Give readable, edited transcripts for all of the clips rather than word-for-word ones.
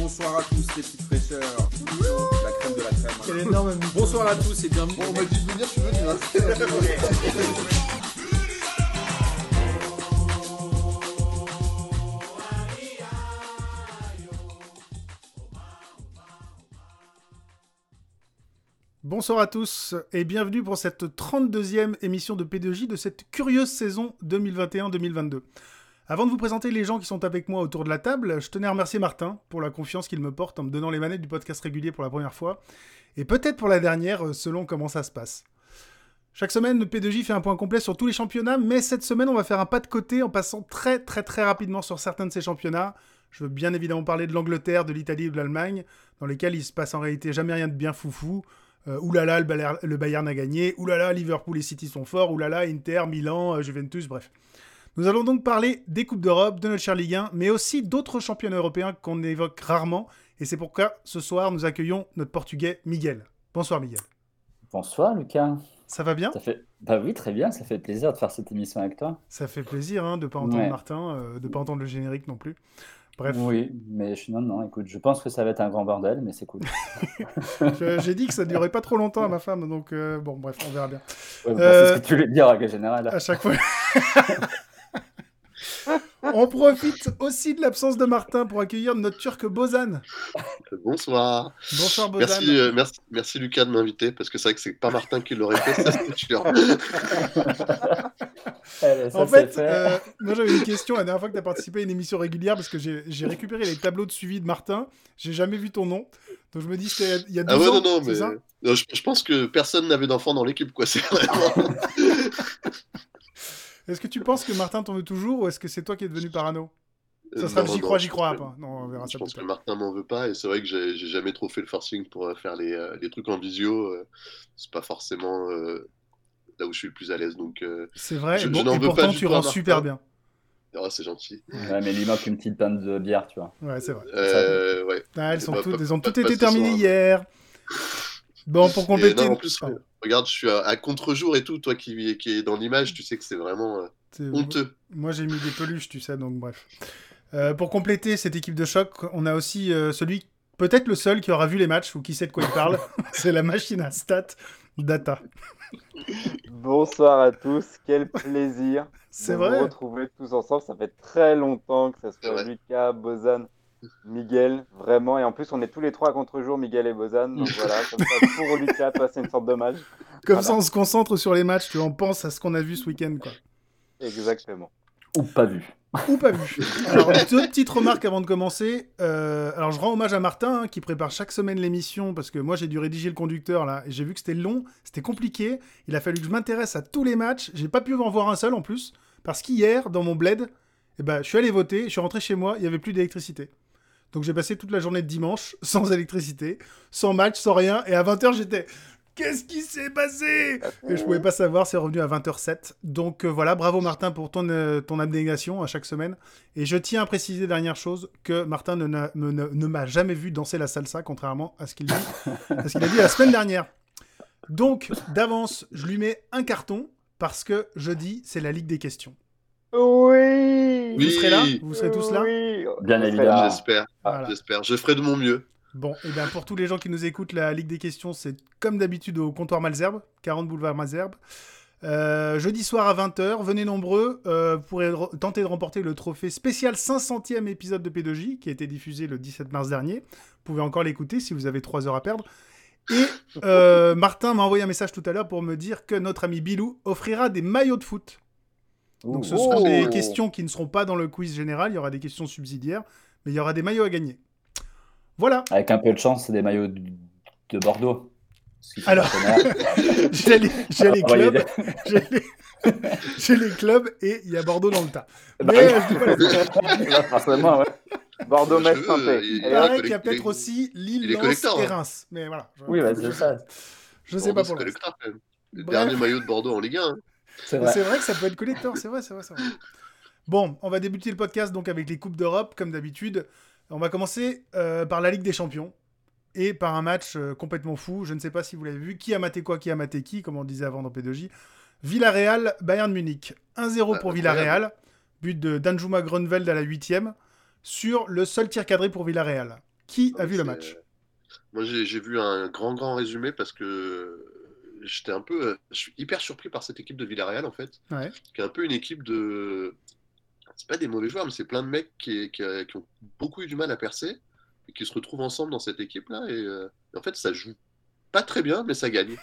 Bonsoir à tous les petites fraîcheurs. La crème de la crème. Quel énorme Bonsoir à tous et bienvenue. Bon, on m'a dit de venir, je suis venu. Hein. Bonsoir à tous et bienvenue pour cette 32e émission de P2J de cette curieuse saison 2021-2022. Avant de vous présenter les gens qui sont avec moi autour de la table, je tenais à remercier Martin pour la confiance qu'il me porte en me donnant les manettes du podcast régulier pour la première fois, et peut-être pour la dernière, selon comment ça se passe. Chaque semaine, le P2J fait un point complet sur tous les championnats, mais cette semaine, on va faire un pas de côté en passant très rapidement sur certains de ces championnats. Je veux bien évidemment parler de l'Angleterre, de l'Italie et de l'Allemagne, dans lesquels il se passe en réalité jamais rien de bien foufou. Oulala, le Bayern a gagné, oulala, Liverpool et City sont forts, oulala, Inter, Milan, Juventus, bref. Nous allons donc parler des Coupes d'Europe, de notre cher Ligue 1, mais aussi d'autres championnats européens qu'on évoque rarement, et c'est pourquoi ce soir nous accueillons notre Portugais Miguel. Bonsoir Miguel. Bonsoir Lucas. Ça va bien ? Bah oui, très bien, ça fait plaisir de faire cette émission avec toi. Ça fait plaisir de ne pas entendre Martin, de ne pas entendre le générique non plus. Bref. Oui, mais non, écoute, je pense que ça va être un grand bordel, mais c'est cool. J'ai dit que ça ne durait pas trop longtemps à ma femme, donc bon, bref, on verra bien. Ouais, c'est ce que tu voulais dire, en général. À chaque fois. On profite aussi de l'absence de Martin pour accueillir notre Turc Bozan. Bonsoir. Bonsoir Bozan. Merci Lucas de m'inviter, parce que c'est vrai que c'est pas Martin qui l'aurait fait, ça c'est sûr. En fait, moi j'avais une question la dernière fois que tu as participé à une émission régulière, parce que j'ai récupéré les tableaux de suivi de Martin, j'ai jamais vu ton nom, donc je me dis c'était il y a 2 ans, non, c'est mais ça non, je pense que personne n'avait d'enfant dans l'équipe, quoi. C'est vraiment... Est-ce que tu penses que Martin t'en veut toujours, ou est-ce que c'est toi qui es devenu parano? Ça sera j'y crois pas. Non, on verra ça. Je pense que Martin m'en veut pas, et c'est vrai que j'ai jamais trop fait le forcing pour faire les trucs en visio. C'est pas forcément là où je suis le plus à l'aise, donc c'est vrai, je et n'en veux pourtant pas du tu tout à rends Martin. super bien. Oh, c'est gentil. Ouais, mais il lui manque une petite panne de bière, tu vois. Ouais, c'est vrai. Ouais. Elles ont toutes pas été ce terminées soir. hier. Bon, pour compléter... Non, en plus, regarde, je suis à contre-jour et tout, toi qui est dans l'image, tu sais que c'est vraiment honteux. Moi, j'ai mis des peluches, tu sais, donc bref. Pour compléter cette équipe de choc, on a aussi celui, peut-être le seul qui aura vu les matchs, ou qui sait de quoi il parle. C'est la machine à stats Data. Bonsoir à tous, quel plaisir C'est de vrai. vous retrouver tous ensemble. Ça fait très longtemps que ce soit Lucas, Bozan, Miguel, vraiment. Et en plus, on est tous les trois à contre-jour, Miguel et Bozan. Donc voilà, comme ça, pour Lucas, toi, c'est une sorte d'hommage. Comme ça, on se concentre sur les matchs, tu vois, on pense à ce qu'on a vu ce week-end, quoi. Exactement. Ou pas vu. Ou pas vu. Alors, 2 petites remarques avant de commencer. Alors, je rends hommage à Martin, qui prépare chaque semaine l'émission, parce que moi, j'ai dû rédiger le conducteur, là, et j'ai vu que c'était long, c'était compliqué. Il a fallu que je m'intéresse à tous les matchs. J'ai pas pu en voir un seul, en plus, parce qu'hier, dans mon bled, je suis allé voter, je suis rentré chez moi, il y avait plus d'électricité. Donc, j'ai passé toute la journée de dimanche, sans électricité, sans match, sans rien, et à 20h, j'étais... Qu'est-ce qui s'est passé ? Et je pouvais pas savoir, c'est revenu à 20h07. Donc voilà, bravo Martin pour ton abnégation à chaque semaine. Et je tiens à préciser dernière chose, que Martin ne m'a jamais vu danser la salsa, contrairement à ce qu'il a dit la semaine dernière. Donc, d'avance, je lui mets un carton, parce que jeudi, c'est la Ligue des questions. Oui. Vous serez là ? Vous serez tous là ? Oui. Bien évidemment. J'espère. Voilà. J'espère. Je ferai de mon mieux. Bon, et bien pour tous les gens qui nous écoutent, la Ligue des questions, c'est comme d'habitude au comptoir Malesherbes, 40 boulevard Malesherbes. Jeudi soir à 20h, venez nombreux, vous pourrez tenter de remporter le trophée spécial 500e épisode de P2J, qui a été diffusé le 17 mars dernier. Vous pouvez encore l'écouter si vous avez 3 heures à perdre. Et Martin m'a envoyé un message tout à l'heure pour me dire que notre ami Bilou offrira des maillots de foot. Donc ce seront des questions qui ne seront pas dans le quiz général, il y aura des questions subsidiaires, mais il y aura des maillots à gagner. Voilà. Avec un peu de chance, c'est des maillots de Bordeaux. Alors, j'ai les clubs, j'ai les clubs et il y a Bordeaux dans le tas. Mais je dis pas les autres. Forcément, ouais. Bordeaux, Metz, Saint-Étienne. Il paraît qu'il y a peut-être aussi Lille, Lens et Reims. Mais voilà. Oui, c'est ça. Je sais pas pour le l'instant. Le dernier maillot de Bordeaux en Ligue 1. C'est vrai que ça peut être collector, c'est vrai. Bon, on va débuter le podcast donc avec les Coupes d'Europe, comme d'habitude. On va commencer par la Ligue des Champions et par un match complètement fou. Je ne sais pas si vous l'avez vu. Qui a maté quoi, qui a maté qui, comme on disait avant dans P2J. Villarreal, Bayern Munich. 1-0 pour Villarreal. But de Danjuma Grunwald à la 8e. Sur le seul tir cadré pour Villarreal. Qui a vu le match? Moi, j'ai vu un grand résumé parce que j'étais je suis hyper surpris par cette équipe de Villarreal, en fait, Ouais. qui est un peu une équipe de. C'est pas des mauvais joueurs, mais c'est plein de mecs qui ont beaucoup eu du mal à percer et qui se retrouvent ensemble dans cette équipe-là. Et en fait, ça joue pas très bien, mais ça gagne.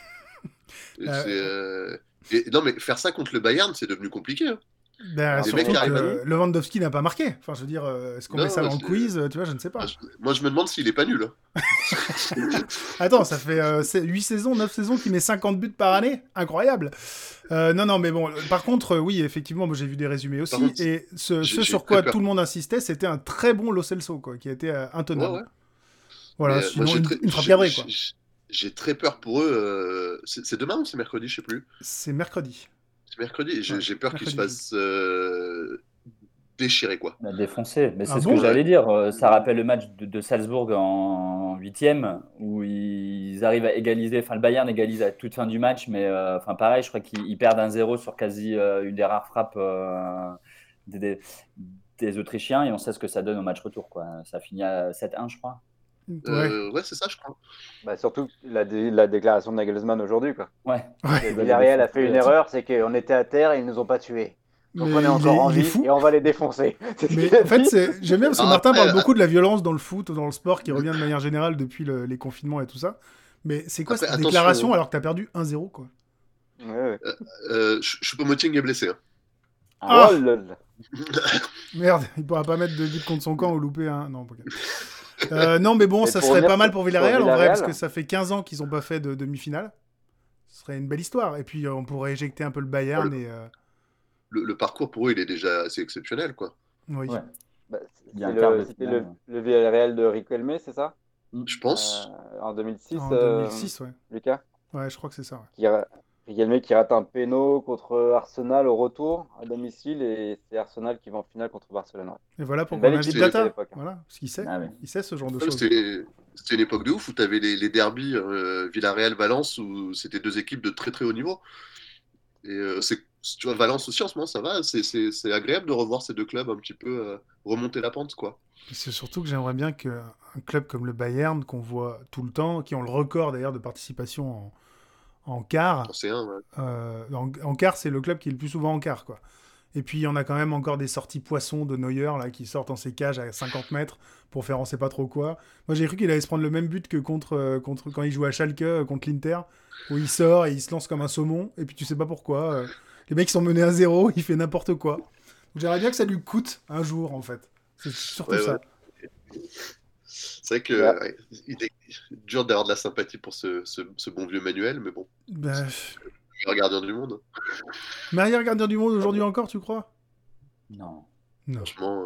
Non, mais faire ça contre le Bayern, c'est devenu compliqué. Hein. Ben, Les surtout mecs arrivent que Lewandowski n'a pas marqué. Enfin, je veux dire, est-ce qu'on met ça dans le quiz? Tu vois, je ne sais pas. Moi, je me demande s'il est pas nul. Hein. Attends, ça fait 8 saisons, 9 saisons qu'il met 50 buts par année. Incroyable. Non, mais bon, par contre, oui, effectivement, moi j'ai vu des résumés aussi. Contre, et ce j'ai sur très quoi peur. tout le monde insistait, c'était un très bon Lo Celso, quoi, qui a été intenable. Ouais. Voilà, Mais, sinon moi, une frappe cadrée, quoi. J'ai très peur pour eux. C'est demain ou c'est mercredi, je sais plus. C'est mercredi. C'est mercredi. J'ai peur qu'ils se mercredi. fassent déchirer, quoi. On a défoncé. Mais c'est Ah ce bon que j'allais dire. Ça rappelle le match de Salzbourg en 8e, où ils arrivent à égaliser. Enfin, le Bayern égalise à toute fin du match, mais enfin, pareil, je crois qu'ils perdent 1-0 sur quasi une des rares frappes des Autrichiens, et on sait ce que ça donne au match retour, quoi. Ça finit à 7-1, je crois. Ouais, c'est ça, je crois. Bah, surtout la déclaration de Nagelsmann aujourd'hui, quoi. Ouais. Villarreal a fait une erreur, c'est qu'on était à terre et ils nous ont pas tués. Donc Mais on est encore en il est vie fou. et on va les défoncer. Mais en fait, j'aime bien parce que Ah, Martin après, parle beaucoup de la violence dans le foot, dans le sport, qui revient de manière générale depuis les confinements et tout ça. Mais c'est quoi Après, cette attention, déclaration alors que t'as perdu 1-0, quoi? Ouais. Choupo-Moting est blessé. Hein. Ah. Oh là là. Merde, il pourra pas mettre de but contre son camp ou louper un. Non, ok. Non, mais bon, Et ça pour serait revenir pas mal sur- pour sur Villarreal en vrai, Villarreal. parce que ça fait 15 ans qu'ils ont pas fait de demi-finale. Ce serait une belle histoire. Et puis on pourrait éjecter un peu le Bayern et. Le parcours pour eux, il est déjà assez exceptionnel, quoi. Oui. Ouais. Bah, Il y a un quart de c'était finale. le Villarreal de Riquelme, c'est ça? Je pense. En 2006, En 2006, ouais. Lucas? Ouais, je crois que c'est ça. Ouais. Riquelme qui rate un péno contre Arsenal au retour à domicile et c'est Arsenal qui va en finale contre Barcelone. Ouais. Et voilà pourquoi Belle on invite équipe à Data. l'époque, hein. Voilà, parce qu'il sait. Ah ouais. Il sait ce genre de Ouais, choses. C'était une époque de ouf où tu avais les derbies Villarreal-Valence où c'était deux équipes de très très haut niveau. Et tu vois, Valence aussi en ce moment, ça va. C'est agréable de revoir ces deux clubs un petit peu remonter la pente, quoi. C'est surtout que j'aimerais bien qu'un club comme le Bayern, qu'on voit tout le temps, qui ont le record d'ailleurs de participation en quart. En C1, ouais. En quart, c'est le club qui est le plus souvent en quart, quoi. Et puis, on a quand même encore des sorties poissons de Neuer, là, qui sortent en ses cages à 50 mètres pour faire on sait pas trop quoi. Moi, j'ai cru qu'il allait se prendre le même but que contre quand il joue à Schalke, contre l'Inter, où il sort et il se lance comme un saumon, et puis tu sais pas pourquoi. Les mecs sont menés à 0, il fait n'importe quoi. Donc, j'aimerais bien que ça lui coûte un jour, en fait. C'est surtout Ouais, ça. C'est vrai que Ouais. il est dur d'avoir de la sympathie pour ce bon vieux Manuel, mais bon, Ben, meilleur gardien du monde. meilleur gardien du monde aujourd'hui encore, tu crois? Non. Non. Franchement,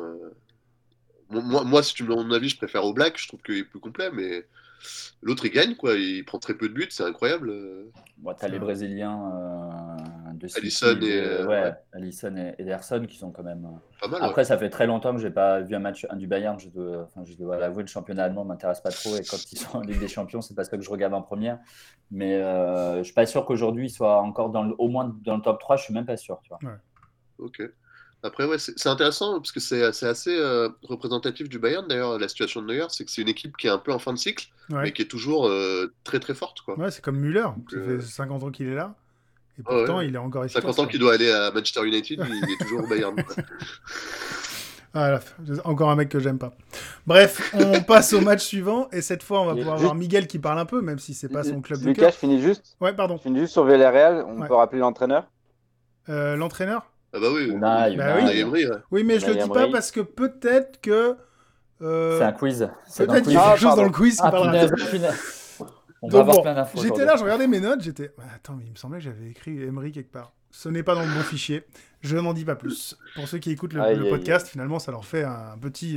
moi, si tu me demandes mon avis, je préfère Oblak. Je trouve qu'il est plus complet, mais l'autre, il gagne, quoi. Il prend très peu de buts, c'est incroyable. Bon, t'as les Brésiliens de City, Alisson ouais, Alisson et Ederson qui sont quand même. Pas mal, ouais. Après, ça fait très longtemps que j'ai pas vu un match du Bayern. Je dois l'avouer, le championnat allemand m'intéresse pas trop. Et quand ils sont en Ligue des Champions, c'est parce que je regarde en première. Mais je suis pas sûr qu'aujourd'hui ils soient encore au moins dans le top 3. Je suis même pas sûr. Tu vois. Ok. Après, ouais, c'est intéressant parce que c'est assez représentatif du Bayern. D'ailleurs, la situation de Neuer, c'est que c'est une équipe qui est un peu en fin de cycle, Ouais. mais qui est toujours très très forte, quoi. Ouais, c'est comme Müller. Ça Donc, fait 50 ans qu'il est là. Et pourtant, ouais. il est encore efficace. 50 ans quoi. qu'il doit aller à Manchester United, il est toujours au Bayern, quoi. Voilà, encore un mec que j'aime pas. Bref, on passe au match suivant. Et cette fois, on va pouvoir voir Miguel qui parle un peu, même si c'est pas son club de Lucas, cœur. je finis juste. Ouais, pardon. Je finis juste sur Villarreal. On Ouais. peut rappeler l'entraîneur. L'entraîneur? Ah bah oui, Unai Emery, ouais. Oui, mais je le Unai dis pas Emery. parce que peut-être que. C'est un quiz. C'est dans Peut-être le qu'il y quiz. a quelque chose pardon. dans le quiz qui Ah, parlera. punaise. On Donc va avoir bon, plein d'infos. j'étais aujourd'hui. là, je regardais mes notes, j'étais. Attends, mais il me semblait que j'avais écrit Emery quelque part. Ce n'est pas dans le bon fichier. Je n'en dis pas plus. Pour ceux qui écoutent le podcast, finalement, ça leur fait un petit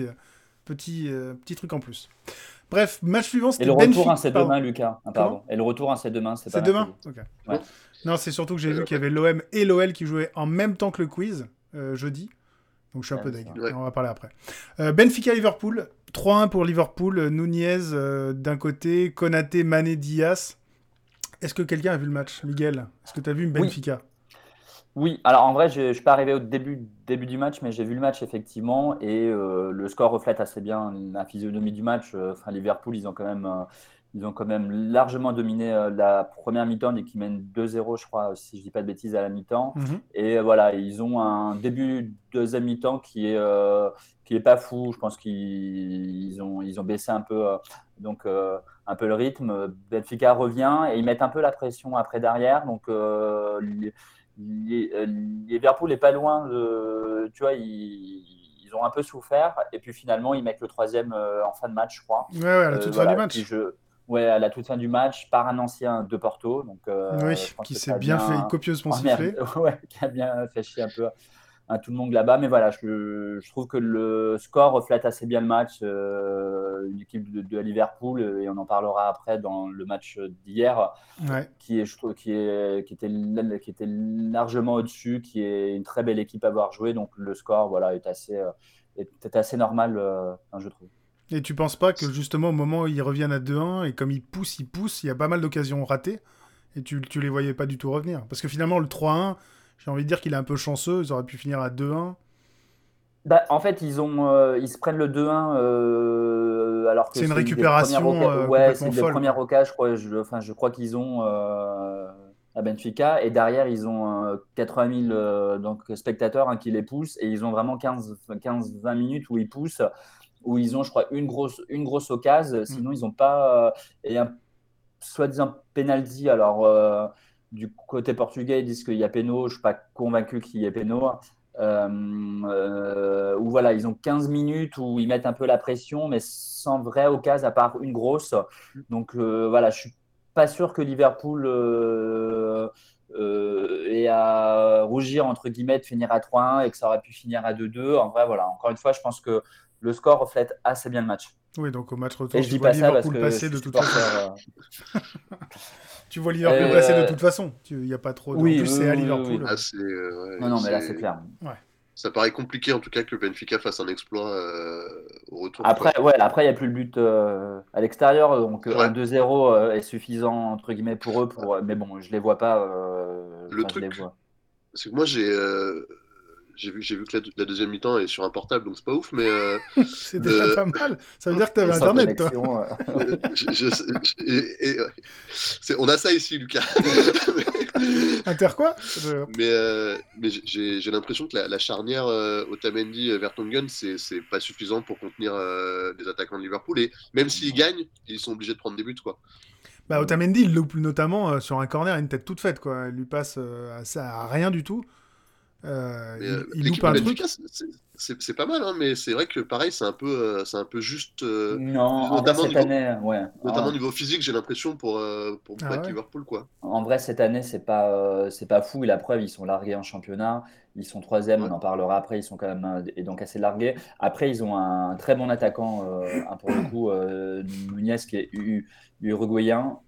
truc en plus. Bref, match suivant, Et c'était le retour, Benfica. c'est Pardon. demain, Lucas. Ah, pardon. Et le retour, c'est demain. C'est C'est pas demain. mercredi. Ok. Ouais. Non, c'est surtout que j'ai vu qu'il y avait l'OM et l'OL qui jouaient en même temps que le quiz jeudi. Donc je suis un peu deg. Ouais. On va parler après. Benfica-Liverpool. 3-1 pour Liverpool. Nunez d'un côté, Konaté, Mané, Diaz. Est-ce que quelqu'un a vu le match? Miguel, est-ce que tu as vu une Benfica? Oui, alors en vrai, je ne suis pas arrivé au début du match, mais j'ai vu le match effectivement, et le score reflète assez bien la physionomie du match. Enfin, Liverpool, ils ont quand même largement dominé la première mi-temps, dès qu'ils mènent 2-0, je crois, si je dis pas de bêtises, à la mi-temps. Mhm. Et voilà, ils ont un début de deuxième mi-temps qui est pas fou. Je pense qu'ils ont baissé un peu, un peu le rythme. Benfica revient et ils mettent un peu la pression après derrière. Donc, Liverpool n'est pas loin tu vois, ils ont un peu souffert et puis finalement ils mettent le troisième en fin de match, je crois. Ouais, à la toute fin du Voilà, match. ouais, à la toute fin du match par un ancien de Porto, donc Oui, je pense qui que s'est ça a bien fait bien copieusement emmerdé, siffler. ouais, qui a bien fait chier un peu à tout le monde là-bas. Mais voilà, je trouve que le score reflète assez bien le match. Une équipe de Liverpool, et on en parlera après dans le match d'hier, Ouais. je trouve, qui était largement au-dessus, qui est une très belle équipe à avoir joué. Donc le score, voilà, est assez normal, je trouve. Et tu penses pas que justement au moment où ils reviennent à 2-1 et comme ils poussent, il y a pas mal d'occasions ratées et tu les voyais pas du tout revenir. Parce que finalement le 3-1, j'ai envie de dire qu'il est un peu chanceux, ils auraient pu finir à 2-1. Bah, en fait, ils se prennent le 2-1 alors que C'est une c'est une des premières récupération occasions. Ouais, c'est complètement une des folle, premières quoi. occasions, je crois. Je crois qu'ils ont à Benfica. Et derrière, ils ont 80 000 donc, spectateurs, hein, qui les poussent. Et ils ont vraiment 15-20 minutes où ils poussent, où ils ont, je crois, une grosse occasion. Mm. Sinon, ils n'ont pas. Et un soi-disant penalty. Alors, du côté portugais, ils disent qu'il y a péno. Je ne suis pas convaincu qu'il y ait péno. Où voilà, ils ont 15 minutes où ils mettent un peu la pression, mais sans vraie occasion, à part une grosse. Donc voilà, je suis pas sûr que Liverpool ait à rougir, entre guillemets, de finir à 3-1 et que ça aurait pu finir à 2-2. En vrai, voilà, encore une fois, je pense que le score reflète assez bien le match. Oui, donc au match Et retour, je tu dis vois pas ça parce Liverpool que je passer suis de toute façon. supporter. Tu vois Liverpool passer de Euh, toute façon. Il y a pas trop. En oui, plus, oui, c'est à oui, oui, Liverpool. oui. Ah, c'est, Non, ouais, non, mais là, c'est clair. Ouais. ça paraît compliqué en tout cas que Benfica fasse un exploit au retour, quoi. Après, ouais, après, il n'y a plus le but à l'extérieur, donc C'est un vrai. 2-0 est suffisant, entre guillemets, pour eux. Mais bon, je les vois pas. Le Enfin, je les truc, vois. c'est que moi j'ai vu que la deuxième mi-temps est sur un portable, donc c'est pas ouf, mais C'est déjà le, pas mal. Ça veut dire que t'avais Sans Internet, toi. connexion. on a ça ici, Lucas. Inter quoi Mais j'ai l'impression que la charnière Otamendi-Vertonghen, c'est pas suffisant pour contenir les attaquants de Liverpool. Et même s'ils gagnent, ils sont obligés de prendre des buts, quoi. Bah, Otamendi, il loupe notamment sur un corner, une tête toute faite, quoi. Il lui passe à rien du tout. Mais Il loupe l'équipe de un Benfica, truc. c'est pas mal, hein, mais c'est vrai que pareil, c'est un peu juste, Non, en vrai, notamment cette année, ouais. niveau physique, j'ai l'impression pour Ah battre ouais. Liverpool, quoi. En vrai, cette année, c'est pas fou. Et la preuve, ils sont largués en championnat. Ils sont troisième, on Ouais, en parlera après. Ils sont quand même et donc assez largués. Après, ils ont un très bon attaquant, pour le coup, Nunez, qui est uruguayen,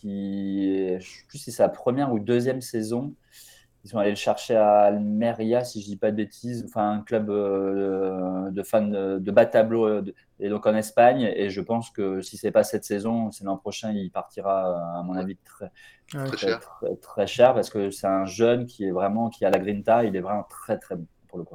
je sais plus si c'est sa première ou deuxième saison. Ils sont allés le chercher à Almeria, si je dis pas de bêtises, enfin un club de fans de bas de tableau, et donc en Espagne. Et je pense que si c'est pas cette saison, c'est l'an prochain, il partira, à mon ouais, avis, très, Ouais. très très, cher. très, très cher, parce que c'est un jeune qui a la grinta. Il est vraiment très très bon pour le coup.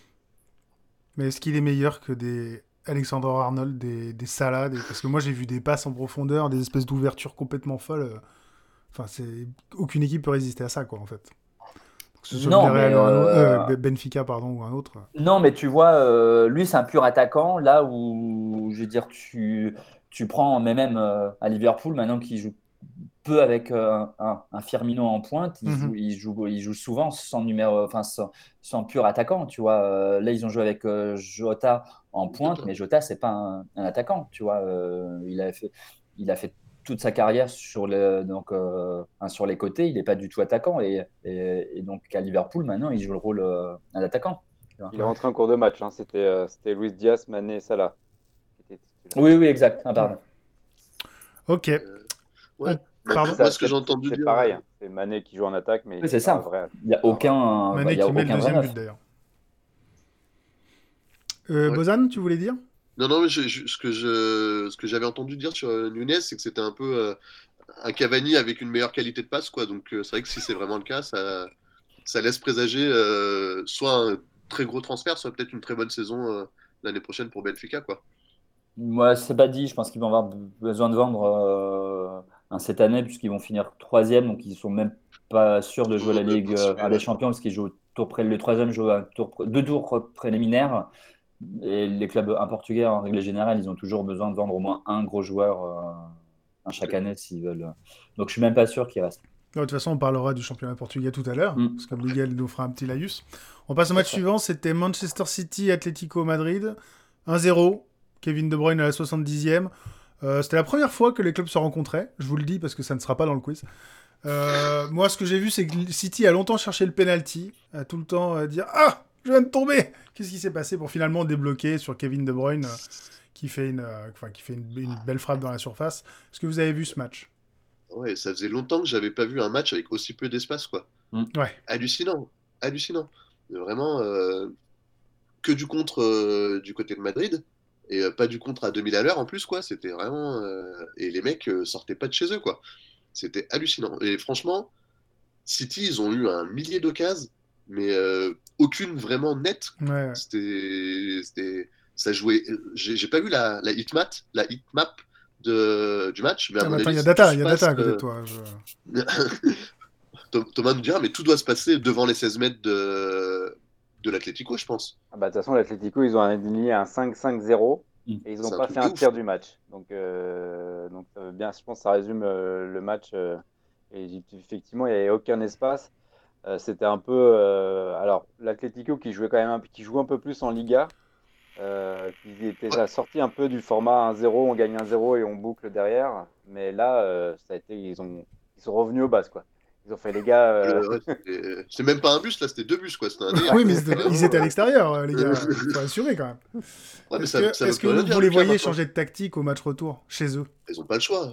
Mais est-ce qu'il est meilleur que des Alexander Arnold, des Salah parce que moi, j'ai vu des passes en profondeur, des espèces d'ouvertures complètement folles. Enfin, aucune équipe peut résister à ça, quoi, en fait. Que ce soit Non, mais Villarreal ou un autre, Benfica, pardon, ou un autre. non, mais tu vois, lui, c'est un pur attaquant. Là où, je veux dire, tu prends, mais même à Liverpool, maintenant qu'il joue peu avec un Firmino en pointe, Mhm. il joue souvent sans numéro, enfin, sans pur attaquant. Tu vois. Là, ils ont joué avec Jota en pointe, Jota. mais Jota, c'est pas un attaquant. Tu vois. Il a fait toute sa carrière sur les côtés. Il n'est pas du tout attaquant. Et donc, à Liverpool, maintenant, il joue le rôle d'un attaquant. Tu vois. Il est Ouais. rentré en cours de match, hein. C'était Luis Diaz, Mané et Salah qui étaient titulaires. Oui, oui, exact. Ah, Ouais. pardon. Ok. Euh, ouais. On- Pardon. Moi, ce que j'ai entendu C'est dire, pareil, hein. C'est Mané qui joue en attaque, mais Oui, c'est c'est pas un ça. vrai. Il n'y a C'est pas un vrai attaquant. Mané il y a qui met le aucun vrai deuxième but, neuf. d'ailleurs. ouais. Bozan, tu voulais dire Non, non, mais ce que j'avais entendu dire sur Nunez, c'est que c'était un peu un Cavani avec une meilleure qualité de passe, quoi. Donc, c'est vrai que si c'est vraiment le cas, ça laisse présager soit un très gros transfert, soit peut-être une très bonne saison l'année prochaine pour Benfica, quoi. Moi, c'est pas dit. Je pense qu'ils vont avoir besoin de vendre cette année, puisqu'ils vont finir troisième, donc ils sont même pas sûrs de jouer la Ligue des Champions, parce qu'ils jouent le troisième joue deux tours préliminaires. Et les clubs portugais, en règle générale, ils ont toujours besoin de vendre au moins un gros joueur chaque année s'ils veulent. Donc, je suis même pas sûr qu'il reste. De toute façon, on parlera du championnat portugais tout à l'heure, parce que Miguel nous fera un petit laïus. On passe au match suivant, c'était Manchester City, Atlético Madrid. 1-0, Kevin De Bruyne à la 70e. C'était la première fois que les clubs se rencontraient, je vous le dis parce que ça ne sera pas dans le quiz. Moi, ce que j'ai vu, c'est que City a longtemps cherché le penalty, a tout le temps dire « Ah, je viens de tomber !» Qu'est-ce qui s'est passé pour finalement débloquer sur Kevin De Bruyne qui fait une belle frappe dans la surface. Est-ce que vous avez vu ce match ? Ouais, ça faisait longtemps que j'avais pas vu un match avec aussi peu d'espace, quoi. Ouais. Hallucinant. Vraiment, que du contre du côté de Madrid, et pas du contre à 2000 à l'heure en plus, quoi. C'était vraiment... et les mecs sortaient pas de chez eux, quoi. C'était hallucinant. Et franchement, City, ils ont eu un millier d'occasions, mais aucune vraiment nette. Ouais. Ça jouait... J'ai pas vu la heatmap du match, mais à mon attends, avis, il y a data à côté de toi. Thomas nous dira, mais tout doit se passer devant les 16 mètres de l'Atlético, je pense. De toute façon, l'Atlético, ils ont aligné un 5-5-0 et ils n'ont pas fait un tir du match. Donc bien, je pense que ça résume le match. Et effectivement, il n'y avait aucun espace. C'était un peu... alors, l'Atlético qui jouait qui joue un peu plus en Liga, qui était sorti un peu du format 1-0, on gagne 1-0 et on boucle derrière. Mais là, ça a été, ils sont revenus aux bases, quoi. Ils ont fait les gars. C'était même pas un bus, là, c'était 2 bus, quoi. Oui, mais ils étaient à l'extérieur, les gars. Il faut assurer quand même. Ouais, est-ce que vous les voyez changer de tactique au match retour chez eux ? Ils ont pas le choix.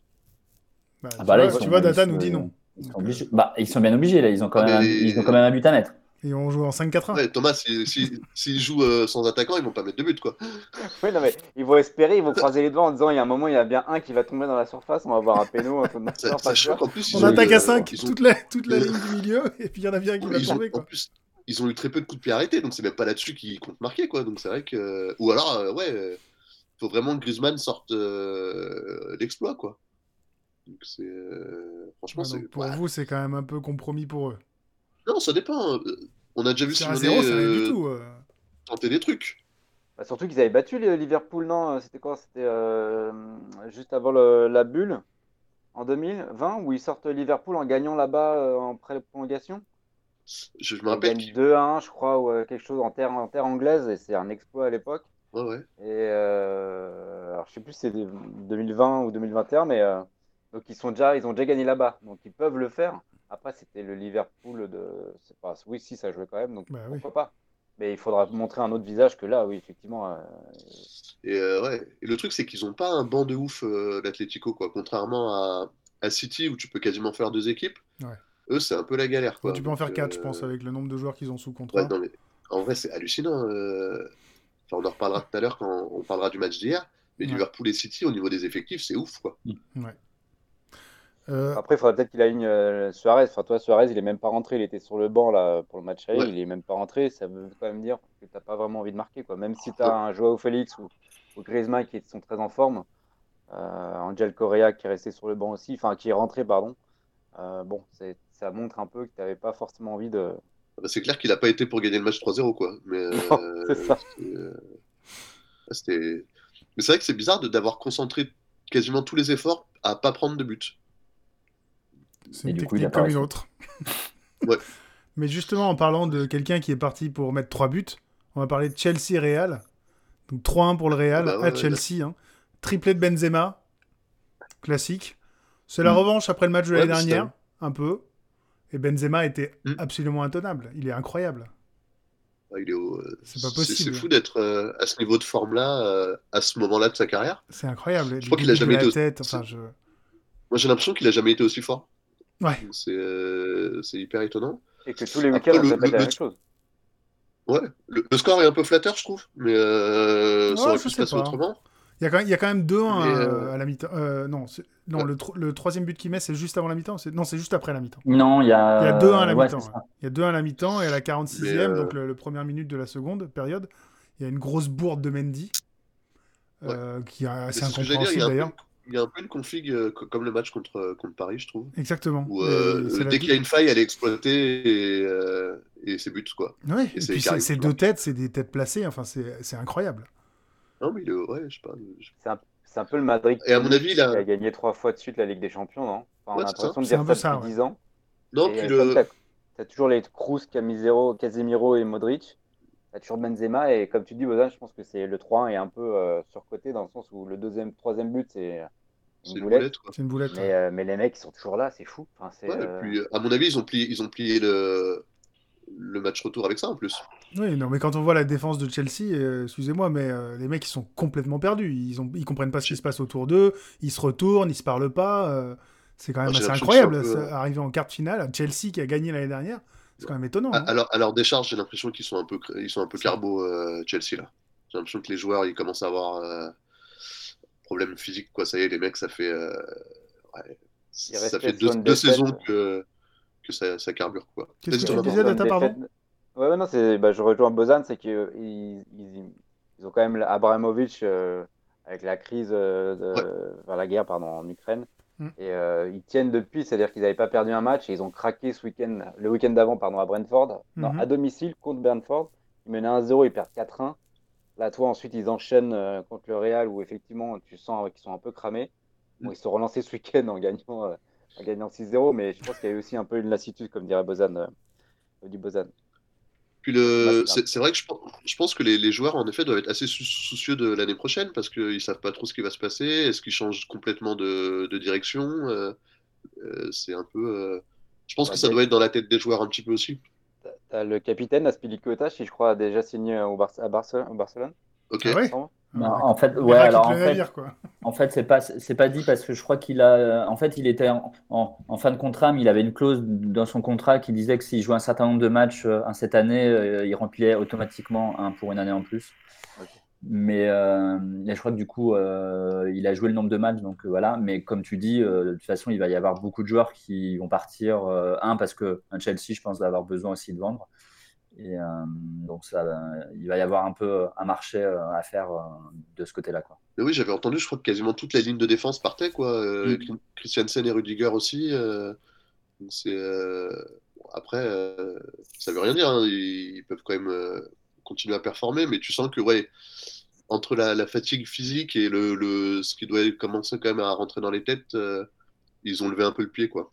Tu vois, Data nous dit non. Ils sont bien obligés, là. Ils ont quand même un but à mettre. Et on joue en 5-4-1. Ouais, Thomas, s'ils jouent sans attaquant, ils vont pas mettre de but, quoi. Oui, non, mais ils vont espérer, ils vont croiser les doigts en disant il y a un moment, il y a bien un qui va tomber dans la surface, on va avoir un péno. Sachant qu'en plus, on attaque à 5, toute la ligne du milieu, et puis il y en a bien qui va tomber, quoi. En plus, ils ont eu très peu de coups de pied arrêtés, donc c'est même pas là-dessus qu'ils comptent marquer, quoi. Donc c'est vrai que. Ou alors, faut vraiment que Griezmann sorte l'exploit, quoi. Donc c'est. Franchement, c'est. Pour vous, c'est quand même un peu compromis pour eux. Non, ça dépend. On a déjà vu Simone du tout. Tenter des trucs. Surtout qu'ils avaient battu Liverpool, non ? C'était quoi ? C'était juste avant la bulle, en 2020, où ils sortent Liverpool en gagnant là-bas en pré-prolongation. Je me rappelle. Ils gagnent 2-1, je crois, ou quelque chose en terre anglaise, et c'est un exploit à l'époque. Ouais. Et alors, je sais plus si c'est 2020 ou 2021, mais donc ils ont déjà gagné là-bas, donc ils peuvent le faire. Après, c'était le Liverpool oui, si, ça jouait quand même, donc pourquoi pas. Mais il faudra montrer un autre visage que là, oui, effectivement. Et le truc, c'est qu'ils n'ont pas un banc de ouf, l'Atlético, quoi. Contrairement à City, où tu peux quasiment faire 2 équipes. Ouais. Eux, c'est un peu la galère, quoi. Tu peux en faire 4, je pense, avec le nombre de joueurs qu'ils ont sous contrat. Ouais, non, mais en vrai, c'est hallucinant. Enfin, on en reparlera tout à l'heure quand on parlera du match d'hier. Mais Liverpool et City, au niveau des effectifs, c'est ouf, quoi. Ouais. Après, il faudrait peut-être qu'il aligne Suarez. Enfin, toi, Suarez, il est même pas rentré. Il était sur le banc là pour le match aller. Il est même pas rentré. Ça veut quand même dire que t'as pas vraiment envie de marquer, quoi. Même si tu as un Joao Félix ou Griezmann qui sont très en forme, Angel Correa qui est resté sur le banc aussi, enfin qui est rentré, pardon. Bon, ça montre un peu que tu n'avais pas forcément envie de. C'est clair qu'il n'a pas été pour gagner le match 3-0, quoi. Mais c'est ça. Mais c'est vrai que c'est bizarre d'avoir concentré quasiment tous les efforts à pas prendre de but. C'est une technique comme une autre. Ouais. Mais justement, en parlant de quelqu'un qui est parti pour mettre 3 buts, on va parler de Chelsea-Real. Donc 3-1 pour le Real à Chelsea. Hein. Triplé de Benzema. Classique. C'est la revanche après le match de l'année dernière, un peu. Et Benzema était absolument intenable. Il est incroyable. C'est pas possible. C'est fou d'être à ce niveau de forme-là, à ce moment-là de sa carrière. C'est incroyable. Je crois qu'il a jamais été Moi, j'ai l'impression qu'il a jamais été aussi fort. Ouais. C'est hyper étonnant. Et que tous les week-ends, on s'appelle la même chose. Ouais. Le score est un peu flatteur, je trouve. Mais ça aurait pu se passer autrement. Il y a quand même 2-1 Mais, à la mi-temps. Non, le troisième but qu'il met, c'est juste avant la mi-temps. Non, c'est juste après la mi-temps. Non, il y Il y a 2-1 à la ouais, mi-temps. c'est ça. Il y a 2-1 à la mi-temps et à la 46e, Mais, donc le première minute de la seconde période, il y a une grosse bourde de Mendy qui est mais assez c'est ce que j'allais dire, incompréhensible d'ailleurs. il y a un peu une config comme le match contre Paris, je trouve. Exactement. Où Et c'est la dès qu'il y a une faille, elle est exploitée et c'est but, quoi. Ouais, Et et c'est puis Karim ces qui deux marque. têtes, c'est des têtes placées. Enfin, c'est incroyable. Non, mais ouais, je sais pas. C'est un peu le Madrid Et à mon avis, qui a gagné 3 fois de suite la Ligue des Champions, non? Enfin, on ouais, a c'est ça. l'impression de C'est dire un peu ça ça, depuis ouais. 10 ans. Non, Et puis comme t'as toujours les Kroos, Casemiro et Modric, t'as toujours Benzema. Et comme tu dis, Bozan, je pense que le 3-1 est un peu surcoté dans le sens où le troisième but, c'est c'est une une boulette. boulette, quoi. C'est une boulette. Ouais. Mais les mecs, ils sont toujours là, c'est fou. Enfin, Ouais, et puis, à mon avis, ils ont plié le match retour avec ça, en plus. Oui, non, mais quand on voit la défense de Chelsea, excusez-moi, mais les mecs, ils sont complètement perdus. Ils comprennent pas ce qui se passe autour d'eux. Ils se retournent, ils se parlent pas. C'est quand même Moi, j'ai assez l'impression incroyable. qu'ils sont un peu, Arriver en quart de finale, à Chelsea qui a gagné l'année dernière, c'est quand même étonnant, non? à leur décharge, j'ai l'impression qu'ils sont un peu carbo, Chelsea, là. J'ai l'impression que les joueurs, ils commencent à avoir problème physique, quoi. Ça y est, les mecs, ouais, ils ça restaient fait sur une deux défaite. saisons que ça carbure, quoi. Qu'est-ce Vas-y, que tu Thomas, disais, pardon. Data, pardon? Ouais, non, je rejoins Bozan, c'est qu'ils ils ont quand même Abramovich avec la crise Ouais. enfin, la guerre pardon, en Ukraine. Mm. Et ils tiennent depuis, c'est-à-dire qu'ils n'avaient pas perdu un match et ils ont craqué le week-end d'avant pardon, à Brentford. Non, à domicile contre Brentford. Ils menaient 1-0, ils perdent 4-1. Là, toi, ensuite, ils enchaînent contre le Real où effectivement, tu sens qu'ils sont un peu cramés. Bon, ils se sont relancés ce week-end en gagnant 6-0, mais je pense qu'il y a eu aussi un peu une lassitude, comme dirait Bozan, du Bozan. Puis Donc, le match, c'est vrai que je pense que les joueurs, en effet, doivent être assez soucieux de l'année prochaine parce qu'ils savent pas trop ce qui va se passer. Est-ce qu'ils changent complètement de direction? C'est un peu. Je pense que ça doit être dans la tête des joueurs un petit peu aussi. T'as le capitaine Aspilicueta, qui je crois a déjà signé à Barcelone. Ok. Ah ouais? Sans- Non, d'accord. en fait, Les ouais, rats alors quittent en le fait, navire, quoi. c'est pas dit parce que je crois qu'il a, en fait, il était en fin de contrat, mais il avait une clause dans son contrat qui disait que s'il jouait un certain nombre de matchs cette année, il remplissait automatiquement un pour une année en plus. Ok. Mais je crois que du coup, il a joué le nombre de matchs, donc voilà. Mais comme tu dis, de toute façon, il va y avoir beaucoup de joueurs qui vont partir. Parce que un Chelsea, je pense, va avoir besoin aussi de vendre. Et donc, il va y avoir un peu un marché à faire de ce côté-là, quoi. Mais oui, j'avais entendu, je crois que quasiment toute la ligne de défense partait, quoi. Christiansen et Rudiger aussi. Donc bon, après, ça veut rien dire, hein. Ils peuvent quand même continuer à performer, mais tu sens que, ouais, entre la fatigue physique et ce qui doit commencer quand même à rentrer dans les têtes, ils ont levé un peu le pied, quoi.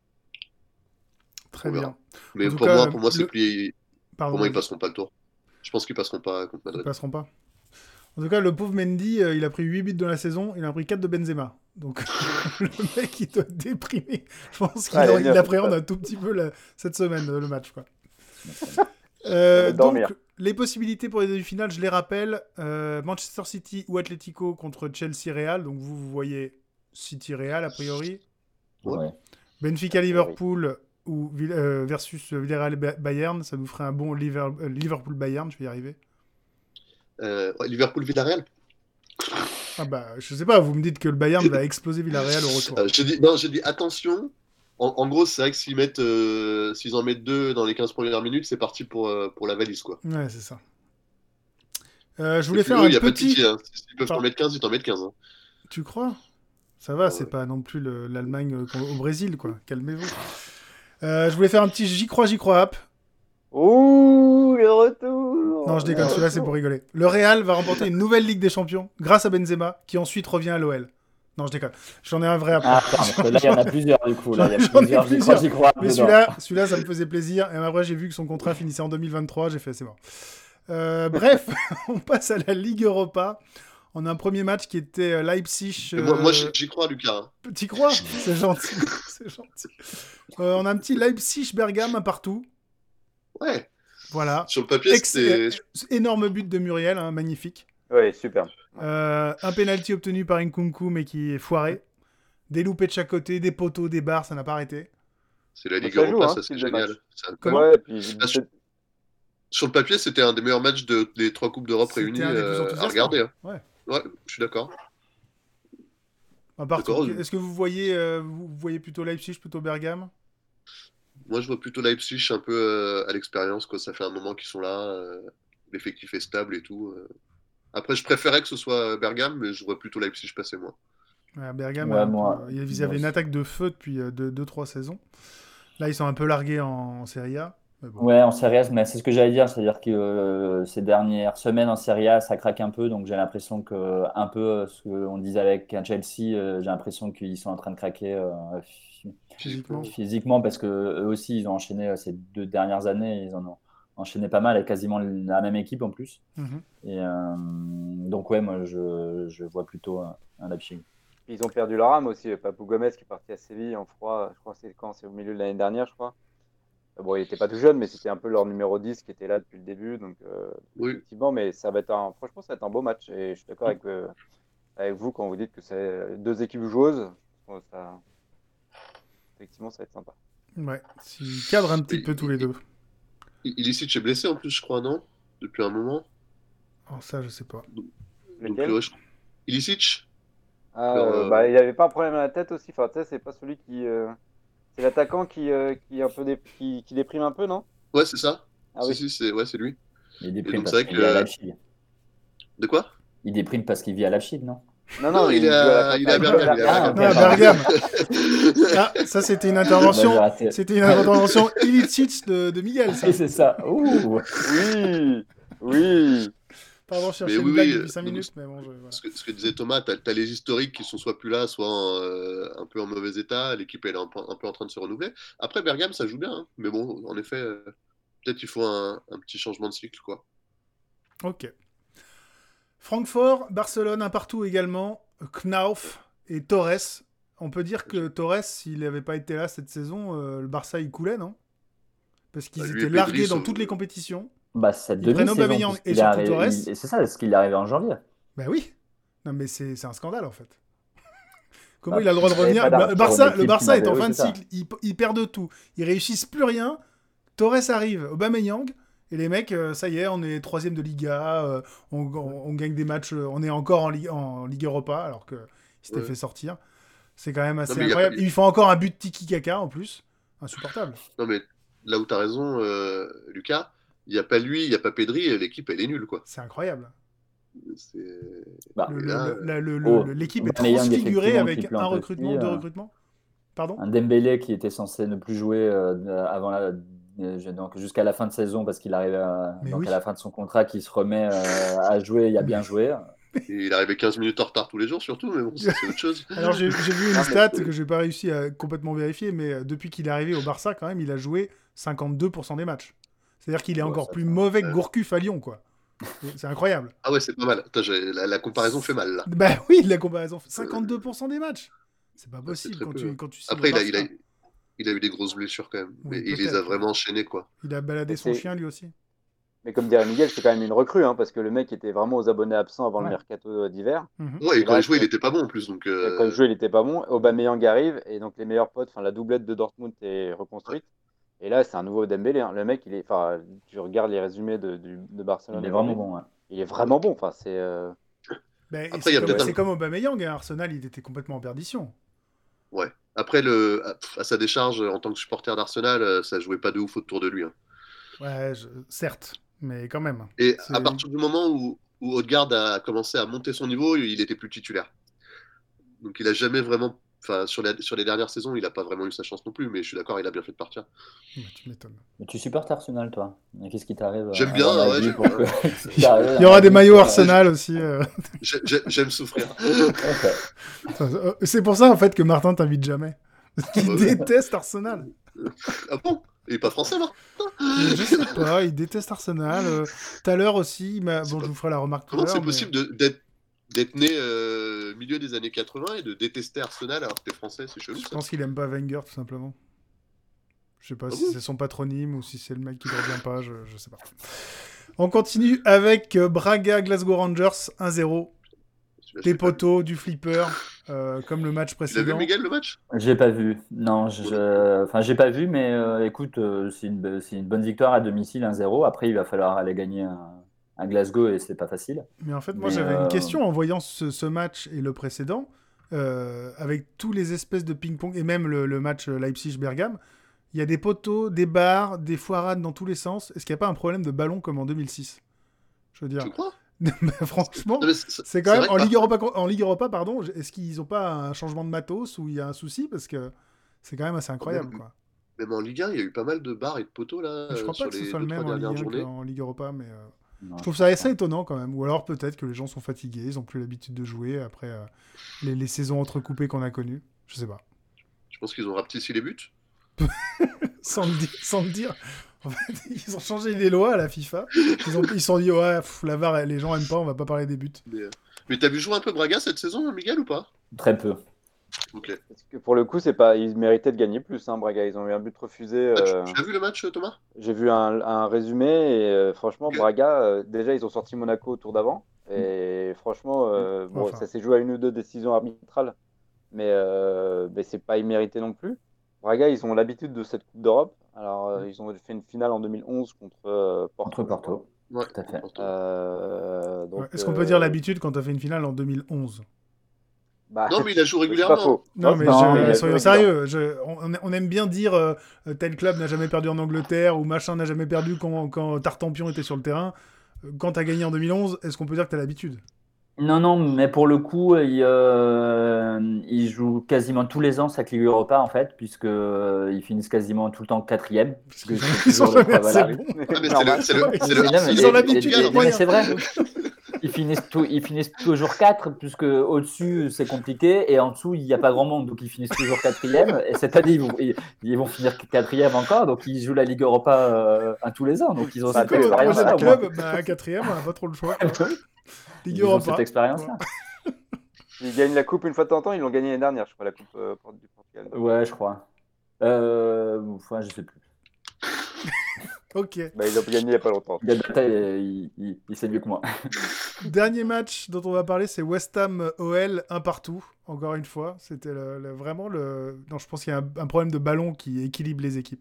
Très On verra. bien. Mais En tout cas, pour moi, c'est plié. Pardon, Pour moi, ils vas-y. passeront pas le tour. Je pense qu'ils passeront pas contre Ils Madrid. passeront pas. En tout cas, le pauvre Mendy, il a pris 8 buts dans la saison, il a pris 4 de Benzema. Donc, le mec, il doit déprimer. Je pense qu'il Ouais, il appréhende un tout petit peu cette semaine, le match, quoi. Donc, dormir. les possibilités pour les demi-finales, je les rappelle. Manchester City ou Atlético contre Chelsea-Real. Donc, vous voyez City-Real, a priori. Ouais. Benfica-Liverpool ou versus Villarreal-Bayern. Ça nous ferait un bon Liverpool-Bayern, je vais y arriver. Ouais, Liverpool-Villarreal. Ah bah, je sais pas, vous me dites que le Bayern va exploser Villarreal au retour. J'ai dit attention. En gros, c'est vrai que s'ils en mettent 2 dans les 15 premières minutes, c'est parti pour la valise, quoi. Ouais, c'est ça. Je voulais Et puis faire eux, un il n'y a pas de petit... pitié, hein. S'ils peuvent Enfin, t'en mettre 15, ils t'en mettent 15. Hein. Tu crois? Ça va, Ah c'est ouais. pas non plus l'Allemagne au Brésil, quoi. Calmez-vous. Je voulais faire un petit j'y crois app. Ouh, le retour. Non, je déconne, celui-là c'est pour rigoler. Le Real va remporter une nouvelle Ligue des Champions grâce à Benzema, qui ensuite revient à l'OL. Non, je déconne. J'en ai un vrai après. Ah, attends, parce que là, il y en a plusieurs, du coup. Là, il y a J'en ai plusieurs, j'y crois. Mais dedans. celui-là, ça me faisait plaisir. Et après, j'ai vu que son contrat finissait en 2023. J'ai fait, c'est bon. Bref, on passe à la Ligue Europa. On a un premier match qui était Leipzig. Mais moi j'y crois, Lucas. Hein. Petit croix, c'est gentil. C'est gentil. On a un petit Leipzig-Bergame un partout. Ouais. Voilà. Sur le papier, c'était. Énorme but de Muriel, hein, magnifique. Ouais, super. Un penalty obtenu par Nkunku, mais qui est foiré. Des loupés de chaque côté, des poteaux, des barres, ça n'a pas arrêté. C'est la Ligue Ça joue, Europa, hein, ça c'est style de génial. match. C'est incroyable. Comment Ouais, puis Ah, sur le papier, c'était un des meilleurs matchs des 3 Coupes d'Europe C'était réunies un des plus à enthousiasmants. regarder. Hein. Ouais. Ouais, je suis d'accord. À part, D'accord. est-ce que vous voyez plutôt Leipzig, plutôt Bergame? Moi, je vois plutôt Leipzig un peu à l'expérience, quoi. Ça fait un moment qu'ils sont là. L'effectif est stable et tout. Après, je préférais que ce soit Bergame, mais je vois plutôt Leipzig passer, moi. Ouais, Bergame, Ouais, moi, ils moi avaient une aussi. attaque de feu depuis 2-3 saisons. Là, ils sont un peu largués en Serie A. Mais bon. Ouais, en Serie A, mais c'est ce que j'allais dire, c'est-à-dire que ces dernières semaines en Serie A, ça craque un peu, donc j'ai l'impression que, un peu ce qu'on disait avec Chelsea, j'ai l'impression qu'ils sont en train de craquer Physiquement. physiquement, parce que eux aussi, ils ont enchaîné ces 2 dernières années, ils en ont enchaîné pas mal, avec quasiment la même équipe en plus. Mhm. Et donc, ouais, moi, je vois plutôt un Leipzig. Ils ont perdu leur âme aussi. Papou Gomez qui est parti à Séville en froid. Je crois que c'est quand? C'est au milieu de l'année dernière, je crois. Bon, il n'était pas tout jeune, mais c'était un peu leur numéro 10 qui était là depuis le début. Donc, Oui. effectivement, mais franchement, ça va être un beau match. Et je suis d'accord avec vous quand vous dites que c'est deux équipes joueuses. Bon, effectivement, ça va être sympa. Ouais, s'ils cadrent un petit Mais peu tous les deux. Ilicic est blessé en plus, je crois, non? Depuis un moment. Alors ça, je sais pas. Donc, Lequel? Ilicic? Ah, Leur, bah, il n'avait pas un problème à la tête aussi. Enfin, tu sais, c'est pas celui qui. C'est l'attaquant qui, est un peu qui déprime un peu, non? Ouais, c'est ça. Ah Si, oui. si, c'est lui. Il Et déprime donc, c'est parce vrai qu'il vit à que. Leipzig. De quoi? Il déprime parce qu'il vit à Leipzig, non? Non, non, Non, il est il joue à la il est à campagne. Bergame. Il est à Ah, Bergame. ok, Ah, pardon. Bergame. Ah, ça, c'était une Bah, j'ai intervention. raté. C'était une intervention Ilicic de Miguel, ça. Oui, c'est ça. Ouh. Oui, oui. Pardon, je Mais cherchais une oui, blague oui. depuis 5 Donc, minutes, mais bon, voilà. ce que disait Thomas, t'as les historiques qui sont soit plus là, soit un peu en mauvais état. L'équipe elle est un peu en train de se renouveler. Après, Bergame, ça joue bien, hein. Mais bon, en effet, peut-être il faut un petit changement de cycle, quoi. Ok. Francfort, Barcelone, un partout également. Knauf et Torres. On peut dire que Torres, s'il n'avait pas été là cette saison, le Barça, il coulait, non? Parce qu'ils Lui et étaient Pedri largués dans sont. toutes les compétitions. Bah, cette Ils prennent demi-saison, Aubameyang et puisqu'il est surtout arrivé. Torres. C'est ça, parce qu'il est arrivé en janvier. Ben oui. Non, mais c'est un scandale, en fait. Comment Bah, il a le droit de Il n'y avait revenir? pas d'argent. Le pour une Barça, équipe le qui Barça est n'avait. en Oui, fin de c'est ça. cycle. Ils perdent tout. Ils réussissent plus rien. Torres arrive, Aubameyang. Et les mecs, ça y est, on est 3ème de Liga. On gagne des matchs. On est encore en Ligue Europa, alors qu'ils s'étaient Ouais. fait sortir. C'est quand même Non, assez mais incroyable. Ils font encore un but tiki-kaka en plus. Insupportable. non, mais là où t'as raison, Lucas, il n'y a pas lui, il n'y a pas Pedri, l'équipe, elle est nulle, quoi. C'est incroyable. Bah, Et là, L'équipe est Aubameyang, transfigurée effectivement, qui avec un plante recrutement, aussi. deux recrutements. Pardon? Un Dembélé qui était censé ne plus jouer avant donc jusqu'à la fin de saison parce qu'il arrivait Mais donc oui. à la fin de son contrat qui se remet à jouer. Il a bien joué. il arrivait 15 minutes en retard tous les jours, surtout, mais bon, ça, c'est autre chose. Alors j'ai vu une Non, mais stat que j'ai pas réussi à complètement vérifier, mais depuis qu'il est arrivé au Barça, quand même, il a joué 52% des matchs. C'est-à-dire qu'il est Ouais, encore ça plus fait- mauvais que Gourcuff à Lyon, quoi. C'est incroyable. Ah ouais, c'est pas mal. Attends, la comparaison fait mal, là. Bah oui, la comparaison. 52% des matchs. C'est pas C'est possible très quand peu. tu signes Après, au Barça. il a eu des grosses blessures, quand même. Oui, Mais il les a peut-être. vraiment enchaînées, quoi. Il a baladé Mais son chien, lui aussi. Mais comme dirait Miguel, c'est quand même une recrue, hein, parce que le mec était vraiment aux abonnés absents avant le Ouais. mercato d'hiver. Mhm. Ouais, et Et quand là, il jouait, il était pas bon, en plus, donc... quand il jouait, il était pas bon. Aubameyang arrive, et donc les meilleurs potes, enfin la doublette de Dortmund est reconstruite. Et là, c'est un nouveau Dembélé, hein. Le mec, enfin, tu regardes les résumés de Barcelone Il est vraiment aujourd'hui, bon. Ouais. il est vraiment bon. Enfin, c'est. Ben, Après, il y a peut-être c'est comme Aubameyang, hein. Arsenal, il était complètement en perdition. Ouais. Après, à sa décharge, en tant que supporter d'Arsenal, ça jouait pas de ouf autour de lui, hein. Ouais, certes, mais quand même. Et C'est- à partir du moment où Odegaard a commencé à monter son niveau, il était plus titulaire. Donc il a jamais vraiment... Enfin, sur les dernières saisons, il a pas vraiment eu sa chance non plus, mais je suis d'accord, il a bien fait de partir. Bah, tu m'étonnes. Mais tu supportes Arsenal, toi. Et qu'est-ce qui t'arrive J'aime dans bien, la ouais, vie j'aime pour bien. que qu'est-ce qui t'arrive Il dans y aura la des vie maillots pour- Arsenal aussi. J'aime souffrir. Ok. C'est pour ça, en fait, que Martin t'invite jamais. Parce qu'il Ouais. déteste Arsenal. Ah bon? Il est pas français, là? Je sais pas, il déteste Arsenal. Tout à l'heure aussi, bon, je vous ferai la remarque tout à Comment l'heure. c'est mais- possible d'être né milieu des années 80 et de détester Arsenal alors que t'es français? C'est chelou, Je ça. pense qu'il aime pas Wenger, tout simplement. Je sais pas si bon c'est son patronyme ou si c'est le mec qui ne revient pas, je sais pas. On continue avec Braga Glasgow Rangers 1-0. Celui-là, je Des l'ai pas vu. poteaux, du flipper, comme le match Tu l'as vu, précédent. Miguel, le match? J'ai pas vu. Non, enfin, j'ai pas vu, mais écoute, c'est une bonne victoire à domicile 1-0. Après, il va falloir aller gagner à Glasgow et c'est pas facile. Mais en fait, moi, j'avais une question en voyant ce match et le précédent, avec tous les espèces de ping-pong, et même le match Leipzig-Bergame. Il y a des poteaux, des barres, des foirades dans tous les sens. Est-ce qu'il n'y a pas un problème de ballon comme en 2006 ? Je veux dire. Tu crois ? Franchement, Non, mais c'est quand même vrai en Ligue Europa, pardon. Est-ce qu'ils n'ont pas un changement de matos ou il y a un souci ? Parce que c'est quand même assez incroyable, quoi. Même en Ligue 1, il y a eu pas mal de barres et de poteaux là Je crois pas sur que ce les soit le 2-3 même en Ligue dernières 1 journées. qu'en Ligue Europa, mais Non, je trouve ça assez étonnant quand même. Ou alors peut-être que les gens sont fatigués, ils n'ont plus l'habitude de jouer après les saisons entrecoupées qu'on a connues. Je sais pas. Je pense qu'ils ont rapetissé les buts. Sans le dire. En fait, ils ont changé les lois à la FIFA. Ils se sont dit, ouais, la VAR, les gens aiment pas, on va pas parler des buts. Mais t'as vu jouer un peu Braga cette saison, Miguel, ou pas ? Très peu. Ok. Parce que pour le coup, ils méritaient de gagner plus, hein, Braga. Ils ont eu un but refusé. Tu as vu le match, Thomas ? J'ai vu un résumé et franchement, Ok. Braga, déjà, ils ont sorti Monaco au tour d'avant. Et franchement, ça s'est joué à une ou deux décisions arbitrales. Mais c'est pas immérité non plus. Braga, ils ont l'habitude de cette Coupe d'Europe. Alors, ils ont fait une finale en 2011 contre Porto. Contre Porto. Ouais, Tout à fait. Donc, Est-ce qu'on peut dire l'habitude quand tu as fait une finale en 2011 ? Non, mais il a joué c'est régulièrement. pas faux. Non, mais il a soyons joué sérieux. On aime bien dire tel club n'a jamais perdu en Angleterre ou machin n'a jamais perdu quand Tartampion était sur le terrain. Quand tu as gagné en 2011, est-ce qu'on peut dire que tu as l'habitude ? Non, mais pour le coup, ils jouent quasiment tous les ans cette Ligue Europa, en fait, puisqu'ils finissent quasiment tout le temps 4e. Ils sont jamais assez bons. Ah, mais c'est le Ils ont l'habitude Et- des mais moyens. c'est vrai. Ils finissent toujours 4, puisque au-dessus, c'est compliqué, et en dessous, il n'y a pas grand monde, donc ils finissent toujours 4e. Et cette année, ils vont finir 4e encore, donc ils jouent la Ligue Europa tous les ans. Donc ils ont cette C'est comme expérience. notre club, à 4e, on n'a pas trop le choix. Ligue Ils ont Europa. cette expérience-là. Ils gagnent la coupe une fois de temps en temps. Ils l'ont gagnée l'année dernière, je crois, la coupe du Portugal. Ouais, je crois. Enfin, je sais plus. Ok. Ils l'ont gagné il n'y a pas longtemps. Gadata, il sait mieux que moi. Dernier match dont on va parler, c'est West Ham OL, un partout. Encore une fois, c'était vraiment le. Non, je pense qu'il y a un problème de ballon qui équilibre les équipes.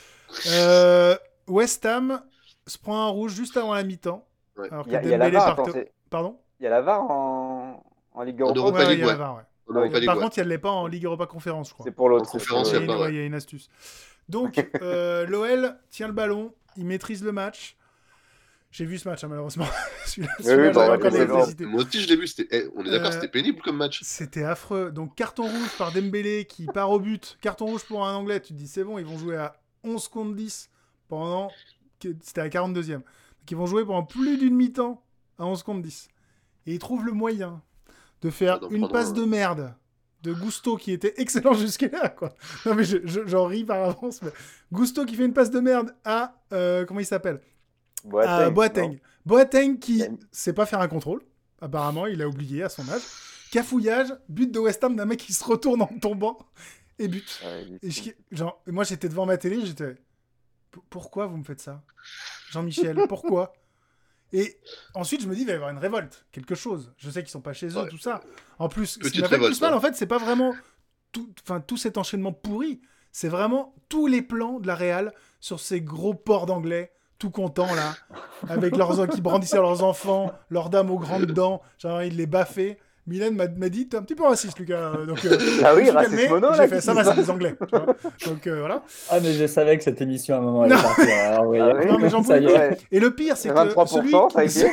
West Ham se prend un rouge juste avant la mi-temps. Ouais. Alors que Il y a la Dembélé VAR, part- attends, Pardon. il y a la VAR en Ligue En Europa. Europa Ouais, League, il y a la ouais. VAR, ouais. En Europa League, Par ouais. contre, elle ne l'est pas en Ligue Europa Conférence, je crois. C'est pour l'autre. En conférence, Il y a il y a pas, il y a une astuce. Donc, l'OL tient le ballon, il maîtrise le match. J'ai vu ce match, malheureusement. Celui-là, oui, j'avais encore c'est des vrai. hésités. Moi aussi, je l'ai vu. On est d'accord, c'était pénible comme match. C'était affreux. Donc, carton rouge par Dembélé qui part au but. Carton rouge pour un Anglais. Tu te dis, c'est bon, ils vont jouer à 11 contre 10 pendant. C'était à 42e. Donc, ils vont jouer pendant plus d'une mi-temps à 11 contre 10. Et ils trouvent le moyen de faire d'en une prendre passe un. de merde de Gusto qui était excellent jusque-là, quoi. Non, mais j'en ris par avance. Mais Gusto qui fait une passe de merde à. Comment il s'appelle ? À Boateng. Boateng qui sait pas faire un contrôle. Apparemment, il a oublié à son âge. Cafouillage, but de West Ham d'un mec qui se retourne en tombant et but. Et moi, j'étais devant ma télé, j'étais. Pourquoi vous me faites ça, Jean-Michel ? Pourquoi ? Et ensuite, je me dis, il va y avoir une révolte, quelque chose. Je sais qu'ils sont pas chez eux, tout ça. En plus, ce qui m'a fait le plus mal, en fait, c'est pas vraiment tout cet enchaînement pourri. C'est vraiment tous les plans de la Real sur ces gros porcs d'anglais, tout contents là, avec qui brandissaient leurs enfants, leurs dames aux grandes dents. Genre, ils les baffaient. Mylène m'a dit, t'es un petit peu raciste, Lucas. Donc, ah oui, raciste mono, j'ai fait, ça va, c'est des Anglais. Tu vois. Donc, voilà. Ah, mais je savais que cette émission, à un moment, allait partir. Alors, oui, non, mais j'en ça y pouvais est. pas. Et le pire, c'est que 23%,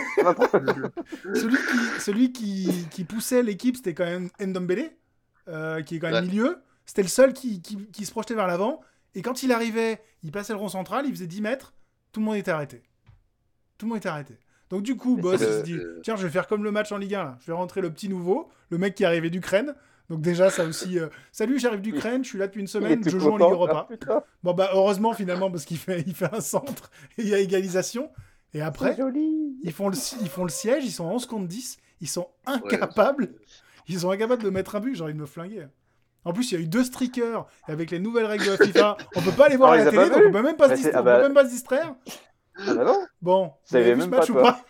celui qui poussait l'équipe, c'était quand même Ndombele, qui est quand même milieu. C'était le seul qui se projetait vers l'avant. Et quand il arrivait, il passait le rond central, il faisait 10 mètres, tout le monde était arrêté. Donc du coup, Boss se dit, tiens, je vais faire comme le match en Ligue 1, là. Je vais rentrer le petit nouveau, le mec qui est arrivé d'Ukraine. Donc déjà, ça aussi... Salut, j'arrive d'Ukraine, je suis là depuis une semaine, je joue en Ligue Europa. Bon, bah heureusement, finalement, parce qu'il fait un centre et il y a égalisation. Et après, ils font le siège, ils sont 11 contre 10, ils sont incapables. Ils sont incapables de mettre un but, j'ai envie de me flinguer. En plus, il y a eu 2 streakers, et avec les nouvelles règles de la FIFA, on peut pas les voir à la télé, donc on peut même pas se distraire. Ah bah non. Bon, vous avez vu ce match ou pas?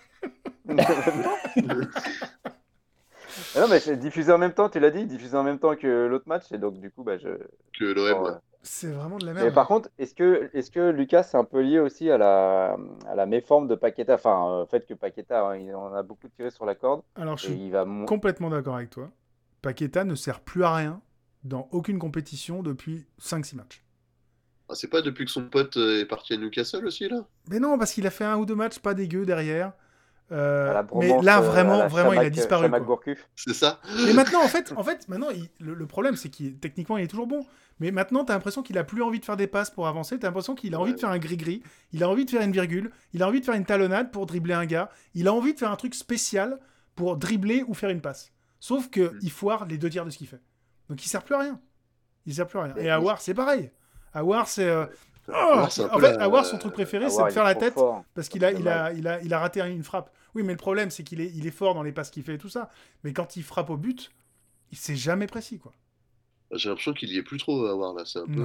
Non, mais c'est diffusé en même temps, tu l'as dit, diffusé en même temps que l'autre match, et donc du coup, que l'OM, C'est vraiment de la Mais merde. par contre, est-ce que Lucas, c'est un peu lié aussi à la méforme de Paqueta, enfin, au fait que Paqueta, hein, il en a beaucoup tiré sur la corde, Alors, je et suis il va... complètement d'accord avec toi. Paqueta ne sert plus à rien dans aucune compétition depuis 5-6 matchs. Ah, c'est pas depuis que son pote est parti à Newcastle aussi, là? Mais non, parce qu'il a fait 1 ou 2 matchs pas dégueu derrière. à la Mais bromance, là, à vraiment, la vraiment, il a disparu. Chamac Quoi. Gourcuff. C'est ça? Mais maintenant, en fait maintenant, le problème, c'est qu'il techniquement, il est toujours bon. Mais maintenant, t'as l'impression qu'il a plus envie de faire des passes pour avancer. T'as l'impression qu'il a envie de faire un gris-gris. Il a envie de faire une virgule. Il a envie de faire une talonnade pour dribbler un gars. Il a envie de faire un truc spécial pour dribbler ou faire une passe. Sauf qu'il foire les 2 tiers de ce qu'il fait. Donc, il sert plus à rien. Il sert plus à rien. Et Aouar, c'est pareil. Aouar, c'est... Aouar, c'est un en peu fait, la- Aouar, son truc préféré, c'est Aouar, de il faire est la trop tête fort. parce qu'il C'est dommage. il a raté une frappe. Oui, mais le problème, c'est qu'il est fort dans les passes qu'il fait et tout ça. Mais quand il frappe au but, c'est jamais précis, quoi. J'ai l'impression qu'il y est plus trop à voir là. C'est un peu.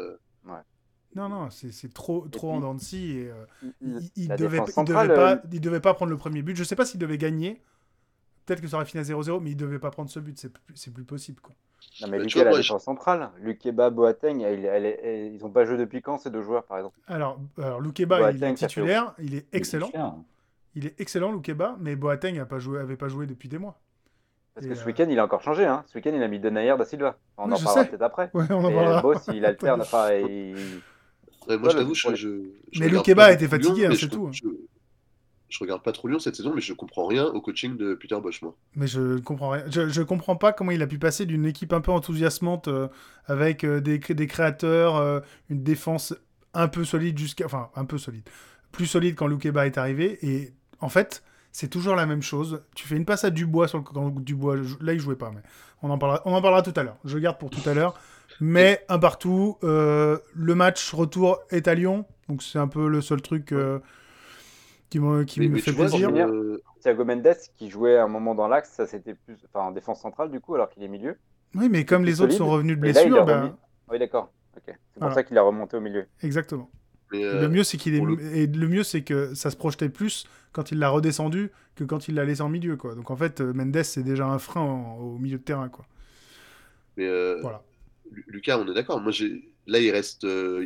Non, c'est trop puis, en dents de scie. Et, il La devait, défense centrale, il devait pas prendre le premier but. Je sais pas s'il devait gagner. Peut-être que ça aurait fini à 0-0, mais il devait pas prendre ce but. C'est plus possible, quoi. non, mais tu Lucas, vois, la moi, défense centrale, Lukeba, Boateng, ils n'ont pas joué depuis quand ces 2 joueurs, par exemple? Alors Loukeba, il est Boateng, ça fait titulaire. Il est excellent. Cher. Il est excellent, Loukeba, mais Boateng avait pas joué depuis des mois. Parce Et, que ce week-end, il a encore changé. Hein. Ce week-end, il a mis Denayer da Silva. On Oui, en je parlera sais. peut-être après. Ouais, on en Mais parlera. Boss, il alterne. Enfin, Ouais, moi, je t'avoue, je Mais regarde Loukeba pas était beaucoup Lyon, fatigué, hein, mais c'est tout. je regarde pas trop Lyon cette saison, mais je comprends rien au coaching de Peter Bosz, moi. Mais je comprends rien. Je comprends pas comment il a pu passer d'une équipe un peu enthousiasmante avec des créateurs, une défense un peu solide enfin, un peu solide. Plus solide quand Loukeba est arrivé. Et en fait, c'est toujours la même chose. Tu fais une passe à Dubois quand Dubois, là il jouait pas, mais on en parlera tout à l'heure. Je garde pour tout à l'heure. Mais un partout. Le match retour est à Lyon, donc c'est un peu le seul truc qui me fait tu vois, plaisir. Thiago Mendes, qui jouait à un moment dans l'axe, ça c'était plus en défense centrale du coup, alors qu'il est milieu. Oui, mais comme les autres solide. sont revenus de Et là, il blessure, est remis. Oui, d'accord. Ok. C'est pour Voilà. ça qu'il a remonté au milieu. Exactement. Mais, Et le mieux, c'est le- le mieux, c'est que ça se projetait plus quand il l'a redescendu que quand il l'a laissé en milieu, quoi. Donc en fait, Mendes, c'est déjà un frein au milieu de terrain, quoi. mais Voilà. Lucas, on est d'accord. Moi, là, il reste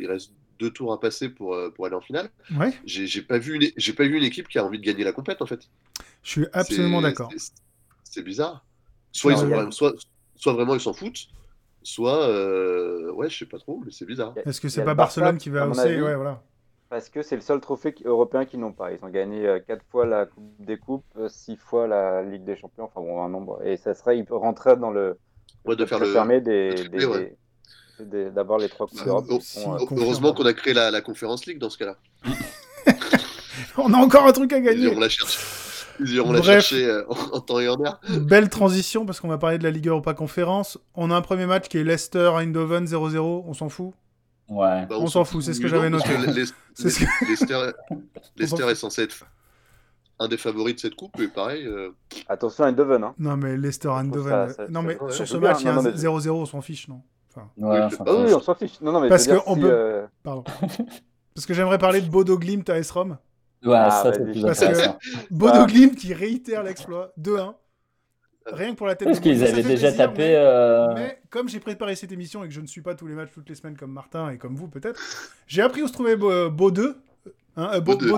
2 tours à passer pour aller en finale. Ouais, J'ai pas vu une équipe qui a envie de gagner la compète, en fait. je suis absolument C'est- d'accord. C'est bizarre. Soit, Ah, ils ont ouais. vraiment- soit vraiment ils s'en foutent, soit ouais, je sais pas trop, mais c'est bizarre. Est-ce que Il c'est y a pas le Barça, Barcelone qui va à mon hausser? avis. Ouais, voilà. Parce que c'est le seul trophée européen qu'ils n'ont pas. Ils ont gagné 4 fois la Coupe des Coupes, 6 fois la Ligue des Champions, enfin bon, un nombre. Et ça serait, ils rentreraient dans le Ouais, de faire très le fermé triplé, ouais. d'avoir les 3 Coupes d'Europe. si, qui Heureusement qu'on a créé la Conference League dans ce cas-là. On a encore un truc à Ils gagner. iront la chercher. Ils iront la Bref. chercher en temps et en heure. Belle transition parce qu'on va parler de la Ligue Europa Conférence. On a un premier match qui est Leicester-Eindhoven 0-0. On s'en fout. Ouais. Bah, On s'en fout, c'est ce que j'avais parce noté. que C'est ce Leicester est censé être un des favoris de cette coupe, et pareil. Attention à Eindhoven. Hein. Non, mais Leicester-Eindhoven. Non, mais ouais, sur je ce veux bien. match, il y a Non, un mais- 0-0, on s'en fiche, non? Enfin, Ouais, Oui, enfin, Ah oui, on s'en fiche. Non, mais Parce je veux dire, qu'on si, peut- pardon. Parce que j'aimerais parler de Bodo Glimt à S-Rom. ouais, Ah, ça, c'est vas-y. plus Parce que- intéressant. Bodo Glimt qui réitère l'exploit 2-1. Rien que pour la tête Parce de qu'ils Bodo, ça avaient fait déjà plaisir, tapé. mais comme j'ai préparé cette émission et que je ne suis pas tous les matchs toutes les semaines comme Martin et comme vous peut-être, j'ai appris où se trouvait Bodø. Bodø.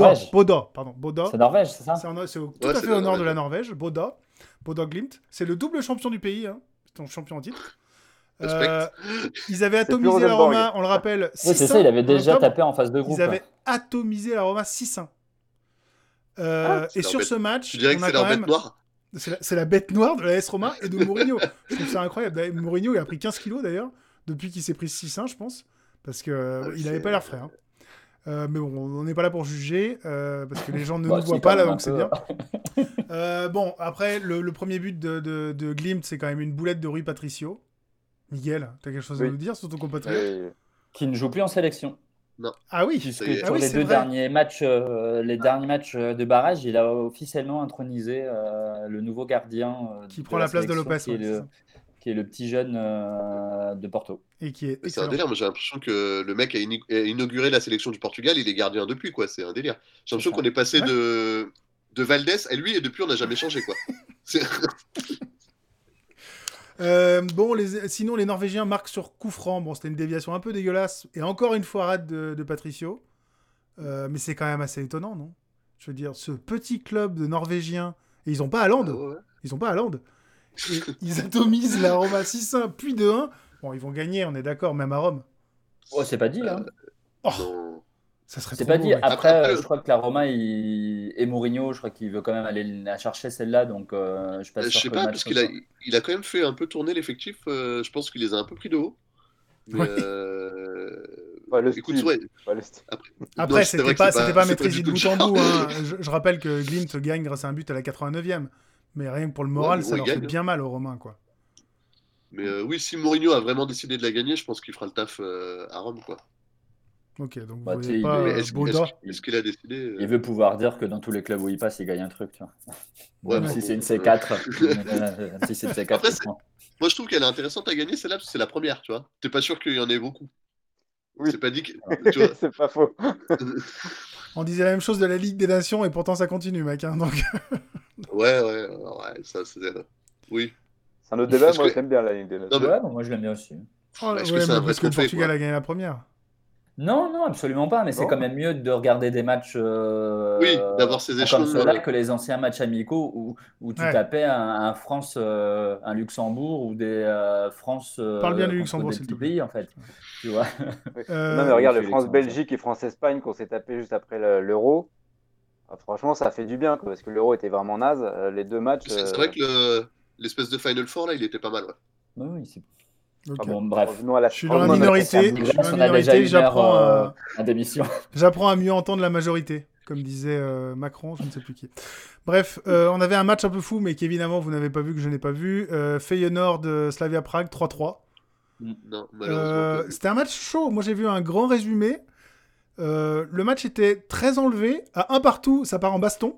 Bodø. C'est Norvège, c'est ça? C'est tout Ouais, à c'est fait la au nord de Norvège. la Norvège, Bodø Glimt. C'est le double champion du pays, hein. C'est ton champion en titre. Respect. Ils avaient C'est plus atomisé la Rosenborg. Roma, on le rappelle, 6-1. Oui, c'est ça, il avait en déjà octobre. tapé en phase de groupe. Ils avaient atomisé la Roma 6-1. c'est Et leur sur bête. ce match, Tu dirais on que a c'est quand leur bête même... noire? C'est la bête noire de la S Roma et de Mourinho. Je trouve ça incroyable. D'ailleurs, Mourinho, il a pris 15 kilos d'ailleurs, depuis qu'il s'est pris 6-1, je pense. Parce qu'il n'avait pas l'air frais. Hein. Mais bon, on n'est pas là pour juger, parce que les gens ne Bah, nous si, voient quand pas là, même donc un c'est peu. bien. Bon, après, le premier but de Glimt, c'est quand même une boulette de Rui Patricio. Miguel, t'as quelque chose à Oui. nous dire sur ton compatriote? Qui ne joue plus en sélection. Ah oui, Puisque Ça y est. Ah sur oui, les c'est 2 vrai. derniers matchs, les derniers matchs de barrage, il a officiellement intronisé le nouveau gardien Qui de prend la place de sélection, Lopez, qui est ouais, c'est ça. qui est le petit jeune de Porto. Et qui est C'est un excellent. délire. Moi, j'ai l'impression que le mec a inauguré la sélection du Portugal. Il est gardien depuis, quoi. C'est un délire. J'ai l'impression ça. qu'on est passé Ouais. de Valdés à lui, et depuis, on n'a jamais changé, quoi. C'est- Bon, sinon, les Norvégiens marquent sur coup franc. Bon, c'était une déviation un peu dégueulasse. Et encore une fois rate de Patricio. Mais c'est quand même assez étonnant, non? Je veux dire, ce petit club de Norvégiens. Et ils ont pas Haaland. Ouais. Ils ont pas Haaland. Et ils atomisent la Roma 6-1, puis 2-1. Bon, ils vont gagner, on est d'accord, même à Rome. Oh, c'est pas dit, hein. Non. Ça serait C'est trop pas beau, dit. mec. Après, je crois que la Roma et Mourinho, je crois qu'il veut quand même aller la chercher celle-là. Donc, je suis pas Je sûr sais que le pas, match parce qu'il a quand même fait un peu tourner l'effectif. Je pense qu'il les a un peu pris de haut. Mais Oui. Pas le écoute, style. ouais. Pas le style. Après, Non, c'était vrai que pas c'est maîtrisé du de tout bout le en bout. genre. Hein. Je rappelle que Glimt gagne grâce à un but à la 89e. Mais rien que pour le Ouais, moral, mais ça bon, il leur fait gagne. bien mal aux Romains, quoi. Mais oui, si Mourinho a vraiment décidé de la gagner, je pense qu'il fera le taf à Rome, quoi. Ok, donc vous Bah, tu voyez sais, il pas Mais veut, Boda. est-ce qu'il a décidé il veut pouvoir dire que dans tous les clubs où il passe, il gagne un truc. Tu vois. Ouais, Même enfin, si bon, c'est une C4. Même si c'est une C4, Après, il prend. moi, je trouve qu'elle est intéressante à gagner, celle-là, parce que c'est la première, tu vois. T'es pas sûr qu'il y en ait beaucoup. Oui. C'est pas dit que, tu vois. C'est pas faux. On disait la même chose de la Ligue des Nations et pourtant ça continue, mec. Hein, donc... Ouais, ça, c'est... Oui. C'est un autre débat, Est-ce moi que... j'aime bien la Ligue des Non, Nations. mais... Ouais, bon, moi je l'aime bien aussi. Oh, Est-ce que ouais, c'est mais un vrai parce que le trophée, Portugal quoi? a gagné la première. Non, non, absolument pas. Mais c'est Non. quand même mieux de regarder des matchs Oui, d'avoir ces comme échelons. ceux-là que les anciens matchs amicaux où tu Ouais. tapais un France, un Luxembourg ou des France Parle bien du contre Luxembourg, des s'il te petits plaît. pays, en fait. Tu vois? Oui. Non, mais Euh, Et regarde, tu le sélectionnes ça. France-Belgique et France-Espagne qu'on s'est tapé juste après l'Euro. Ah, franchement, ça fait du bien, quoi, parce que l'Euro était vraiment naze. Les deux matchs. C'est vrai que l'espèce de Final Four, là, il était pas mal, ouais. Oui, oui, c'est... ok. Enfin, bon, bref. Revenons à la Je suis dans la revenons à notre- Ça minorité. Je suis dans digresse, la on a déjà minorité. 1 heure d'émission. J'apprends à mieux entendre la majorité, comme disait Macron, je ne sais plus qui. Bref, on avait un match un peu fou, mais qu'évidemment vous n'avez pas vu, que je n'ai pas vu. Feyenoord Slavia Prague 3-3. Non, malheureusement pas vu. C'était un match chaud. Moi j'ai vu un grand résumé. Le match était très enlevé. À un partout, ça part en baston.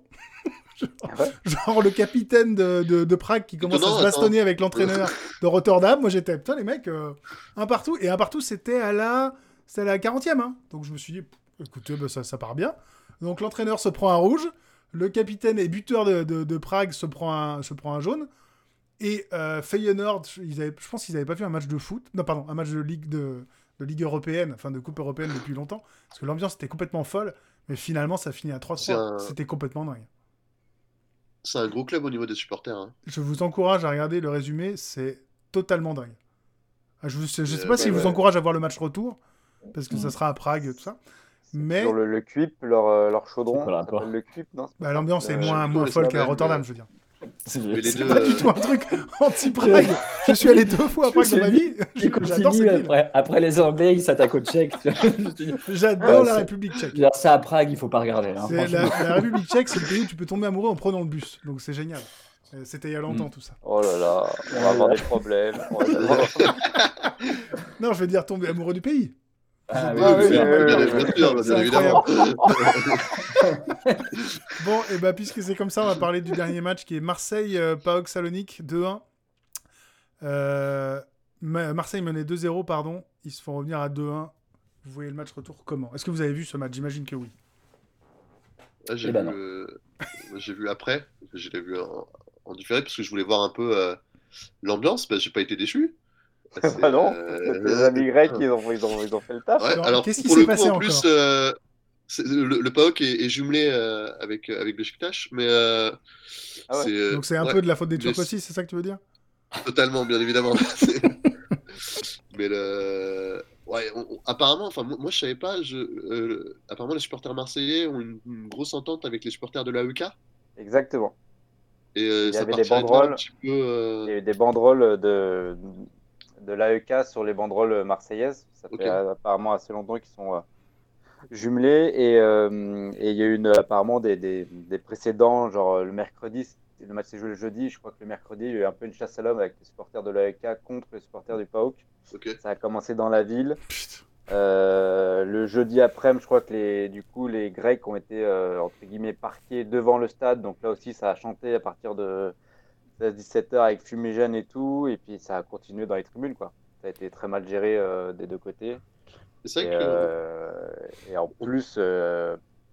Genre le capitaine de Prague qui commence à Étonnant, se bastonner avec l'entraîneur de Rotterdam. Moi j'étais, putain les mecs, un partout. Et un partout c'était à la 40e. Hein. Donc je me suis dit, écoutez, bah, ça part bien. Donc l'entraîneur se prend un rouge. Le capitaine et buteur de Prague se prend un jaune. Et Feyenoord, je pense qu'ils n'avaient pas vu un match de foot. Non, pardon, un match de Ligue européenne, enfin de Coupe européenne depuis longtemps. Parce que l'ambiance était complètement folle. Mais finalement, ça finit à 3-3. C'était complètement dingue. C'est un gros club au niveau des supporters. Hein. Je vous encourage à regarder le résumé, c'est totalement dingue. Je sais pas si je vous ouais. encourage à voir le match retour, parce que ça sera à Prague, tout ça. Mais Sur le QIP, leur C'est chaudron, quoi le ça rapport s'appelle le QIP, non? C'est pas bah, ça l'ambiance est je sais moins plus comment folle elle qu'à s'appelle, Rotterdam, mais- je veux dire. Mais les C'est deux, pas du tout un truc anti-Prague. Je suis allé 2 fois à Prague dans ma vie. Il J'adore continue cette ville. après les Anglais, il s'attaque au Tchèque. J'adore Ouais, la c'est- République tchèque. Dire ça à Prague, il faut pas regarder. Hein, C'est franchement. la République tchèque, c'est le pays où tu peux tomber amoureux en prenant le bus. Donc c'est génial. C'était il y a longtemps tout ça. Oh là là, on va avoir des problèmes. Non, je veux dire tomber amoureux du pays. Ah, Oui, Ah oui, oui, bien sûr, C'est bien évidemment. Bon, et bah puisque c'est comme ça, on va parler du dernier match qui est Marseille-PAOK Salonique 2-1. Marseille menait 2-0, pardon. Ils se font revenir à 2-1. Vous voyez le match retour comment? Est-ce que vous avez vu ce match? J'imagine que oui. Ah, j'ai Eh ben vu, j'ai vu après. Je l'ai vu en différé parce que je voulais voir un peu l'ambiance. J'ai pas été déçu. Bah non, tes amis grecs, ils ont fait le taf. Ouais, Alors, alors qu'est-ce qui pour s'est le coup, passé en plus, encore le PAOK est jumelé avec Beşiktaş, mais Ah ouais. Donc c'est un ouais, peu de la faute des mais Turcs aussi, c'est ça que tu veux dire? totalement, bien évidemment. Mais ouais, apparemment, enfin moi je savais pas. Apparemment les supporters marseillais ont une grosse entente avec les supporters de l'AEK Exactement. et Il y ça avait des partirait de là un banderoles. petit Il y a peu. eu des banderoles de l'AEK sur les banderoles marseillaises. Ça fait Ok. apparemment assez longtemps qu'ils sont jumelés. Et il y a eu apparemment des précédents, genre le mercredi, le match s'est joué le jeudi. Je crois que le mercredi, il y a eu un peu une chasse à l'homme avec les supporters de l'AEK contre les supporters du PAOK. Ok. Ça a commencé dans la ville. Putain. Le jeudi après, je crois que les Grecs ont été entre guillemets parqués devant le stade. Donc là aussi, ça a chanté à partir de 16-17 heures avec fumigène et tout. Et puis ça a continué dans les tribunes, quoi. Ça a été très mal géré des deux côtés. C'est Et, vrai que et en plus,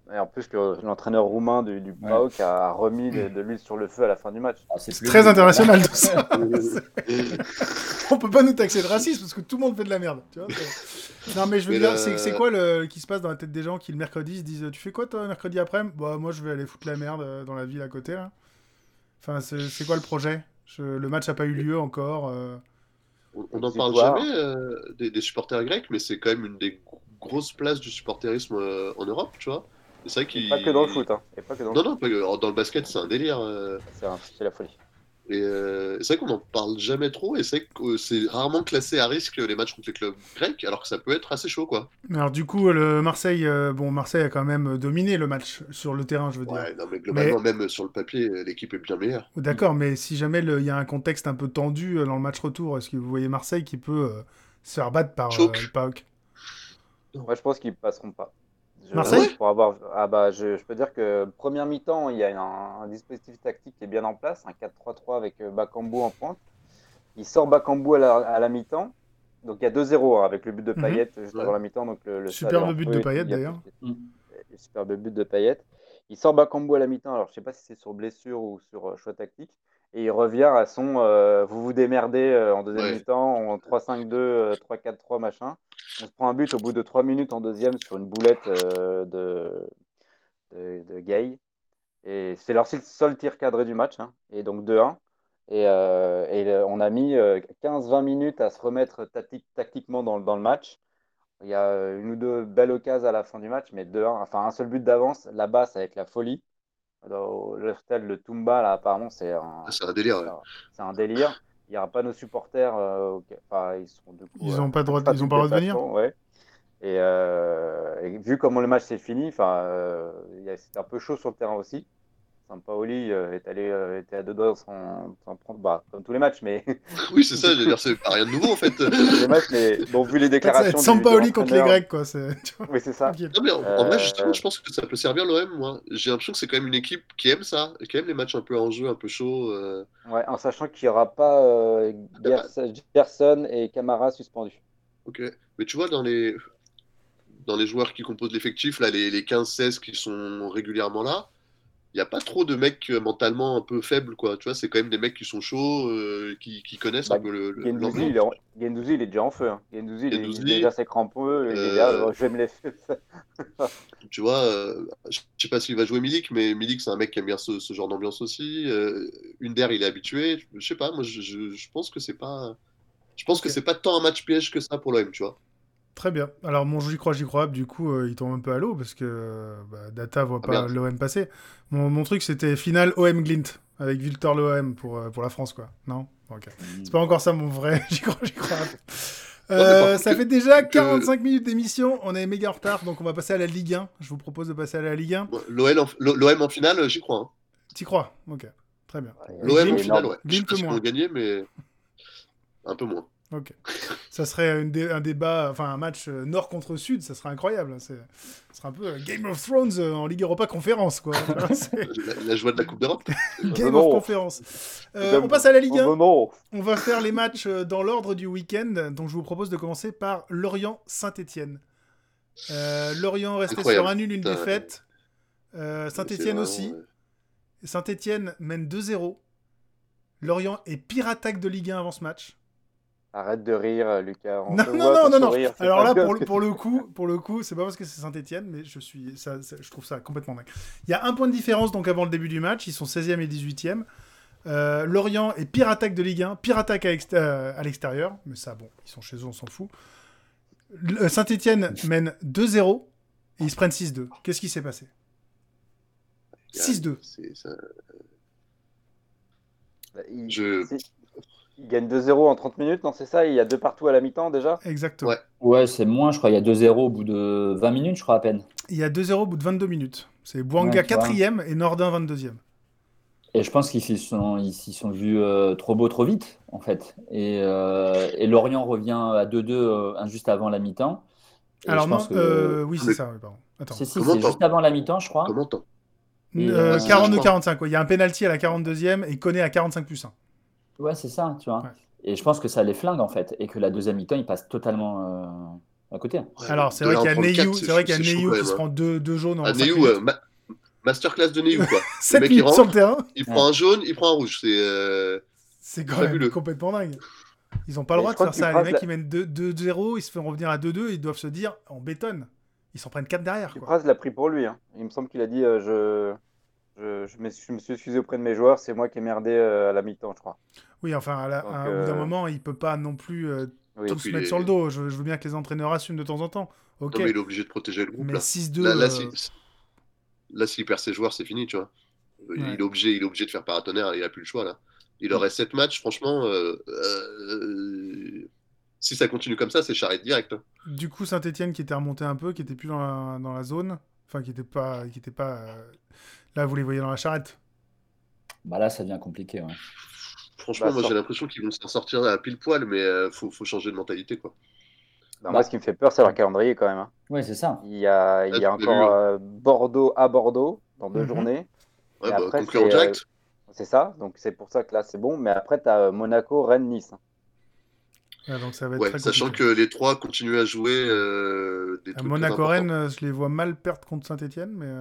Et en plus, l'entraîneur roumain du PAOK a remis de l'huile sur le feu à la fin du match. C'est très international tout ça. On peut pas nous taxer de racisme parce que tout le monde fait de la merde. Tu vois, non, mais je veux dire, c'est quoi qui se passe dans la tête des gens qui le mercredi se disent tu fais quoi toi mercredi après-midi ? Bah, moi je vais aller foutre la merde dans la ville à côté là. Enfin, c'est quoi le projet ? Le match n'a pas eu lieu encore. On n'en parle jamais des supporters grecs, mais c'est quand même une des grosses places du supporterisme en Europe, tu vois. C'est vrai qu'il... Pas que dans le foot, hein. Et pas que dans non, dans le basket, c'est un délire. C'est la folie. Et c'est vrai qu'on n'en parle jamais trop, et c'est vrai que c'est rarement classé à risque les matchs contre les clubs grecs, alors que ça peut être assez chaud, quoi. Alors du coup, Marseille a quand même dominé le match sur le terrain, je veux dire. Ouais, non, mais globalement, même sur le papier, l'équipe est bien meilleure. D'accord, mais si jamais il y a un contexte un peu tendu dans le match retour, est-ce que vous voyez Marseille qui peut se faire battre par le PAOK ? Moi, je pense qu'ils passeront pas. Marseille ? Je peux dire que première mi-temps, il y a un dispositif tactique qui est bien en place, un 4-3-3 avec Bakambu en pointe. Il sort Bakambu à la mi-temps, donc il y a 2-0 avec le but de Payet juste avant la mi-temps. Donc le superbe but de Payet d'ailleurs. Superbe but de Payet. Il sort Bakambu à la mi-temps, alors je sais pas si c'est sur blessure ou sur choix tactique, et il revient à son vous démerdez en deuxième mi-temps, en 3-5-2, 3-4-3 machin. On se prend un but au bout de 3 minutes en deuxième sur une boulette de Gay. Et c'est leur seul tir cadré du match. Hein. Et donc 2-1. Et on a mis 15-20 minutes à se remettre tactiquement dans le match. Il y a une ou deux belles occasions à la fin du match, mais 2-1. Enfin, un seul but d'avance. Là-bas, c'est avec la folie. L'hôtel de Toumba, là, apparemment, c'est un délire. C'est un délire. Il n'y aura pas nos supporters. Ils sont du coup, ils n'ont pas le droit de venir. Ouais. Et vu comment le match s'est fini, c'était un peu chaud sur le terrain aussi. Sampaoli était à deux doigts sans prendre, comme tous les matchs, mais. Oui, c'est ça. C'est pas rien de nouveau en fait. Les matchs, mais bon, vu les déclarations. Sampaoli contre les Grecs, quoi. Oui, c'est ça. Non, mais en vrai, justement, je pense que ça peut servir l'OM. Moi, j'ai l'impression que c'est quand même une équipe qui aime ça, qui aime les matchs un peu en jeu, un peu chauds. Ouais, en sachant qu'il n'y aura pas Gerson et Camara suspendus. Ok, mais tu vois dans les joueurs qui composent l'effectif, là, les 15-16 qui sont régulièrement là, il n'y a pas trop de mecs mentalement un peu faibles, quoi. Tu vois, c'est quand même des mecs qui sont chauds, qui connaissent un peu Gendouzi, Gendouzi, il est déjà en feu. Hein. Gendouzi, il est déjà ses crampeux. Il est là, je vais me les faire. Tu vois, je sais pas s'il va jouer Milik, mais Milik, c'est un mec qui aime bien ce genre d'ambiance aussi. Under, il est habitué. Je sais pas, moi, je pense que c'est pas... Je pense que c'est pas tant un match piège que ça pour l'OM, tu vois. Très bien. Alors, mon j'y crois, du coup, il tombe un peu à l'eau parce que Data voit pas l'OM passer. Mon truc, c'était finale OM Glint avec Victor l'OM pour la France, quoi. Non ? Ok. C'est pas encore ça mon vrai. J'y crois. Ça fait déjà 45 minutes d'émission. On est méga en retard, donc on va passer à la Ligue 1. Je vous propose de passer à la Ligue 1. L'OM en finale, j'y crois. Hein. T'y crois ? Ok. Très bien. L'OM en finale, ouais. Glint je sais pas moins. Vont gagner, mais un peu moins. Ok. Ça serait un débat, enfin un match nord contre sud, ça serait incroyable. Ça serait un peu Game of Thrones en Ligue Europa Conférence, quoi. La joie de la Coupe d'Europe. Game of Conférence. On passe à la Ligue 1. On va faire les matchs dans l'ordre du week-end. Donc je vous propose de commencer par Lorient-Saint-Etienne. Lorient resté sur un nul, une défaite. Saint-Etienne aussi. Saint-Etienne mène 2-0. Lorient est pire attaque de Ligue 1 avant ce match. Arrête de rire, Lucas. Non. Alors là, pour le coup, c'est pas parce que c'est Saint-Etienne, mais je trouve ça complètement dingue. Il y a un point de différence donc avant le début du match. Ils sont 16e et 18e. Lorient est pire attaque de Ligue 1, pire attaque à l'extérieur. Mais ça, bon, ils sont chez eux, on s'en fout. Saint-Etienne mène 2-0 et ils se prennent 6-2. Qu'est-ce qui s'est passé ? 6-2. Il gagne 2-0 en 30 minutes, non, c'est ça ? Il y a 2 partout à la mi-temps déjà ? Exactement. Ouais, c'est moins, je crois. Il y a 2-0 au bout de 20 minutes, je crois, à peine. Il y a 2-0 au bout de 22 minutes. C'est Bouanga 4e et Nordin 22e. Et je pense qu'ils s'y sont vus trop beau, trop vite, en fait. Et Lorient revient à 2-2 juste avant la mi-temps. Alors non, oui, c'est ça. Oui, pardon. Attends. C'est juste avant la mi-temps, je crois. Comment t'en 42-45, il y a un penalty à la 42e et Koné à 45+1. Ouais, c'est ça, tu vois. Ouais. Et je pense que ça les flingue, en fait. Et que la deuxième mi-temps, ils passent totalement à côté. Ouais, Alors, c'est de vrai là qu'il y à a en prendre Neyou, quatre, c'est vrai qu'il y a c'est chaud Neyou quand qui même, se hein. prend deux jaunes en 5 Neyou, minutes. masterclass de Neyou, quoi. Le 7 mec, il minutes sur le rentre, terrain, il prend un jaune, il prend un rouge. c'est quand même fabuleux. complètement dingue. Ils n'ont pas le Mais droit je de crois faire que ça. Les Dupraz, mecs, là- ils mènent 2-0, ils se font revenir à 2-2, ils doivent se dire, on bétonne. Ils s'en prennent 4 derrière, quoi. Dupraz l'a pris pour lui. Hein. Il me semble qu'il a dit je me suis excusé auprès de mes joueurs, c'est moi qui ai merdé à la mi-temps, je crois. Oui, enfin, Donc, au bout d'un moment, il peut pas non plus oui. tout Donc, se il mettre est- sur le dos. Je veux bien que les entraîneurs assument de temps en temps. Ok, Non, mais il est obligé de protéger le groupe, mais là. 6-2, Là, s'il perd ses joueurs, c'est fini, tu vois. Ouais. Il est obligé de faire paratonnerre, il a plus le choix, là. Il Mm. aurait 7 matchs, franchement. Si ça continue comme ça, c'est charrette direct, hein. du coup, Saint-Etienne qui était remonté un peu, qui était plus dans la zone, enfin, qui était pas. Là, vous les voyez dans la charrette. Bah là, ça devient compliqué. Ouais. Franchement, Bah, moi, j'ai sort- l'impression qu'ils vont s'en sortir à pile poil, mais faut changer de mentalité, quoi. Moi, ce qui me fait peur, c'est leur calendrier quand même. Hein. Ouais, c'est ça. Il y a Ah, tu l'as encore vu, hein. Bordeaux à Bordeaux dans 2 Mhm. journées. Ouais, Et bah, après, concurrent c'est direct. c'est ça. Donc, c'est pour ça que là, c'est bon. Mais après, tu as Monaco, Rennes, Nice. Hein. Ouais, donc ça va être Ouais, très sachant compliqué. que les trois continuent à jouer des trucs très Monaco-Rennes, importants. je les vois mal perdre contre Saint-Etienne, mais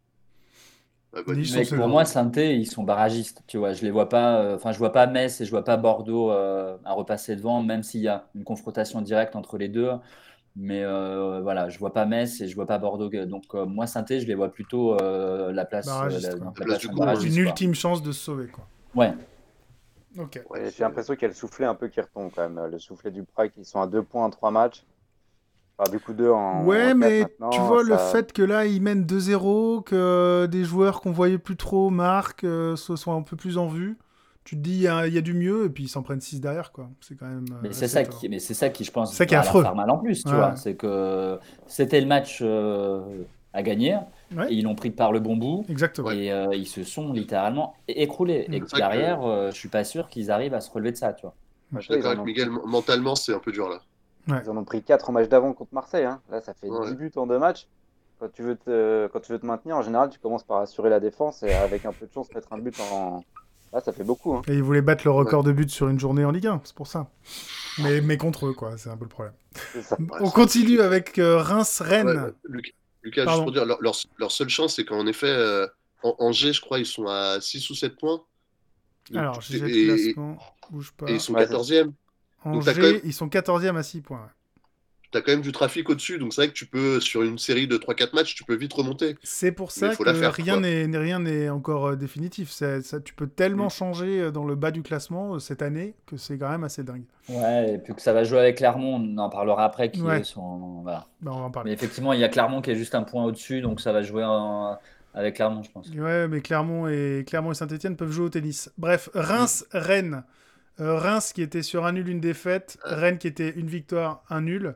Ouais, bah, Nice, Nice, on Mais sait pour jamais. moi, Saint-Étienne, ils sont barragistes. Tu vois, je les vois pas. Enfin, je vois pas Metz et je vois pas Bordeaux à repasser devant, même s'il y a une confrontation directe entre les deux. Mais voilà, je vois pas Metz et je vois pas Bordeaux. Donc moi, Saint-Étienne, je les vois plutôt Barragiste, quoi. la place du en coup, ouais. Une barragiste, quoi. ultime chance de se sauver, quoi. Ouais. Ok. Ouais, Et c'est- j'ai l'impression qu'il y a le soufflet un peu qui retombe quand même. Le soufflet du Prague, ils sont à 2 points en 3 matchs. Enfin, du coup, 2 Ouais, en 4 mais tu maintenant. vois, le Ça... fait que là, ils mènent 2-0, que des joueurs qu'on voyait plus trop marquent, se soient un peu plus en vue, tu te dis, il y a du mieux, et puis ils s'en prennent 6 derrière, quoi. C'est quand même Mais c'est assez ça étonnant. mais c'est ça qui, je pense, C'est ça qui est va leur affreux. faire mal en plus, tu Ouais. vois. C'est que c'était le match à gagner Ouais, et ils l'ont pris par le bon bout exactement. et ils se sont littéralement écroulés. Et C'est vrai derrière, que je suis pas sûr qu'ils arrivent à se relever de ça, tu vois. je Ouais, suis toi, d'accord avec Miguel, mentalement, c'est un peu dur là. Ouais. ils en ont pris 4 au match d'avant contre Marseille. Hein. Là, ça fait Ouais. 10 buts en 2 matchs. Quand tu veux te maintenir, en général, tu commences par assurer la défense et avec un peu de chance, mettre un but en. Là, ça fait beaucoup. Hein. Et ils voulaient battre le record de buts sur une journée en Ligue 1, c'est pour ça. Mais contre eux, quoi, c'est un peu le problème. C'est ça. Ouais, On c'est- continue avec Ouais, Reims-Rennes. Lucas, Pardon. juste pour dire, leur seule chance, c'est qu'en effet, Angers, je crois, ils sont à 6 ou 7 points. Alors, j'ai le Et classement, bouge pas. ils sont Ouais, 14e. Donc, t'as quand Angers, même, ils sont 14e à 6 points. t'as quand même du trafic au-dessus. Donc, c'est vrai que tu peux, sur une série de 3-4 matchs, tu peux vite remonter. C'est pour Mais ça faut que la faire, rien quoi. n'est encore définitif. Tu peux tellement Mm. changer dans le bas du classement cette année que c'est quand même assez dingue. Ouais, et puis que ça va jouer avec Clermont, on en parlera après, qui Ouais. eux sont. Voilà. Bah, on va en Mais parler. effectivement, il y a Clermont qui est juste un point au-dessus, donc ça va jouer avec Clermont, je pense. Ouais, mais Clermont et Saint-Etienne peuvent jouer au tennis. Bref, Reims-Rennes. Reims qui était sur un nul, une défaite. Rennes qui était une victoire, un nul.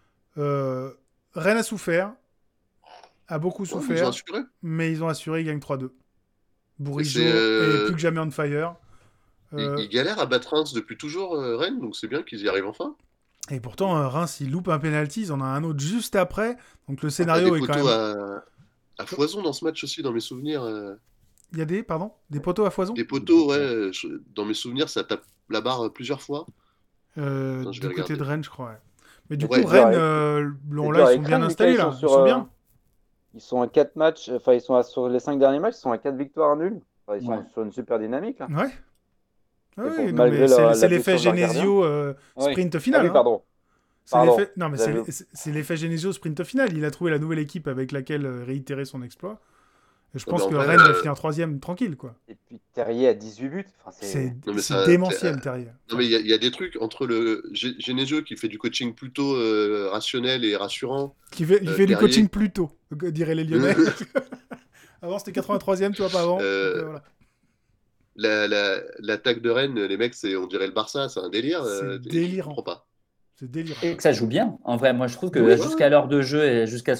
Rennes a souffert, a beaucoup Ouais, mais ils ont souffert, assuré. mais ils ont assuré, ils gagnent 3-2. Bourigeau c'est, est plus que jamais on fire. Ils galèrent à battre Reims depuis toujours, Rennes. Donc, c'est bien qu'ils y arrivent enfin. Et pourtant, Reims, il loupe un penalty, ils en ont un autre juste après. Donc le T'as des scénario est quand poteaux même... à foison dans ce match aussi, dans mes souvenirs. Il y a des poteaux à foison Des poteaux, ouais. Dans mes souvenirs, ça tape la barre plusieurs fois. Attends, je du vais côté regarder. de Rennes, je crois. Ouais. Mais du Ouais, coup, c'est dur Rennes, c'est bon, dur là, ils avec sont bien Rennes, installés, Lucas, là. Ils sont bien. Ils sont à 4 matchs, enfin, ils sont sur les 5 derniers matchs, ils sont à 4 victoires nuls. Enfin, ils Ouais. sont sur une super dynamique, là. Ouais. Ah Et oui, bon, non, malgré mais c'est la l'effet blessure de leur Genesio Oui. sprint Ah final. oui, hein. pardon. C'est Pardon. l'effet... Non, mais J'avais- c'est l'effet Genesio sprint final. Il a trouvé la nouvelle équipe avec laquelle réitérer son exploit. Et je Non, pense mais en que vrai, Rennes va finir 3e tranquille, quoi. Et puis Terrier à 18 buts. Enfin, C'est Non, mais c'est ça, démentiel, Terrier. non, mais il y a des trucs entre le Genesio qui fait du coaching plutôt rationnel et rassurant. Il fait du Terrier. coaching plus tôt, diraient les Lyonnais. Avant, c'était 83e, tu vois, pas avant. Euh, Donc, voilà. L'attaque de Rennes, les mecs, on dirait le Barça, c'est un délire. C'est Je délirant. comprends pas. C'est délirant. Et que ça joue bien. En vrai, moi, je trouve que Oui, jusqu'à l'heure de jeu et jusqu'à ce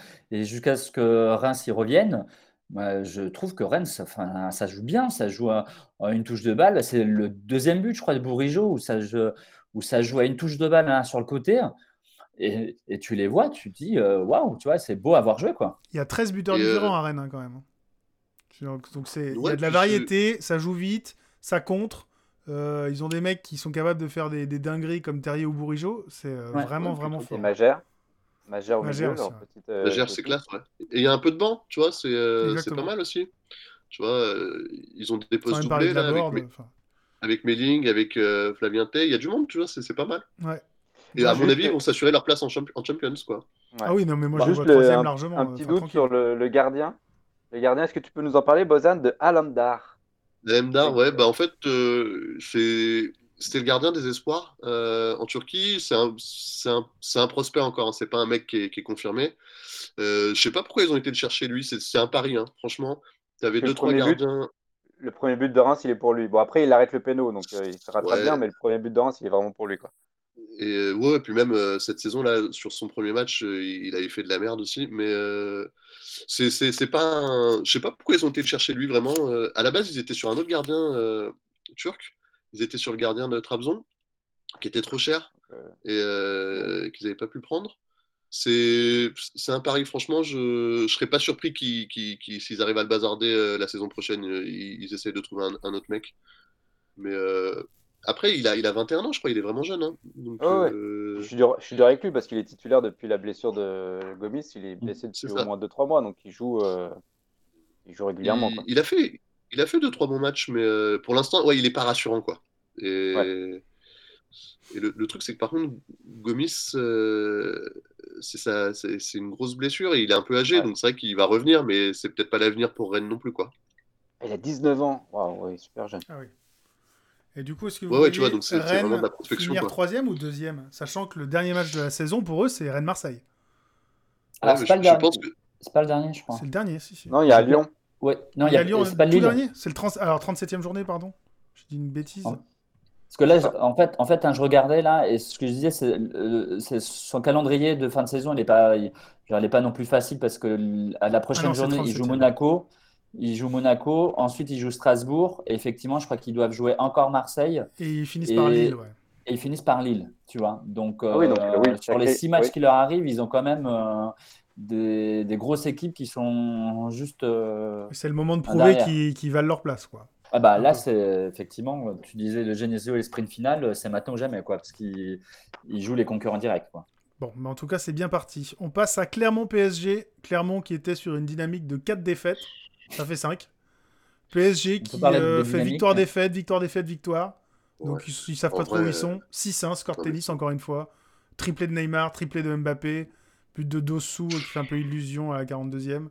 que Reims y revienne, moi, je trouve que Rennes, ça joue bien. Ça joue à une touche de balle. C'est le deuxième but, je crois, de Bourigeaud, où ça joue à une touche de balle hein, sur le côté. Et tu les vois, tu te dis, waouh, tu vois, c'est beau à voir jouer, quoi. Il y a 13 buteurs Et, différents à Rennes, hein, quand même. Donc, il y a ouais, de la puis variété, ça joue vite, ça contre. Ils ont des mecs qui sont capables de faire des dingueries comme Terrier ou Bourigeaud. C'est Ouais. vraiment Ouais, vraiment puis fort. Et Magère. Magère au Magère milieu, aussi, leur ouais. petite La GR, c'est pépite. classe, ouais. Et il y a un peu de banc, tu vois, c'est pas Exactement. mal aussi. Tu vois, ils ont des Sans postes même parler doublés de la là, avec, board. Enfin, avec Melling, avec Flavien Tay. Il y a du monde, tu vois, c'est pas mal. ouais. Et Moi, à mon Juste, avis, ils vont s'assurer leur place en Champions, quoi. Ah ouais. oui, non, mais moi je les Juste vois troisième un largement, petit enfin doute sur tranquille. le gardien. Le gardien, est-ce que tu peux nous en parler, Bozan, de Alamdar? La Mdar, Et- ouais, bah en fait, c'était le gardien des espoirs en Turquie. C'est un prospect encore, hein. C'est pas un mec qui est confirmé. Je sais pas pourquoi ils ont été le chercher lui. C'est un pari, hein. Franchement, Parce t'avais que deux, trois gardiens. le premier but de Reims, il est pour lui. Bon, après, il arrête le péno, donc il se rattrape bien, Ouais, mais le premier but de Reims, il est vraiment pour lui, quoi. et ouais, et puis même cette saison-là, sur son premier match, il avait fait de la merde aussi. Mais c'est pas je sais pas pourquoi ils ont été le chercher lui vraiment. À la base, ils étaient sur un autre gardien turc. Ils étaient sur le gardien de Trabzon, qui était trop cher Donc, et qu'ils n'avaient pas pu prendre. C'est un pari, franchement, je serais pas surpris s'ils arrivent à le bazarder la saison prochaine, ils essayent de trouver un autre mec. Mais après, il a 21 ans, je crois, il est vraiment jeune, hein. Donc, ouais. Je suis dur avec lui parce qu'il est titulaire depuis la blessure de Gomis. Il est blessé c'est depuis au ça. moins 2-3 mois, donc il joue régulièrement, Il, quoi. il a fait, il a fait deux, trois bons matchs, mais pour l'instant, ouais, il est pas rassurant, quoi. Ouais. Et le truc, c'est que par contre, Gomis, c'est une grosse blessure et il est un peu âgé, Ouais. donc c'est vrai qu'il va revenir, mais c'est peut-être pas l'avenir pour Rennes non plus, quoi. Il a 19 ans. Waouh, ouais, super jeune. Ah oui. Et du coup, est-ce que vous Ouais, ouais, tu vois, voyez donc c'est vraiment de Rennes la prospection, finir quoi. troisième ou deuxième? Sachant que le dernier match de la saison pour eux, c'est Rennes-Marseille. Ouais, Alors, mais c'est pas le je dernier, pense que. c'est pas le dernier, je C'est crois. le dernier, si, si. Non, il y a Je sais Lyon. Ouais, non, Il y a Lyon, c'est pas tout Lille. dernier? C'est le 30... Alors, 37e journée, pardon. Je dis une bêtise. En- Parce que là, C'est ça. en fait, hein, je regardais là, et ce que je disais, c'est son calendrier de fin de saison, genre, il est pas non plus facile parce que à la Ah non, prochaine c'est le journée, il joue 37e. Monaco, ensuite il joue Strasbourg, et effectivement, je crois qu'ils doivent jouer encore Marseille, Et ils finissent par Lille, et, ouais. et ils finissent par Lille, tu vois. Donc, Ah oui, donc oui, sur les 6 matchs oui. qui leur arrivent, ils ont quand même des grosses équipes qui sont juste C'est le moment de prouver derrière. qu'ils valent leur place, quoi. Ah bah Un là, peu. c'est effectivement, tu disais le Genesio et le sprint final, c'est maintenant ou jamais, quoi, parce qu'ils jouent les concurrents directs, quoi. Bon, mais en tout cas, c'est bien parti. On passe à Clermont-PSG. Clermont qui était sur une dynamique de 4 défaites. Ça fait 5. PSG On peut qui parler de fait dynamique. victoire-défaite, victoire-défaite, victoire. Ouais. Donc ils savent En pas trop vrai, où ils sont. 6-1, score non, mais tennis encore une fois. Triplé de Neymar, triplé de Mbappé. But de Dossou qui fait un peu illusion à la 42e.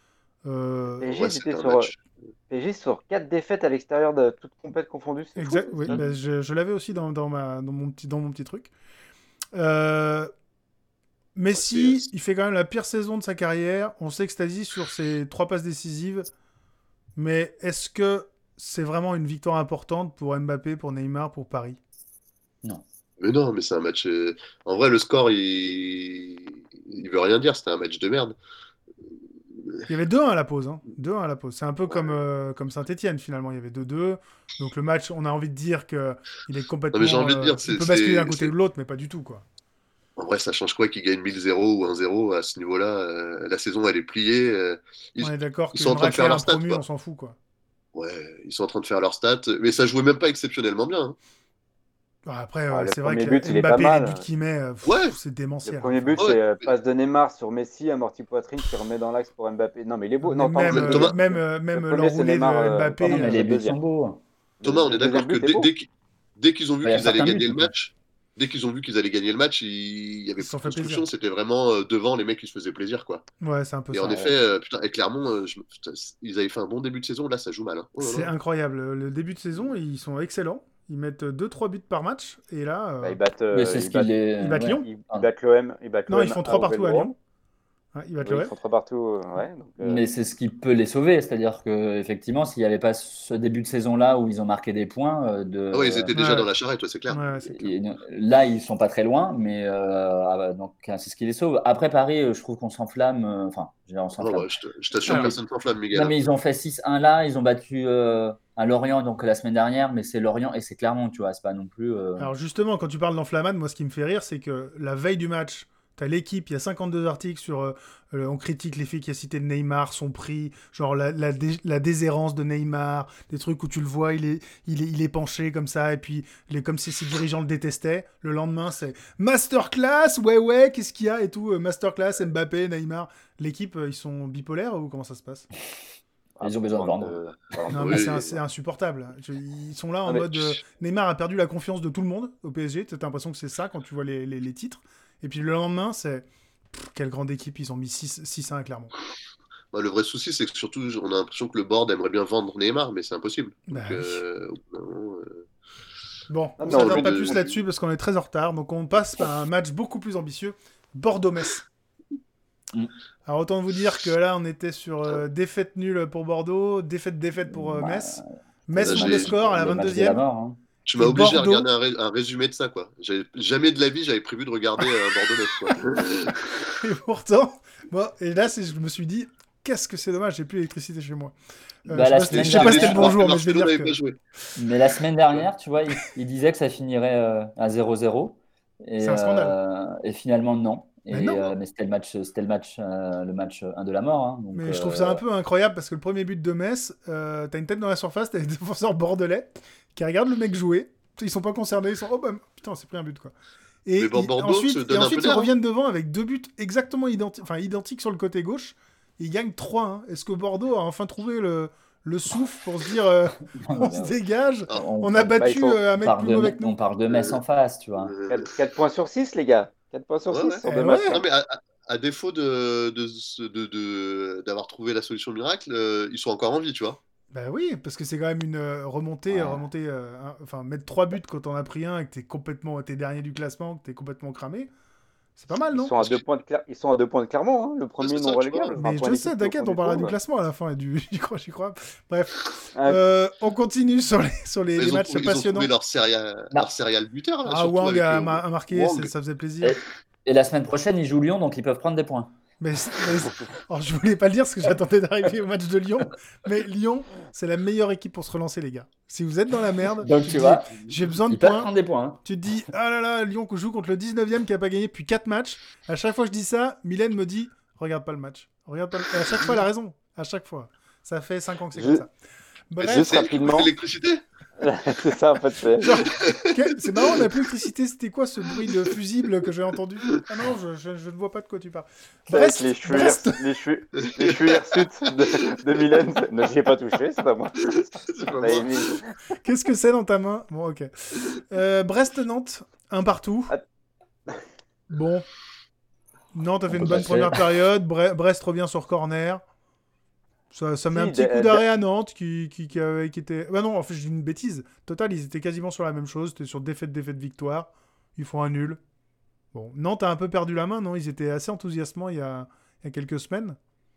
PSG, ouais, ils étaient c'était un match. PSG sur 4 défaites à l'extérieur de toutes compètes confondues. C'est fou, Exact, oui, ça. bah, je l'avais aussi dans mon petit truc. Euh, Messi, il fait quand même la pire saison de sa carrière. On s'extasie sur ses 3 passes décisives. Mais est-ce que c'est vraiment une victoire importante pour Mbappé, pour Neymar, pour Paris? Non. Mais non, mais c'est un match. En vrai, le score, il veut rien dire. C'était un match de merde. Il y avait 2-1 à la pause. Hein. 2-1 à la pause. C'est un peu Ouais. comme Saint-Etienne finalement. Il y avait 2-2. Donc le match, on a envie de dire qu'il est Non, mais j'ai complètement. envie de dire, Il peut basculer d'un côté ou de l'autre, mais pas du tout, quoi. En vrai, ça change quoi qu'il gagne 1000-0 ou 1-0 à ce niveau-là? La saison, elle est pliée. Ils, On est d'accord ils sont en qu'une train de raclée faire à un leur stat, promu, on quoi. s'en fout, quoi. Ouais, ils sont en train de faire leur stat. Mais ça jouait même pas exceptionnellement bien, hein. Bah, après, Ah, le c'est vrai premier que but, il est pas Mbappé, les buts mal. qu'il met, Ouais, c'est Le démentiel. Hein. premier but, Enfin, ouais. c'est passe de Neymar sur Messi, amorti poitrine, qui remet dans l'axe pour Mbappé. Non, mais il est beau. mais Non, pardon, même, Mais Thomas, même premier, c'est l'enroulé Neymar. de Non, Mbappé, mais Pardon, les c'est le buts deuxième. sont beaux. Thomas, on est Le deuxième d'accord que but est beau. dès qu'ils ont vu Il y a qu'ils allaient certains gagner buts, le match, dès qu'ils ont vu qu'ils allaient gagner le match, il y ils avait se sont plus de fait plaisir. construction. C'était vraiment devant les mecs qui se faisaient plaisir, quoi. Ouais, c'est un peu Et en ça. Ouais, effet, ouais. putain, et Clermont, putain, ils avaient fait un bon début de saison. Là, ça joue mal, hein. Oh là C'est là. incroyable. Le début de saison, ils sont excellents. Ils mettent 2-3 buts par match. Et là, Bah, Mais c'est ce qu'il est. ils battent Ouais. Lyon. ils Pardon. battent l'OM, ils battent Non, ils l'OM font 3 au partout à Vélodrome. Lyon. Ouais, ils battent Oui, ils l'OM. font 3 partout. Ouais, donc, Mais c'est ce qui peut les sauver, c'est-à-dire que effectivement, s'il n'y avait pas ce début de saison-là où ils ont marqué des points, Ah ouais, ils étaient déjà Ouais, dans la charrette, ouais, c'est clair. ouais, c'est clair. là ils sont pas très loin, mais donc c'est ce qui les sauve. Après Paris, je trouve qu'on s'enflamme, enfin, je veux dire, on Ah s'enflamme. ouais, je t'assure, Alors, personne s'enflamme, Miguel, Non, hein. mais ils ont fait 6-1 là, ils ont battu à Lorient donc la semaine dernière, mais c'est Lorient et c'est Clermont, tu vois, c'est pas non plus. alors justement, quand tu parles d'enflammade, moi, ce qui me fait rire, c'est que la veille du match, T'as l'équipe, il y a 52 articles sur... on critique l'efficacité de Neymar, son prix, genre la déshérence de Neymar, des trucs où tu le vois, il est penché comme ça, et puis comme si ses dirigeants le détestaient. Le lendemain, c'est masterclass, ouais, qu'est-ce qu'il y a et tout, masterclass, Mbappé, Neymar. L'équipe, ils sont bipolaires ou comment ça se passe? Ils ont besoin de vendre. Non, mais c'est insupportable. Ils sont là en mode... Neymar a perdu la confiance de tout le monde au PSG. T'as l'impression que c'est ça quand tu vois les titres. Et puis le lendemain, c'est... quelle grande équipe, ils ont mis 6-1 clairement. Le vrai souci, c'est que surtout, on a l'impression que le board aimerait bien vendre Neymar, mais c'est impossible. Bah, Donc, bon, on ne s'attarde pas plus là-dessus parce qu'on est très en retard. Donc on passe à un match beaucoup plus ambitieux. Bordeaux-Metz. Alors autant vous dire que là on était sur défaite nulle pour Bordeaux, défaite pour Metz. Metz monte le score à la 22e. Tu m'as obligé à regarder un résumé de ça, quoi. Jamais de la vie j'avais prévu de regarder Bordeaux-Metz, quoi. Et pourtant, et là je me suis dit, qu'est-ce que c'est dommage, j'ai plus d'électricité chez moi. Je sais pas si c'était le bonjour, mais je vais dire que... Mais la semaine dernière, tu vois, il disait que ça finirait à 0-0. C'est un scandale. Et finalement, non. Mais c'était le match 1 de la mort. Hein, donc, mais je trouve ça un peu incroyable parce que le premier but de Metz, t'as une tête dans la surface, t'as les défenseurs bordelais qui regardent le mec jouer. Ils sont pas concernés, ils sont putain, c'est pris un but quoi. Et ensuite ils reviennent devant avec 2 buts exactement identiques sur le côté gauche. Et ils gagnent 3-1. Est-ce que Bordeaux a enfin trouvé le souffle pour se dire on se dégage, on a battu un mec plus mauvais que nous. On parle de Metz en face, tu vois. 4 points sur 6, les gars. 4 points sur 6 sur 2 matchs. Non, mais à défaut d'avoir trouvé la solution miracle, ils sont encore en vie, tu vois. Bah oui, parce que c'est quand même une remontée, mettre 3 buts quand on a pris un et que t'es dernier du classement, que t'es complètement cramé, c'est pas mal, non? Ils sont à 2 points de Clermont, hein, le premier non relégable. Mais je sais, t'inquiète, on parlera du classement à la fin, j'y crois. Bref, on continue sur les matchs passionnants. Ils ont trouvé leur serial buteur. Là, Wang a marqué, ça faisait plaisir. Et la semaine prochaine, ils jouent Lyon, donc ils peuvent prendre des points. Alors, je voulais pas le dire parce que j'attendais d'arriver au match de Lyon, mais Lyon, c'est la meilleure équipe pour se relancer, les gars. Si vous êtes dans la merde, donc tu vois, j'ai besoin de points. Ils peuvent prendre des points. Hein. Tu te dis, ah là là, Lyon joue contre le 19e qui a pas gagné depuis 4 matchs. À chaque fois que je dis ça, Mylène me dit, regarde pas le match. Et à chaque fois, elle a raison. À chaque fois. Ça fait 5 ans que c'est comme ça. Bref, juste rapidement. L'électricité. C'est ça en fait. C'est marrant, la électricité, c'était quoi ce bruit de fusible que j'ai entendu? Ah non, je ne vois pas de quoi tu parles. Brest, les cheveux hirsutes de Mylène. Ne, j'y ai pas touché, c'est pas moi. Qu'est-ce que c'est dans ta main? Bon, ok. Brest-Nantes, 1 partout. Bon. Nantes a fait une bonne première période. Brest revient sur corner. Ça met un petit coup d'arrêt à Nantes qui était... Bah non, en fait, je dis une bêtise. Total, ils étaient quasiment sur la même chose. C'était sur défaite, victoire. Ils font un nul. Bon, Nantes a un peu perdu la main, non? Ils étaient assez enthousiasmants il y a quelques semaines.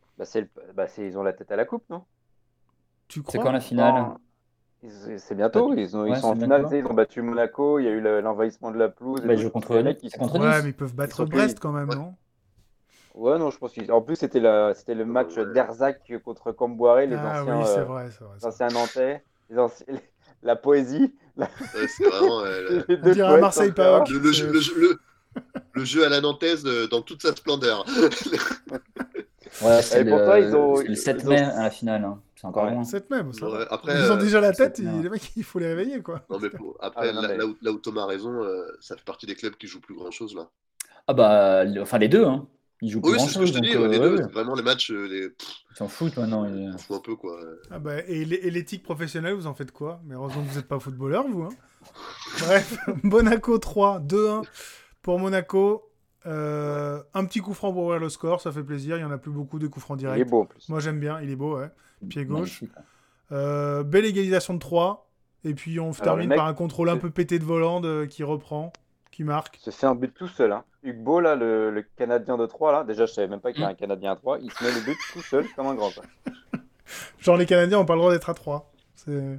Ils ont la tête à la coupe, non? Tu crois? C'est quand la finale? C'est bientôt. Ils sont en finale. Ils ont battu Monaco. Il y a eu l'envahissement de la pelouse. Ils jouent contre Nice. Ouais, mais ils peuvent battre Brest quand même, non? Ouais, non, je pense qu'en plus, c'était le match d'Erzac contre Camboiré, les anciens, oui, c'est vrai. Les anciens Nantais, la poésie. C'est vraiment... On dirait Marseille PAOK. Le jeu à la nantaise dans toute sa splendeur. Ouais, c'est le 7 mai à la finale. Hein. C'est encore loin. 7 mai, ça. Ouais, après, ils ont déjà la tête, les mecs, il faut les réveiller, quoi. Non, mais après, là où Thomas a raison, ça fait partie des clubs qui jouent plus grand-chose, là. Ah bah, enfin les deux, hein. Ils jouent plus grand-chose. Oui, c'est ce que je te dis, les deux, vraiment les matchs... Ils s'en foutent maintenant. Ils s'en foutent un peu, quoi. Ah bah, et l'éthique professionnelle, vous en faites quoi? Mais heureusement que vous n'êtes pas footballeur, vous. Hein. Bref, Monaco 3, 2-1 pour Monaco. Un petit coup franc pour ouvrir le score, ça fait plaisir. Il n'y en a plus beaucoup de coups francs directs. Il est beau en plus. Moi j'aime bien, il est beau, ouais. Pied gauche. Belle égalisation de 3. Et puis on termine par un contrôle un peu pété de Volande qui reprend, qui marque. Se fait un but tout seul. Hein. Hugo, là, le Canadien de 3, là. Déjà, je savais même pas qu'il y a un Canadien à 3. Il se met le but tout seul, comme un grand. Quoi. Genre les Canadiens ont pas le droit d'être à 3. C'est...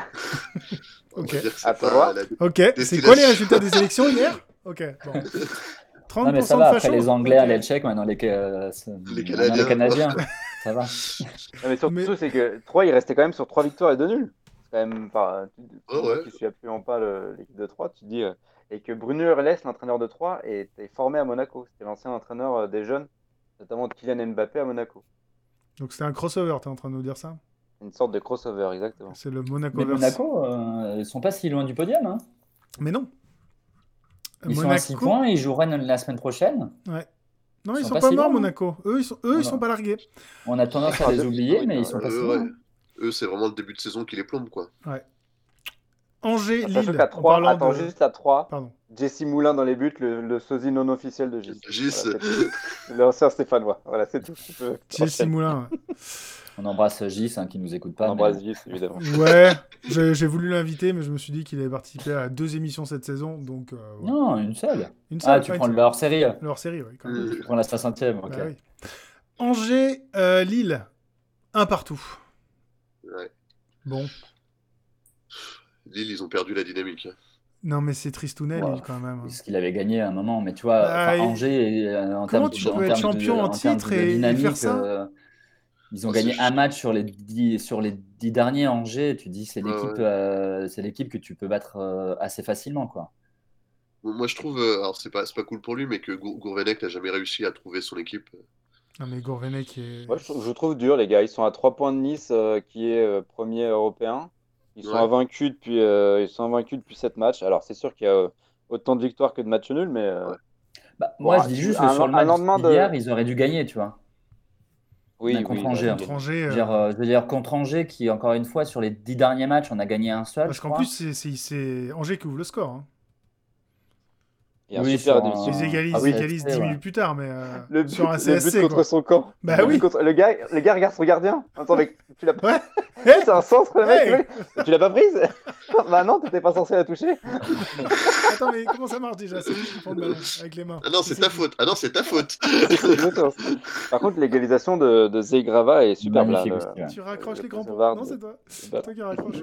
Ok. Ok. C'est quoi les résultats des élections hier? Ok. Bon. 30% non, mais ça va, de après les Anglais à l'Elchek, maintenant les Canadiens. Ça va. Non, mais surtout, c'est que 3, il restait quand même sur 3 victoires et 2 nuls. C'est quand même pas. Tu suis absolument pas l'équipe de 3. Tu te dis. et que Bruno Urles, l'entraîneur de Troyes, était formé à Monaco. C'était l'ancien entraîneur des jeunes, notamment de Kylian Mbappé à Monaco. Donc c'était un crossover, t'es en train de nous dire ça? Une sorte de crossover, exactement. C'est le Monaco. Mais Monaco, ils sont pas si loin du podium. Hein. Mais non. Ils sont à 6 points, ils jouent Rennes la semaine prochaine. Ouais. Non, ils sont pas morts, Monaco. Eux, ils sont pas largués. On a tendance à les oublier, mais ils sont pas si loin. Eux, c'est vraiment le début de saison qui les plombe, quoi. Ouais. Angers, Lille. À 3, attends, juste à 3. Pardon. Jesse Moulin dans les buts, le sosie non officiel de Gis. Voilà, l'ancien stéphanois. Voilà, c'est tout. Jesse Moulin. Ouais. On embrasse Gis, qui nous écoute pas. On embrasse Gis, évidemment. Ouais, j'ai voulu l'inviter, mais je me suis dit qu'il avait participé à 2 émissions cette saison, donc. Ouais. Non, une seule. Tu prends le hors-série. Le hors-série, oui. Quand même. Tu prends la 500e, ok. Bah, oui. Angers, Lille, 1 partout. Ouais. Bon. Lille, ils ont perdu la dynamique. Non, mais c'est tristounet, Lille, quand même. Parce qu'il avait gagné à un moment, mais tu vois, Angers, en comment tu peux être champion en titre et faire ça ils ont gagné un match sur les 10 derniers. Angers, tu dis c'est l'équipe que tu peux battre assez facilement, quoi. Moi, je trouve, alors c'est pas cool pour lui, mais que Gourvenec n'a jamais réussi à trouver son équipe. Non, mais Gourvenec est... Moi, je trouve dur, les gars. Ils sont à 3 points de Nice, qui est premier européen. Ils sont invaincus depuis 7 matchs. Alors, c'est sûr qu'il y a autant de victoires que de matchs nuls, mais... moi, je dis juste que sur le match d'hier, ils auraient dû gagner, tu vois. Oui, contre Angers. Je veux dire, contre Angers, qui, encore une fois, sur les 10 derniers matchs, on a gagné un seul. Parce qu'en plus, c'est Angers qui ouvre le score. Hein. Ils égalisent 10 minutes plus tard, mais sur un CSC. Le but contre son camp. Bah oui. Le gars regarde son gardien. Attends, mais tu l'as pas. Ouais. C'est un centre, le mec. Tu l'as pas prise? Bah non, t'étais pas censé la toucher. Attends, mais comment ça marche déjà? C'est lui qui prend le ballon avec les mains. Ah non, c'est ta faute. Ah non, c'est ta faute. Par contre, l'égalisation de Zegrava est super magnifique. Tu raccroches les crampons. Non, c'est toi. C'est toi qui raccroche.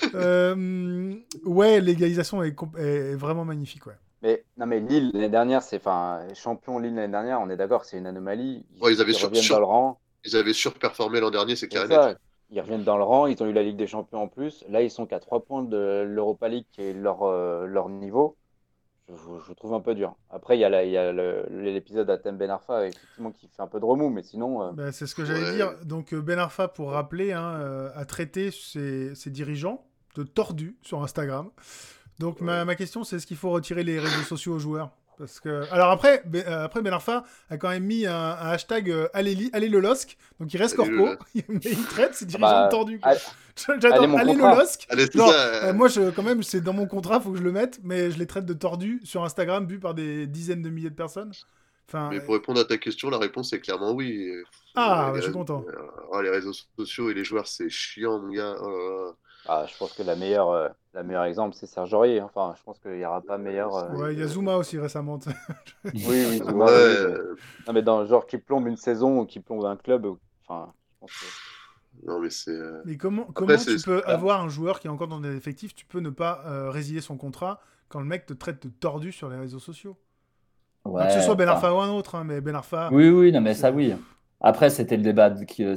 Ouais, l'égalisation est vraiment magnifique, ouais. Mais Lille, l'année dernière, champion Lille l'année dernière, on est d'accord, c'est une anomalie. Ils avaient reviennent dans le rang. Ils avaient surperformé l'an dernier, c'est clair et net. Ils reviennent dans le rang, ils ont eu la Ligue des Champions en plus. Là, ils sont qu'à 3 points de l'Europa League, qui est leur niveau. Je trouve un peu dur. Après, il y a l'épisode à thème Ben Arfa, effectivement, qui fait un peu de remous, mais sinon... c'est ce que j'allais dire. Donc, Ben Arfa, pour rappeler, a traité ses dirigeants de tordus sur Instagram. Donc ma question, c'est est-ce qu'il faut retirer les réseaux sociaux aux joueurs? Parce que... Alors après Ben Arfa a quand même mis un hashtag allez le LOSC, donc il reste corpo, mais il traite ses dirigeants de tordus. J'adore, allez le LOSC. Moi, quand même, c'est dans mon contrat, faut que je le mette, mais je les traite de tordus sur Instagram, vus par des dizaines de milliers de personnes. Mais pour répondre à ta question, la réponse est clairement oui. Je suis content. Les réseaux sociaux et les joueurs, c'est chiant, mon gars. Je pense que la meilleure exemple, c'est Serge Aurier. Enfin, je pense qu'il n'y aura pas meilleur. Il y a Zuma aussi récemment. Oui, Zuma. Non, mais dans le genre qui plombe une saison ou qui plombe un club. Enfin, je pense que... Non, mais c'est. Mais comment tu peux avoir un joueur qui est encore dans des effectifs, tu peux ne pas résilier son contrat quand le mec te traite de tordu sur les réseaux sociaux? Que ce soit Ben Arfa ou un autre, mais Ben Arfa. Oui, non, mais ça, oui. Après, c'était le débat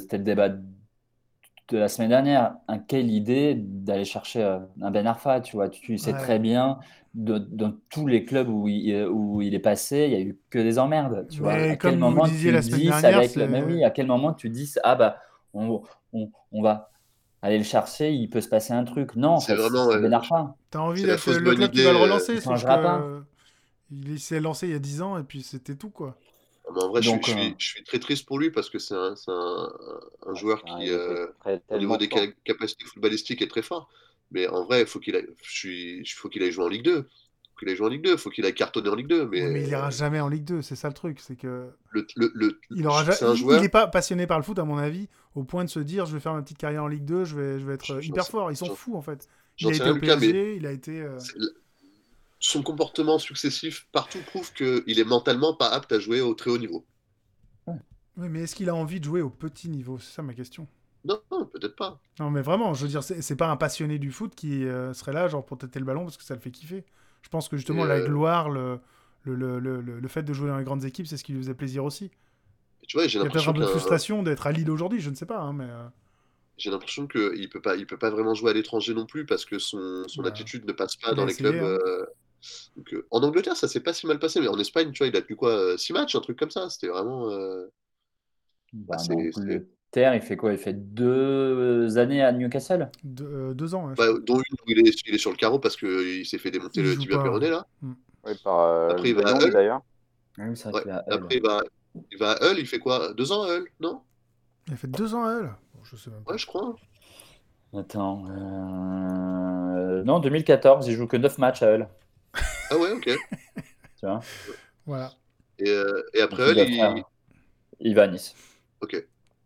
de la semaine dernière. Quelle idée d'aller chercher un Ben Arfa, tu vois. Tu sais très bien, dans tous les clubs où il est passé, il n'y a eu que des emmerdes. Tu vois. À quel moment tu dis à quel moment tu dis on va aller le chercher, il peut se passer un truc. Non, c'est Ben Arfa. T'as envie d'être le club qui va le relancer, il s'est lancé il y a 10 ans et puis c'était tout, quoi. En vrai, je suis très triste pour lui parce que c'est un joueur qui, au niveau des capacités footballistiques, est très fort. Mais en vrai, il faut qu'il aille jouer en Ligue 2. Il faut qu'il aille cartonner en Ligue 2. Mais il n'ira jamais en Ligue 2, c'est ça le truc. C'est que il n'est pas passionné par le foot, à mon avis, au point de se dire je vais faire ma petite carrière en Ligue 2, je vais être hyper fort. Ils s'en foutent, en fait. Il a été au PSG, il a été... Son comportement successif partout prouve qu'il est mentalement pas apte à jouer au très haut niveau. Oui, mais est-ce qu'il a envie de jouer au petit niveau? C'est ça ma question. Non, peut-être pas. Non, mais vraiment, je veux dire, c'est pas un passionné du foot qui serait là genre pour tâter le ballon parce que ça le fait kiffer. Je pense que justement la gloire, le fait de jouer dans les grandes équipes, c'est ce qui lui faisait plaisir aussi. Et tu vois, il y a peut-être un peu de frustration d'être à Lille aujourd'hui, je ne sais pas, mais... J'ai l'impression qu'il peut pas vraiment jouer à l'étranger non plus parce que son attitude ne passe pas dans les clubs. Donc, en Angleterre, ça s'est pas si mal passé, mais en Espagne, tu vois, il a tenu quoi, 6 matchs, un truc comme ça. C'était vraiment. Bah, C'est, en Angleterre, il fait quoi? Il fait 2 années à Newcastle? 2 ans, je bah, crois. dont une où il est sur le carreau parce qu'il s'est fait démonter Il le joue tibia pas. péroné là. Mm. Oui, par Après, il De va à Jong Hull. d'ailleurs. Ah oui, c'est vrai Ouais. qu'il est à Après, Hull. il va à Hull. Il fait quoi? 2 ans à Hull, non? Il a fait 2 ans à elle. Bon, je sais même pas. Ouais, je crois. Attends. Non, 2014, il joue que 9 matchs à Hull. Ah ouais, ok. Tu vois? Voilà. Et après Donc, il Hull, doit faire. Il va à Nice. Ok.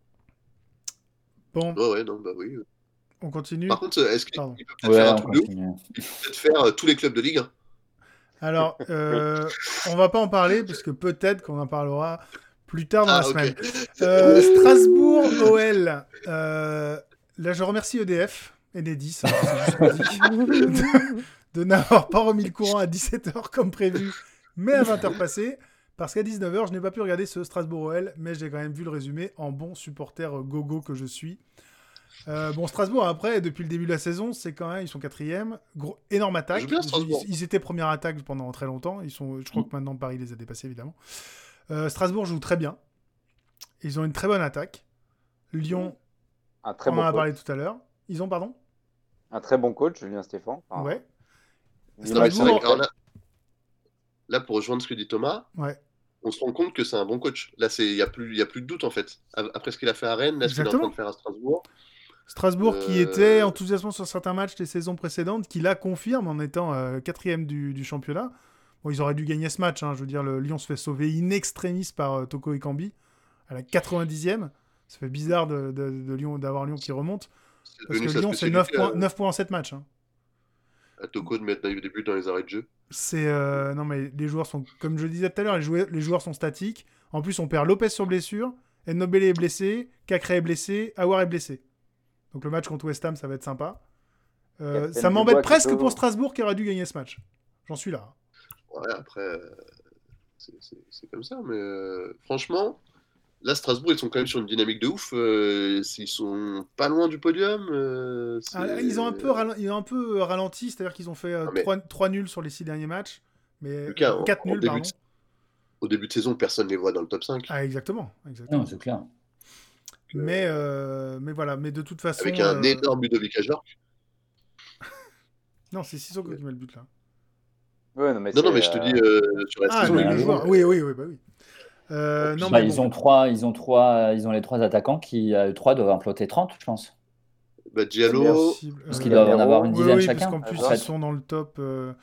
Bon, Ouais, non, bah oui. on continue. Par contre, est-ce qu'il Pardon. peut peut-être Ouais, faire un on truc de ouf? continue. Il peut peut-être faire tous les clubs de Ligue 1. Alors, on va pas en parler parce que peut-être qu'on en parlera plus tard dans la Ah, ok. semaine. Strasbourg, OL. Là, je remercie EDF, Enedis, hein, c'est juste qu'on dit, de n'avoir pas remis le courant à 17h comme prévu, mais à 20h passées. Parce qu'à 19h, je n'ai pas pu regarder ce Strasbourg-OL, mais j'ai quand même vu le résumé en bon supporter gogo que je suis. Bon, Strasbourg, après, depuis le début de la saison, c'est quand même, ils sont 4e. Énorme Ils attaque. jouent bien, Strasbourg. Ils étaient première attaque pendant très longtemps. Je crois que maintenant, Paris les a dépassés, évidemment. Strasbourg joue très bien. Ils ont une très bonne attaque. Lyon, Un très on bon en a coach. parlé tout à l'heure. Ils ont, pardon Un très bon coach, Julien Stéphan. Enfin, Ouais. Non, mais c'est vrai Strasbourg, que, alors là, pour rejoindre ce que dit Thomas, ouais. on se rend compte que c'est un bon coach. Là, il y a plus de doute en fait. Après ce qu'il a fait à Rennes, là, ce qu'il est en train Exactement. de faire à Strasbourg. Strasbourg qui était enthousiasmant sur certains matchs des saisons précédentes, qui la confirme en étant 4e du championnat. Bon, ils auraient dû gagner ce match. Hein. Je veux dire, le Lyon se fait sauver in extremis par Toko Ekambi à la 90e. Ça fait bizarre d'avoir Lyon qui remonte. C'est Parce que devenu sa Lyon, c'est 9 spécialité points en 7 matchs. Hein. à Toko de mettre des buts dans les arrêts de jeu. Non, mais les joueurs sont, comme je le disais tout à l'heure, les joueurs sont statiques. En plus, on perd Lopez sur blessure, Nobele est blessé, Cacré est blessé, Aouar est blessé. Donc le match contre West Ham, ça va être sympa. Ça m'embête presque pour Strasbourg qui aurait dû gagner ce match. J'en suis là. Ouais, après, c'est comme ça. Mais franchement, là, Strasbourg, ils sont quand même sur une dynamique de ouf. Ils sont pas loin du podium. Ils ont un peu ralenti, c'est-à-dire qu'ils ont fait 3 nuls sur les 6 derniers matchs. Mais Lucas, 4 nuls, pardon. Au début de saison, personne ne les voit dans le top 5. Ah, exactement. Non, c'est clair. Mais voilà, mais de toute façon... Avec un énorme Ludovic Ajorc. Non, c'est Sissoko qui met le but là. Ouais, non, mais je te dis sur la saison. Le joueur. Oui, bah oui. Non, mais ils ont les 3 attaquants qui, 3 doivent imploter 30, je pense. Bah, Diallo. Parce qu'ils doivent en avoir une dizaine chacun. Parce qu'en plus, ils sont dans le top.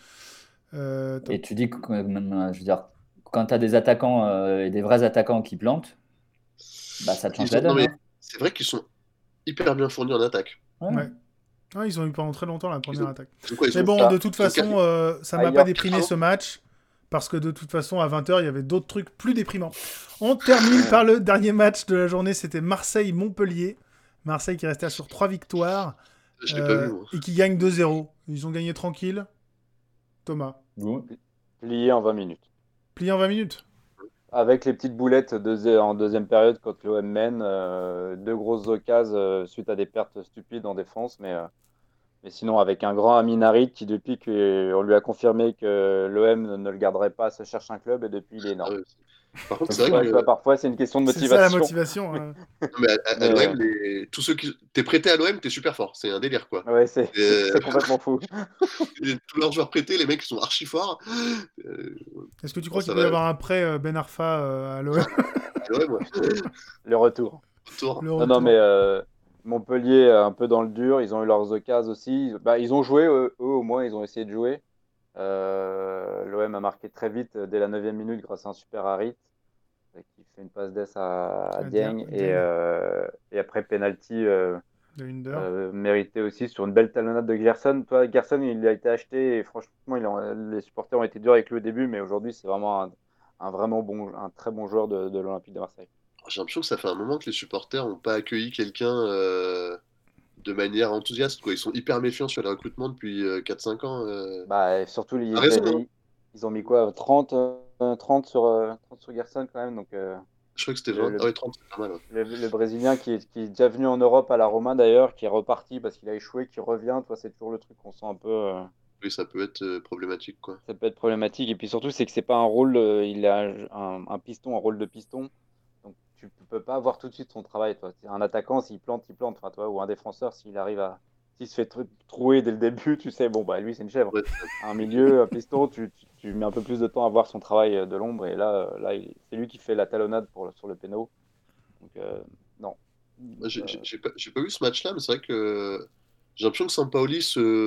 Et tu dis que, je veux dire, quand tu as des attaquants et des vrais attaquants qui plantent, bah, ça te change la donne. Non, mais c'est vrai qu'ils sont hyper bien fournis en attaque. Ouais. Ah, ils ont eu pendant très longtemps la première attaque. Mais bon, de toute façon, ça m'a pas déprimé ce match. Parce que de toute façon, à 20h, il y avait d'autres trucs plus déprimants. On termine par le dernier match de la journée. C'était Marseille-Montpellier. Marseille qui restait sur 3 victoires. Je l'ai pas vu, moi. Et qui gagne 2-0. Ils ont gagné tranquille. Thomas. Plié en 20 minutes. Plié en 20 minutes. Avec les petites boulettes en deuxième période quand l'OM mène. 2 grosses occasions suite à des pertes stupides en défense. Mais sinon, avec un grand Amin Harit qui, depuis qu'on lui a confirmé que l'OM ne le garderait pas, se cherche un club et depuis, il est énorme. Par contre, c'est vrai que parfois, c'est une question de motivation. C'est ça la motivation. Hein. Non, mais à l'OM, tous ceux qui. T'es prêté à l'OM, t'es super fort. C'est un délire, quoi. Ouais, c'est complètement fou. Tous leurs joueurs prêtés, les mecs, ils sont archi forts. Est-ce que tu crois qu'il peut y avoir un prêt Ben Arfa à l'OM? Le retour. Non, mais Montpellier, un peu dans le dur. Ils ont eu leurs occasions aussi. Ils ont joué, eux, au moins, ils ont essayé de jouer. L'OM a marqué très vite dès la 9e minute grâce à un super Harit qui fait une passe d'ess à Dieng et après penalty mérité aussi sur une belle talonnade de Gerson. Toi, Gerson, il a été acheté et franchement, les supporters ont été durs avec lui au début, mais aujourd'hui, c'est vraiment un très bon joueur de l'Olympique de Marseille. J'ai l'impression que ça fait un moment que les supporters n'ont pas accueilli quelqu'un de manière enthousiaste, quoi. Ils sont hyper méfiants sur le recrutement depuis 4-5 ans. Surtout, ils ont mis quoi 30 sur Gerson quand même. Donc, je crois que c'était 20. 30, c'est pas mal. Ouais. Le Brésilien qui est déjà venu en Europe à la Roma d'ailleurs, qui est reparti parce qu'il a échoué, qui revient. Toi, c'est toujours le truc qu'on sent un peu Oui, ça peut être problématique, quoi. Ça peut être problématique. Et puis surtout, c'est que c'est pas un rôle, il a un piston, un rôle de piston. Donc tu peux pas avoir tout de suite son travail, toi. C'est un attaquant, s'il plante, il plante. Enfin, toi, ou un défenseur, s'il se fait trouer dès le début, tu sais, bon, bah lui, c'est une chèvre. Ouais, Un milieu, un piston, tu mets un peu plus de temps à voir son travail de l'ombre. Et là, c'est lui qui fait la talonnade sur le péno. Donc, non. moi, j'ai pas vu ce match-là, mais c'est vrai que j'ai l'impression que Sampaoli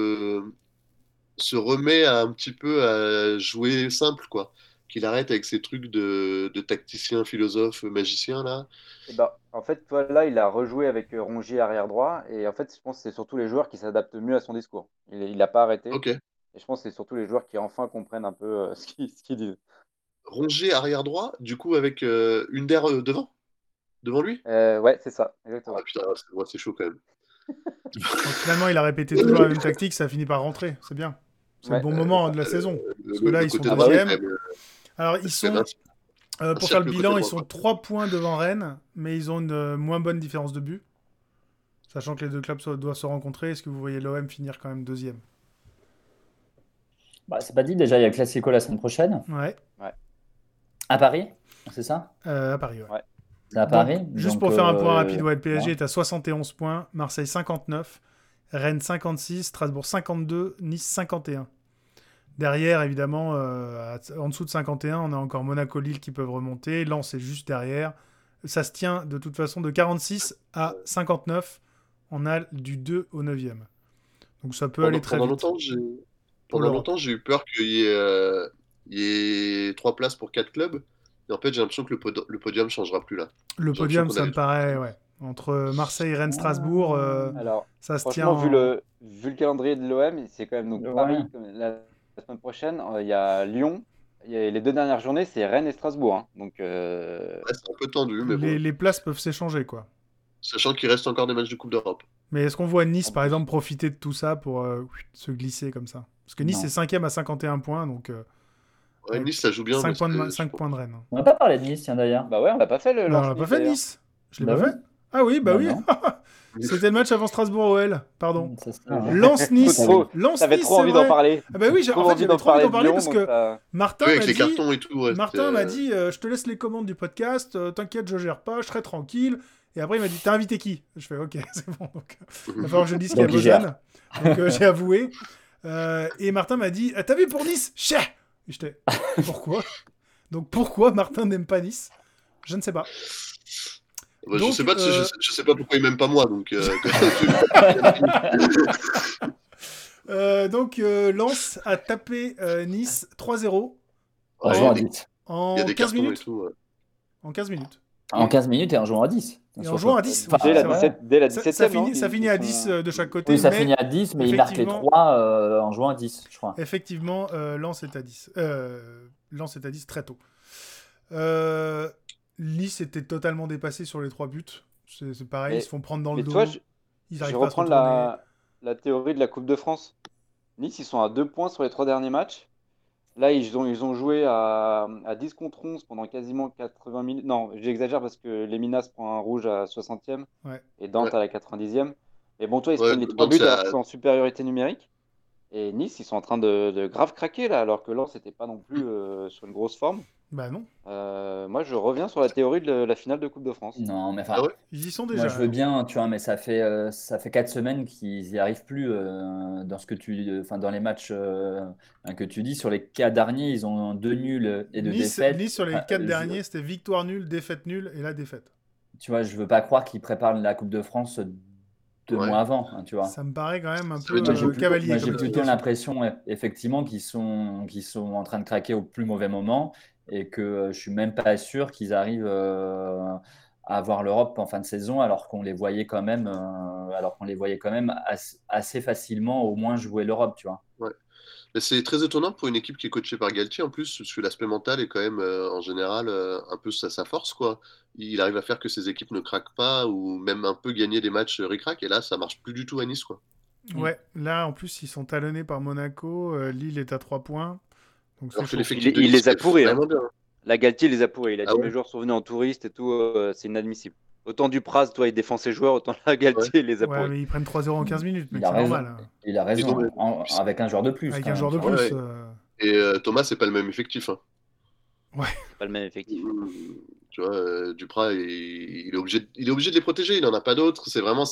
se remet un petit peu à jouer simple, quoi. Qu'il arrête avec ses trucs de tacticien, philosophe, magicien, là. Et bah, en fait, toi, là, il a rejoué avec Rongier arrière droit. Et en fait, je pense que c'est surtout les joueurs qui s'adaptent mieux à son discours. Il n'a pas arrêté. Ok. Et je pense que c'est surtout les joueurs qui enfin comprennent un peu ce qu'ils disent. Rongé arrière droit, du coup, avec Under devant lui. Ouais, c'est ça, Ah exactement. putain, c'est chaud quand même. Donc, finalement, il a répété toujours la même tactique, ça finit par rentrer. C'est bien. C'est le Ouais, bon moment de la saison. Parce que Le là, ils sont côté droit, deuxième. quand même, Alors, ils c'est quand sont, même pour cercle faire le côté bilan, droit, ils sont quoi. 3 points devant Rennes, mais ils ont une moins bonne différence de but. Sachant que les deux clubs doivent se rencontrer, est-ce que vous voyez l'OM finir quand même deuxième? Bah, c'est pas dit, déjà, il y a le Classico la semaine prochaine. Ouais, À Paris, c'est ça? à Paris, ouais. Ouais. C'est à Donc, Paris. juste Donc, pour faire un point rapide, ouais, le ouais. PSG est à 71 points, Marseille 59, Rennes 56, Strasbourg 52, Nice 51. Derrière, évidemment, en dessous de 51, on a encore Monaco-Lille qui peuvent remonter. Lens est juste derrière. Ça se tient de toute façon de 46 à 59. On a du 2 au 9e. Donc ça peut aller très Pendant vite. pendant l'Europe. longtemps, j'ai eu peur il y ait 3 places pour 4 clubs. Et en fait, j'ai l'impression que le podium changera plus là. Le J'ai l'impression podium, qu'on ça me avait- paraît, ouais. Entre Marseille, Rennes, Strasbourg, Alors, ça se tient. franchement, vu le calendrier de l'OM, c'est quand même donc Ouais. Paris la semaine prochaine. Il y a Lyon. Les 2 dernières journées, c'est Rennes et Strasbourg. Hein. Donc, Ouais, c'est un peu tendu, mais bon. Les places peuvent s'échanger, quoi. Sachant qu'il reste encore des matchs de Coupe d'Europe. Mais est-ce qu'on voit Nice, En par plus. exemple, profiter de tout ça pour se glisser comme ça? Parce que Nice Non. est 5e à 51 points, donc Ouais, Ouais. Nice, ça joue bien. 5 mais points de, c'est- 5 points de Rennes. On n'a pas parlé de Nice, tiens, d'ailleurs. bah ouais, on n'a pas fait le Non, on Lens n'a pas Nice, fait d'ailleurs. Nice. Je l'ai Bah pas oui. fait. Ah oui, bah Bah oui. non. C'était le match avant Strasbourg-OL. Pardon. C'est ça, hein. Lens-Nice. Trop- Lens-Nice, T'avais trop c'est envie d'en vrai. parler. Ah bah oui, Trop en fait, envie j'avais d'en trop envie d'en parler de parce Lyon, que donc ça- Martin Oui, m'a avec les dit... cartons et tout. Ouais, Martin m'a c'était, dit, je te laisse les commandes du podcast, t'inquiète, je gère pas, je serai tranquille. Et après, il m'a dit, t'as invité qui? Je fais, ok, c'est bon. Donc, il va falloir que je dise qu'il y a Donc, il gère. Lausanne. Donc, j'ai avoué. Et Martin m'a dit, t'as vu pour Nice? Chais! Et j'étais, pourquoi? Donc, pourquoi Martin n'aime pas Nice? Je ne sais pas. Bah, Donc, je sais pas pourquoi il m'aime pas moi. Donc, Donc, Lens a tapé Nice 3-0 En Ouais, jouant à il y a des- 10. en il y a des 15 cartons et minutes. tout. Ouais. En 15 minutes. En 15 minutes et en jouant à 10. Et en jouant à 10. Enfin, Dès la c'est vrai. 17 dès la Ça 17e, non ça finit à 10 de chaque côté. Oui, ça mais finit à 10, mais il marque les effectivement- 3 en jouant à 10, je crois. Effectivement, Lens est à 10. Lens est à 10 très tôt. Nice était totalement dépassé sur les 3 buts. C'est pareil, Mais- ils se font prendre dans le Mais dos. toi, Ils je vais arrivent pas à se reprendre retourner. la théorie de la Coupe de France. Nice, ils sont à 2 points sur les 3 derniers matchs. Là, ils ont joué à 10 contre 11 pendant quasiment 80 minutes. Non, j'exagère parce que les Minas prend un rouge à 60e Ouais. et Dante Ouais. à la 90e. Mais bon, toi, ils se Ouais, prennent les 3 Dante, buts c'est alors à- qu'ils sont en supériorité numérique. Et Nice, ils sont en train de grave craquer là, alors que Lens n'était pas non plus sur une grosse forme. Bah non, Moi, je reviens sur la théorie de la finale de Coupe de France. Non, mais enfin, Ah ouais ils y sont moi déjà. je veux bien, tu vois, mais ça fait 4 semaines qu'ils n'y arrivent plus dans ce que dans les matchs que tu dis. Sur les 4 derniers, ils ont 2 nuls et 2 Nice, défaites. Nice, sur les Enfin, 4 derniers, c'était victoire nulle, défaite nulle et la défaite. Tu vois, je veux pas croire qu'ils préparent la Coupe de France 2 Ouais. mois avant, hein, tu vois. Ça me paraît quand même un Ça peu veut dire que j'ai cavalier. Moi, j'ai comme plutôt explication. l'impression, effectivement, qu'ils sont en train de craquer au plus mauvais moment et que je suis même pas sûr qu'ils arrivent à avoir l'Europe en fin de saison, alors qu'on les voyait quand même, assez facilement au moins jouer l'Europe, tu vois. Ouais. Mais c'est très étonnant pour une équipe qui est coachée par Galtier en plus, parce que l'aspect mental est quand même en général un peu sa force, quoi. Il arrive à faire que ses équipes ne craquent pas ou même un peu gagner des matchs ric-rac, et là ça marche plus du tout à Nice, quoi. Ouais, là en plus ils sont talonnés par Monaco, Lille est à 3 points. Donc c'est Alors que chaud. l'effectif de Il Nice les a est pourris, hein. vraiment bien. La Galtier les a pourris. Il a Ah dit ouais mes joueurs sont venus en touriste et tout, c'est inadmissible. Autant Dupraz, toi, il défend ses joueurs, autant la Galtier les a Ouais, pourris. mais ils prennent 3-0 en 15 minutes, mec, Il a c'est raison. normal. Il a raison. Ils ont- Avec un joueur de plus. Avec quand un même, joueur de tu vois. plus. Ouais. Et Thomas, c'est pas le même effectif. Hein. C'est pas le même effectif. Tu vois, Dupraz, il est obligé de les protéger. Il en a pas d'autres. C'est vraiment,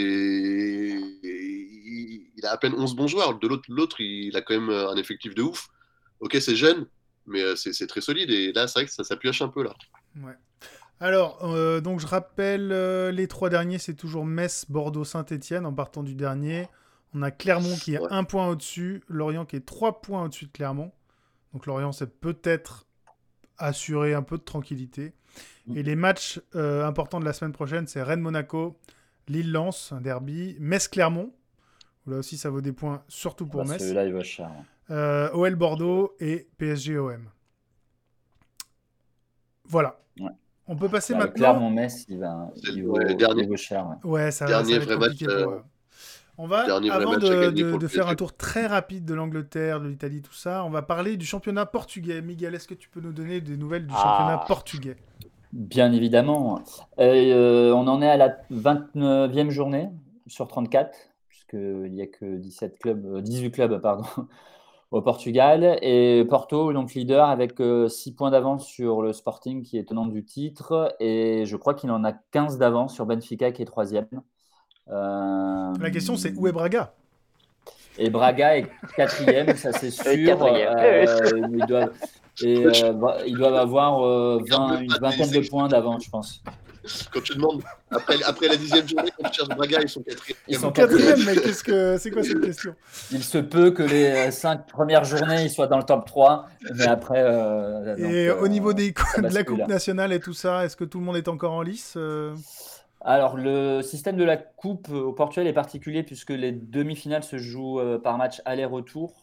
il a à peine 11 bons joueurs. De l'autre, il a quand même un effectif de ouf. Ok, c'est jeune, mais c'est très solide. Et là, c'est vrai que ça pioche un peu là. Ouais. Alors, donc je rappelle les 3 derniers, c'est toujours Metz, Bordeaux, Saint-Etienne en partant du dernier. On a Clermont qui est 1 point au-dessus, Lorient qui est 3 points au-dessus de Clermont. Donc Lorient, c'est peut-être assurer un peu de tranquillité. Et les matchs importants de la semaine prochaine, c'est Rennes-Monaco, Lille-Lens, un derby, Metz-Clermont. Là aussi, ça vaut des points, surtout pour Metz. Celui-là, il va cher. OL Bordeaux et PSG-OM. Voilà. Ouais. On peut passer Bah, maintenant. Clermont-Metz, il vaut cher. Ouais, ça Dernier va être vrai compliqué match, pour eux. On va, dernier vrai avant match à gagner pour de le faire un PSG. tour très rapide de l'Angleterre, de l'Italie, tout ça, on va parler du championnat portugais. Miguel, est-ce que tu peux nous donner des nouvelles du championnat portugais? Bien évidemment. On en est à la 29e journée sur 34, puisqu'il n'y a que 18 clubs pardon, au Portugal. Et Porto, donc leader, avec 6 points d'avance sur le Sporting, qui est tenant du titre. Et je crois qu'il en a 15 d'avance sur Benfica, qui est 3e. La question, c'est où est Braga? Et Braga est 4e, ça c'est sûr. Ils doivent avoir une vingtaine de points d'avance, je pense. Quand tu demandes, après la 10e journée, quand tu cherches Braga, ils sont 4e. Ils sont 4e, mec, c'est quoi cette question? Il se peut que les 5 premières journées, ils soient dans le top 3, mais après... Au niveau de la bascule. Coupe nationale et tout ça, est-ce que tout le monde est encore en lice? Alors, le système de la Coupe au Portugal est particulier puisque les demi-finales se jouent par match aller-retour.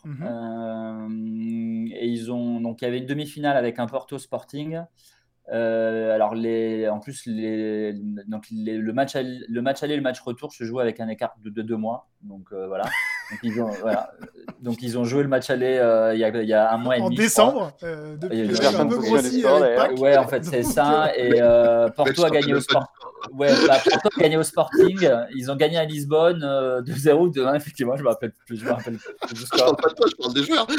Et donc, il y avait une demi-finale avec un Porto Sporting. Alors, en plus, le match aller et le match retour se jouent avec un écart de 2 mois. Donc, voilà. Donc, ils ont joué le match aller il y a un mois et demi. En décembre, depuis que j'ai un peu grossi avec Pâques. Ouais, en fait, c'est ça. Et Porto a gagné au Sporting. Ouais, Porto a gagné au Sporting. Ils ont gagné à Lisbonne 2-0 ou 2-1, effectivement. Je me rappelle plus. Je parle pas de toi, je parle des joueurs.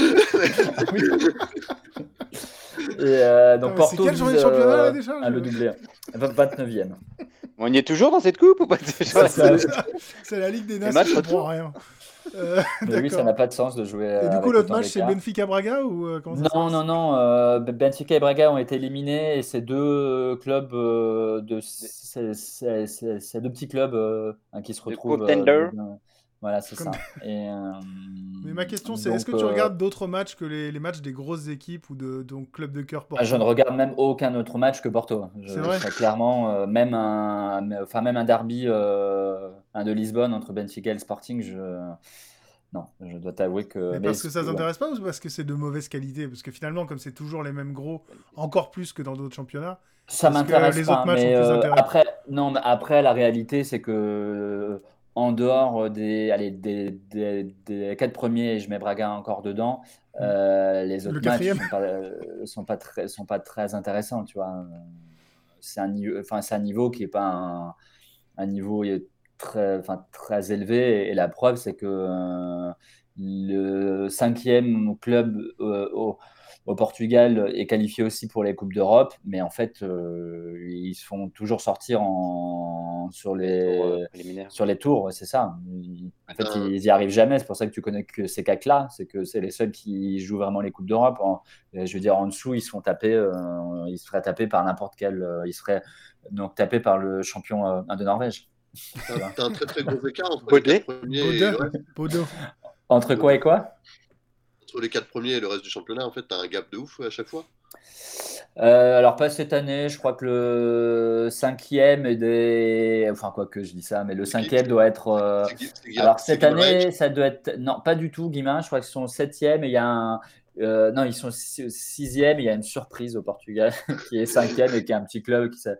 Et donc Porto, c'est quelle journée de championnat là, déjà le doublé. 29e. On y est toujours dans cette coupe ou pas? C'est la Ligue des Nations, je comprends rien. Mais oui, ça n'a pas de sens de jouer. Et du coup, l'autre match, c'est Benfica-Braga ou comment ça se passe? Non. Benfica et Braga ont été éliminés et c'est deux clubs c'est deux petits clubs qui se retrouvent. Voilà, c'est ça. Mais ma question, c'est est-ce que tu regardes d'autres matchs que les matchs des grosses équipes ou de clubs de cœur Porto? Je ne regarde même aucun autre match que Porto. C'est vrai. Clairement, même un derby de Lisbonne entre Benfica et le Sporting, non, je dois t'avouer que... Mais parce que ça t'intéresse pas ou parce que c'est de mauvaise qualité? Parce que finalement, comme c'est toujours les mêmes gros, encore plus que dans d'autres championnats, ça m'intéresse les pas, autres matchs mais ont plus d'intérêt. après, la réalité, c'est que en dehors des 4 premiers, et je mets Braga encore dedans, les autres matchs sont pas très intéressants, tu vois. C'est un niveau qui est pas un niveau très élevé, et la preuve, c'est que le 5e club au Portugal est qualifié aussi pour les Coupes d'Europe, mais en fait, ils se font toujours sortir sur les tours, c'est ça. En fait, ils n'y arrivent jamais. C'est pour ça que tu connais que ces CAC-là, c'est que c'est les seuls qui jouent vraiment les Coupes d'Europe. Je veux dire, en dessous, ils se font taper, ils se feraient taper par n'importe quel. Ils seraient donc tapés par le champion de Norvège. T'as un très très gros écart entre les 4 premiers et le reste. Bodo. Entre quoi et quoi? Entre les 4 premiers et le reste du championnat, en fait, t'as un gap de ouf à chaque fois. Alors pas cette année, je crois que le 5e enfin quoi que je dis ça, mais le 5e doit être... Alors cette année, ça doit être... Non, pas du tout, Guimarães, je crois qu'ils sont 7e et il y a un... non, ils sont 6e et il y a une surprise au Portugal qui est 5e et qui est un petit club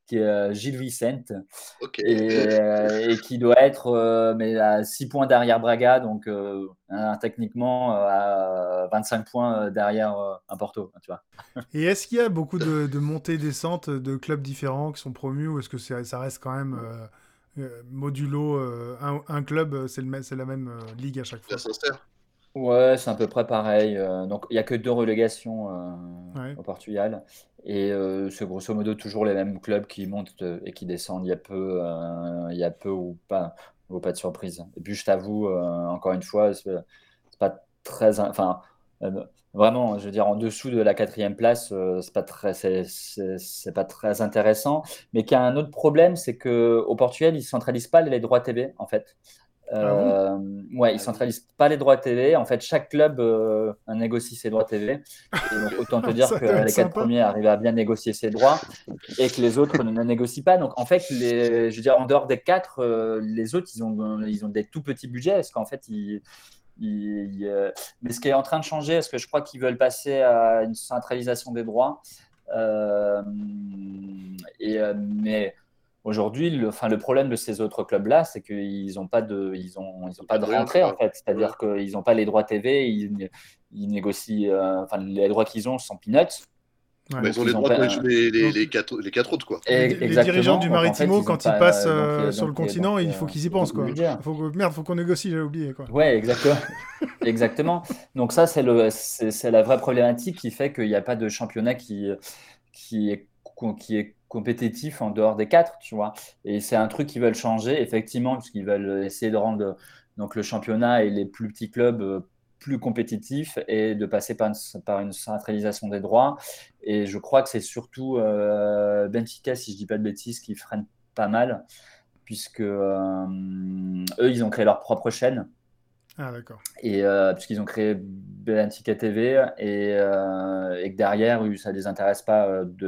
qui est Gilles Vicente, Ok. et qui doit être mais à 6 points derrière Braga, donc techniquement à 25 points derrière un Porto, tu vois. Et est-ce qu'il y a beaucoup de montées-descentes de clubs différents qui sont promus, ou est-ce que ça reste quand même modulo un club, c'est la même ligue à chaque fois? La sincère. Ouais, c'est à peu près pareil. Donc, il n'y a que 2 relégations Ouais. au Portugal. Et c'est grosso modo toujours les mêmes clubs qui montent et qui descendent. Il y a peu ou pas de surprise. Et puis, je t'avoue, encore une fois, c'est pas très. Enfin, vraiment, je veux dire, en dessous de la 4e place, c'est pas très intéressant. Mais qu'il y a un autre problème, c'est qu'au Portugal, ils ne centralisent pas les droits TV, en fait. Ah bon? Ouais, ils centralisent pas les droits TV. En fait, chaque club négocie ses droits TV. Et donc, autant te dire Ça que doit être les 4 sympa. premiers arrivent à bien négocier ses droits et que les autres ne négocient pas. Donc, en fait, je veux dire, en dehors des 4, les autres, ils ont des tout petits budgets parce qu'en fait, mais ce qui est en train de changer, parce que je crois qu'ils veulent passer à une centralisation des droits. Mais aujourd'hui, le problème de ces autres clubs-là, c'est qu'ils n'ont pas ils ont pas de moyens, rentrée, en quoi. fait. C'est-à-dire qu'ils n'ont pas les droits TV, ils négocient, les droits qu'ils ont sont peanuts. Ouais. Bah, ils ont les Ils ont droits pas, quand ils jouent les Donc, 4 autres, quoi. les dirigeants exactement. du Donc, en fait, Maritimo, ils ont quand ils pas, passent sur le continent, il faut qu'ils y ils ont pensent, plus de quoi. budget. Faut qu'on négocie, j'ai oublié, quoi. Ouais, exactement. Exactement. Donc ça, c'est la vraie problématique qui fait qu'il n'y a pas de championnat qui est compétitif en dehors des 4, tu vois. Et c'est un truc qu'ils veulent changer, effectivement, puisqu'ils veulent essayer de rendre donc, le championnat et les plus petits clubs plus compétitifs et de passer par une centralisation des droits. Et je crois que c'est surtout Benfica, si je ne dis pas de bêtises, qui freine pas mal, puisque eux, ils ont créé leur propre chaîne. Ah, d'accord. Et puisqu'ils ont créé Benfica TV et que derrière, ça ne les intéresse pas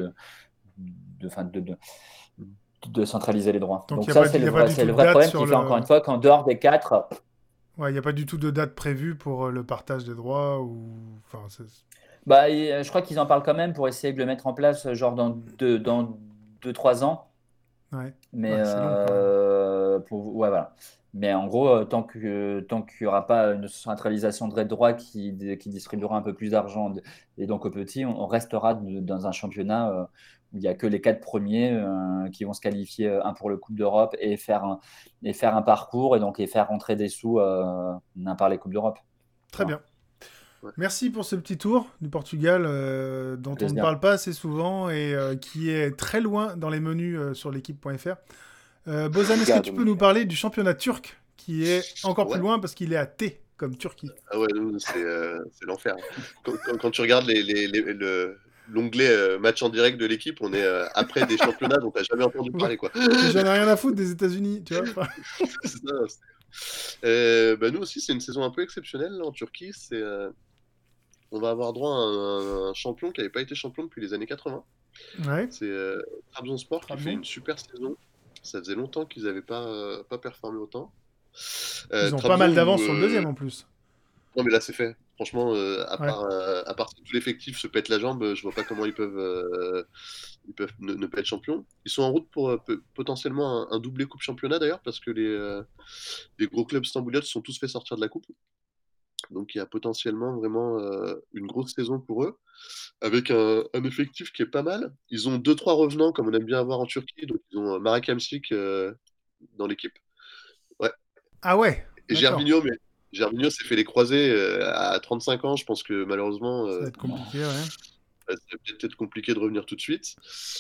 de centraliser les droits. Donc, Donc il ça, n'y a pas du c'est tout le de vrai date problème sur qui fait encore une fois qu'en dehors des 4, Ouais, il n'y a pas du tout de date prévue pour le partage des droits ou... Enfin, je crois qu'ils en parlent quand même pour essayer de le mettre en place genre dans 2-3 ans. Ouais. Mais Ouais, c'est long, quand même. ouais, voilà. Mais en gros, tant qu'il n'y aura pas une centralisation de droits qui distribuera un peu plus d'argent et donc aux petits, on restera dans un championnat où il n'y a que les 4 premiers qui vont se qualifier, un pour le Coupe d'Europe et faire un parcours et faire rentrer des sous par les Coupes d'Europe. Très bien. Merci pour ce petit tour du Portugal dont on ne parle pas assez souvent et qui est très loin dans les menus sur l'équipe.fr. Bozan, est-ce que tu peux nous parler du championnat turc qui est encore plus loin parce qu'il est à T comme Turquie? Ah ouais, c'est l'enfer. Quand tu regardes l'onglet match en direct de l'équipe, on est après des championnats dont tu n'as jamais entendu parler, quoi. J'en ai rien à foutre des États-Unis, tu vois. Nous aussi, c'est une saison un peu exceptionnelle là, en Turquie. On va avoir droit à un champion qui n'avait pas été champion depuis les années 80. Ouais. C'est Trabzonspor qui fait une super saison. Ça faisait longtemps qu'ils n'avaient pas performé autant. Ils ont pas mal d'avance sur le deuxième en plus. Non, mais là, c'est fait. Franchement, à part si tout l'effectif se pète la jambe, je vois pas comment ils peuvent ne pas être champions. Ils sont en route pour potentiellement un doublé Coupe Championnat d'ailleurs, parce que les gros clubs stambouliotes se sont tous fait sortir de la Coupe. Donc il y a potentiellement vraiment une grosse saison pour eux, avec un effectif qui est pas mal. Ils ont 2-3 revenants, comme on aime bien avoir en Turquie. Donc ils ont Marek Hamsik dans l'équipe. Ouais. Ah ouais. Et Gervinho s'est fait les croisés à 35 ans. Je pense que malheureusement, ça va être compliqué, ouais. Ça va peut-être compliqué de revenir tout de suite.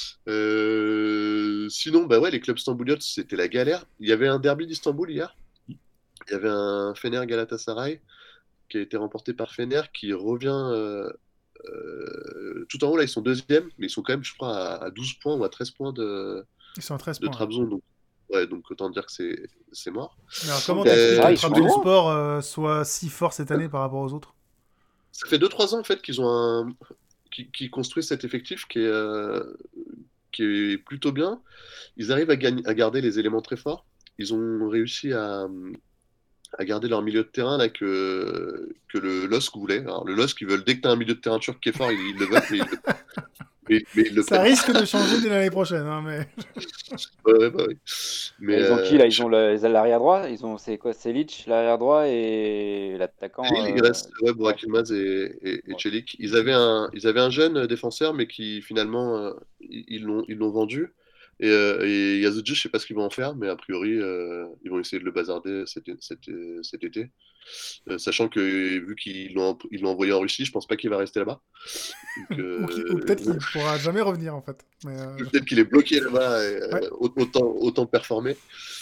Sinon, les clubs stambouliotes, c'était la galère. Il y avait un derby d'Istanbul hier. Il y avait un Fener Galatasaray qui a été remporté par Fener, qui revient tout en haut. Là, ils sont deuxième, mais ils sont quand même, je crois, à 12 points ou à 13 points de Trabzon. Donc autant dire que c'est mort. Alors, comment t'expliques que Trabzonspor soit si fort cette année par rapport aux autres? Ça fait 2-3 ans en fait qu'ils construisent cet effectif qui est plutôt bien. Ils arrivent à garder les éléments très forts. Ils ont réussi à garder leur milieu de terrain là que le LOSC voulait. Alors, le LOSC, ils veulent, dès que tu as un milieu de terrain turc qui est fort, ils le veulent. mais ils le Ça prennent risque de changer dès l'année prochaine, hein, mais... pas. Ouais, bah oui. Mais Ils ont qui là? Ils ont l'arrière droit. C'est quoi? Selic, l'arrière droit et l'attaquant. Lille, il reste Burak Yılmaz et Ouais. Çelik. Ils avaient un jeune défenseur, mais qui finalement, ils l'ont vendu. Et Yazıcı, je sais pas ce qu'ils vont en faire, mais a priori, ils vont essayer de le bazarder cet été. Sachant que vu qu'ils l'ont envoyé en Russie, je pense pas qu'il va rester là-bas. Donc, Ou peut-être qu'il pourra jamais revenir, en fait. Mais, peut-être qu'il est bloqué là-bas, et, Ouais. autant performer.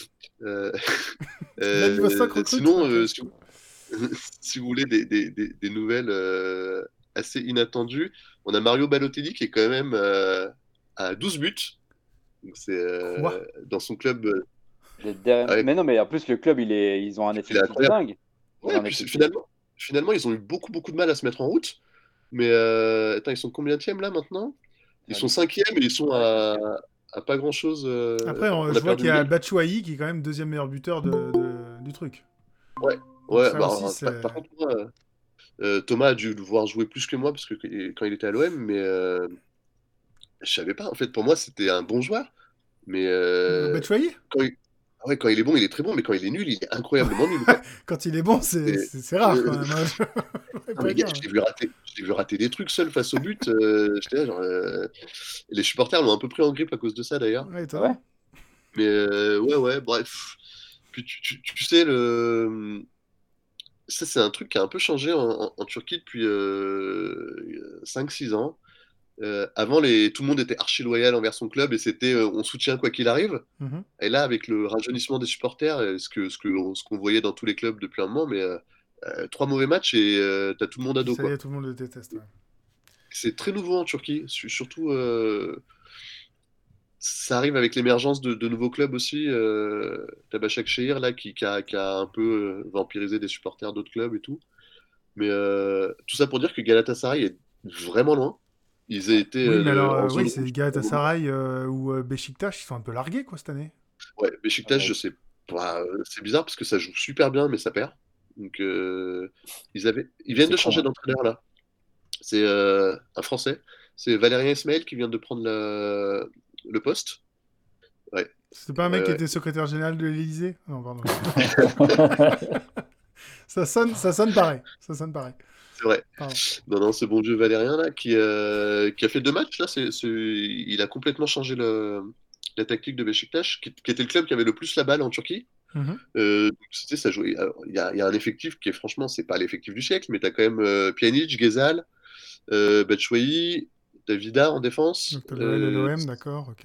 Vladivostok recrute, Sinon, ok. si vous voulez des nouvelles assez inattendues, on a Mario Balotelli qui est quand même à 12 buts. Donc c'est Quoi dans son club. Ah ouais. Ouais, Mais non, mais en plus, le club, ils ont un il est effectif de incroyable. dingue. Ouais, puis finalement, ils ont eu beaucoup de mal à se mettre en route. Mais attends, ils sont combienième là maintenant? Ils sont 5e et ils sont à pas grand-chose. Après, On je a vois perdu qu'il y a Lille. Batshuayi qui est quand même deuxième meilleur buteur du truc. Ouais, Donc ouais. ça Bah, aussi, par c'est... par contre, moi, Thomas a dû le voir jouer plus que moi parce que quand il était à l'OM, mais je savais pas. En fait, pour moi, c'était un bon joueur. Mais Batshuayi quand il est bon, il est très bon, mais quand il est nul, il est incroyablement nul, quoi. Quand il est bon, c'est Et- rare quand même, hein. Je vais Non, pas mais gars, dire. je l'ai vu rater des trucs seul face au but. J'étais là, genre, les supporters l'ont un peu pris en grippe à cause de ça d'ailleurs. Ouais, Ah étonnant. ouais? Mais ouais, bref. Puis tu sais, ça c'est un truc qui a un peu changé en Turquie depuis 5-6 ans. Avant, tout le monde était archi loyal envers son club et c'était on soutient quoi qu'il arrive. Mhm. Et là, avec le rajeunissement des supporters, ce qu'on voyait dans tous les clubs depuis un moment, mais 3 mauvais matchs et t'as tout le monde à dos, Ça y quoi. est, tout le monde le déteste. Ouais. C'est très nouveau en Turquie, surtout ça arrive avec l'émergence de nouveaux clubs aussi. T'as Başakşehir là qui a un peu vampirisé des supporters d'autres clubs et tout. Mais tout ça pour dire que Galatasaray est vraiment loin. Ils étaient Oui, mais alors, en oui, zone c'est rouge. Galatasaray ou Beşiktaş, ils sont un peu largués, quoi, cette année. Ouais, Beşiktaş, Ouais. je sais pas. C'est bizarre parce que ça joue super bien, mais ça perd. Donc, ils viennent C'est de con, changer hein. d'entraîneur là. C'est un Français. C'est Valérien Ismaël qui vient de prendre le poste. Ouais, C'était pas un mec qui ouais. était secrétaire général de l'Élysée? Non, pardon. Ça sonne pareil. Ça sonne pareil. C'est vrai. Pardon. Non, ce bon vieux Valérien là qui a fait 2 matchs là. Il a complètement changé la tactique de Beşiktaş, qui était le club qui avait le plus la balle en Turquie. Mhm. Tu sais, ça jouait. Alors, il y a un effectif qui est franchement, c'est pas l'effectif du siècle, mais t'as quand même Pjanic, Ghezal, Batshuayi, t'as Vida en défense. Donc, t'as l'OM, d'accord, ok.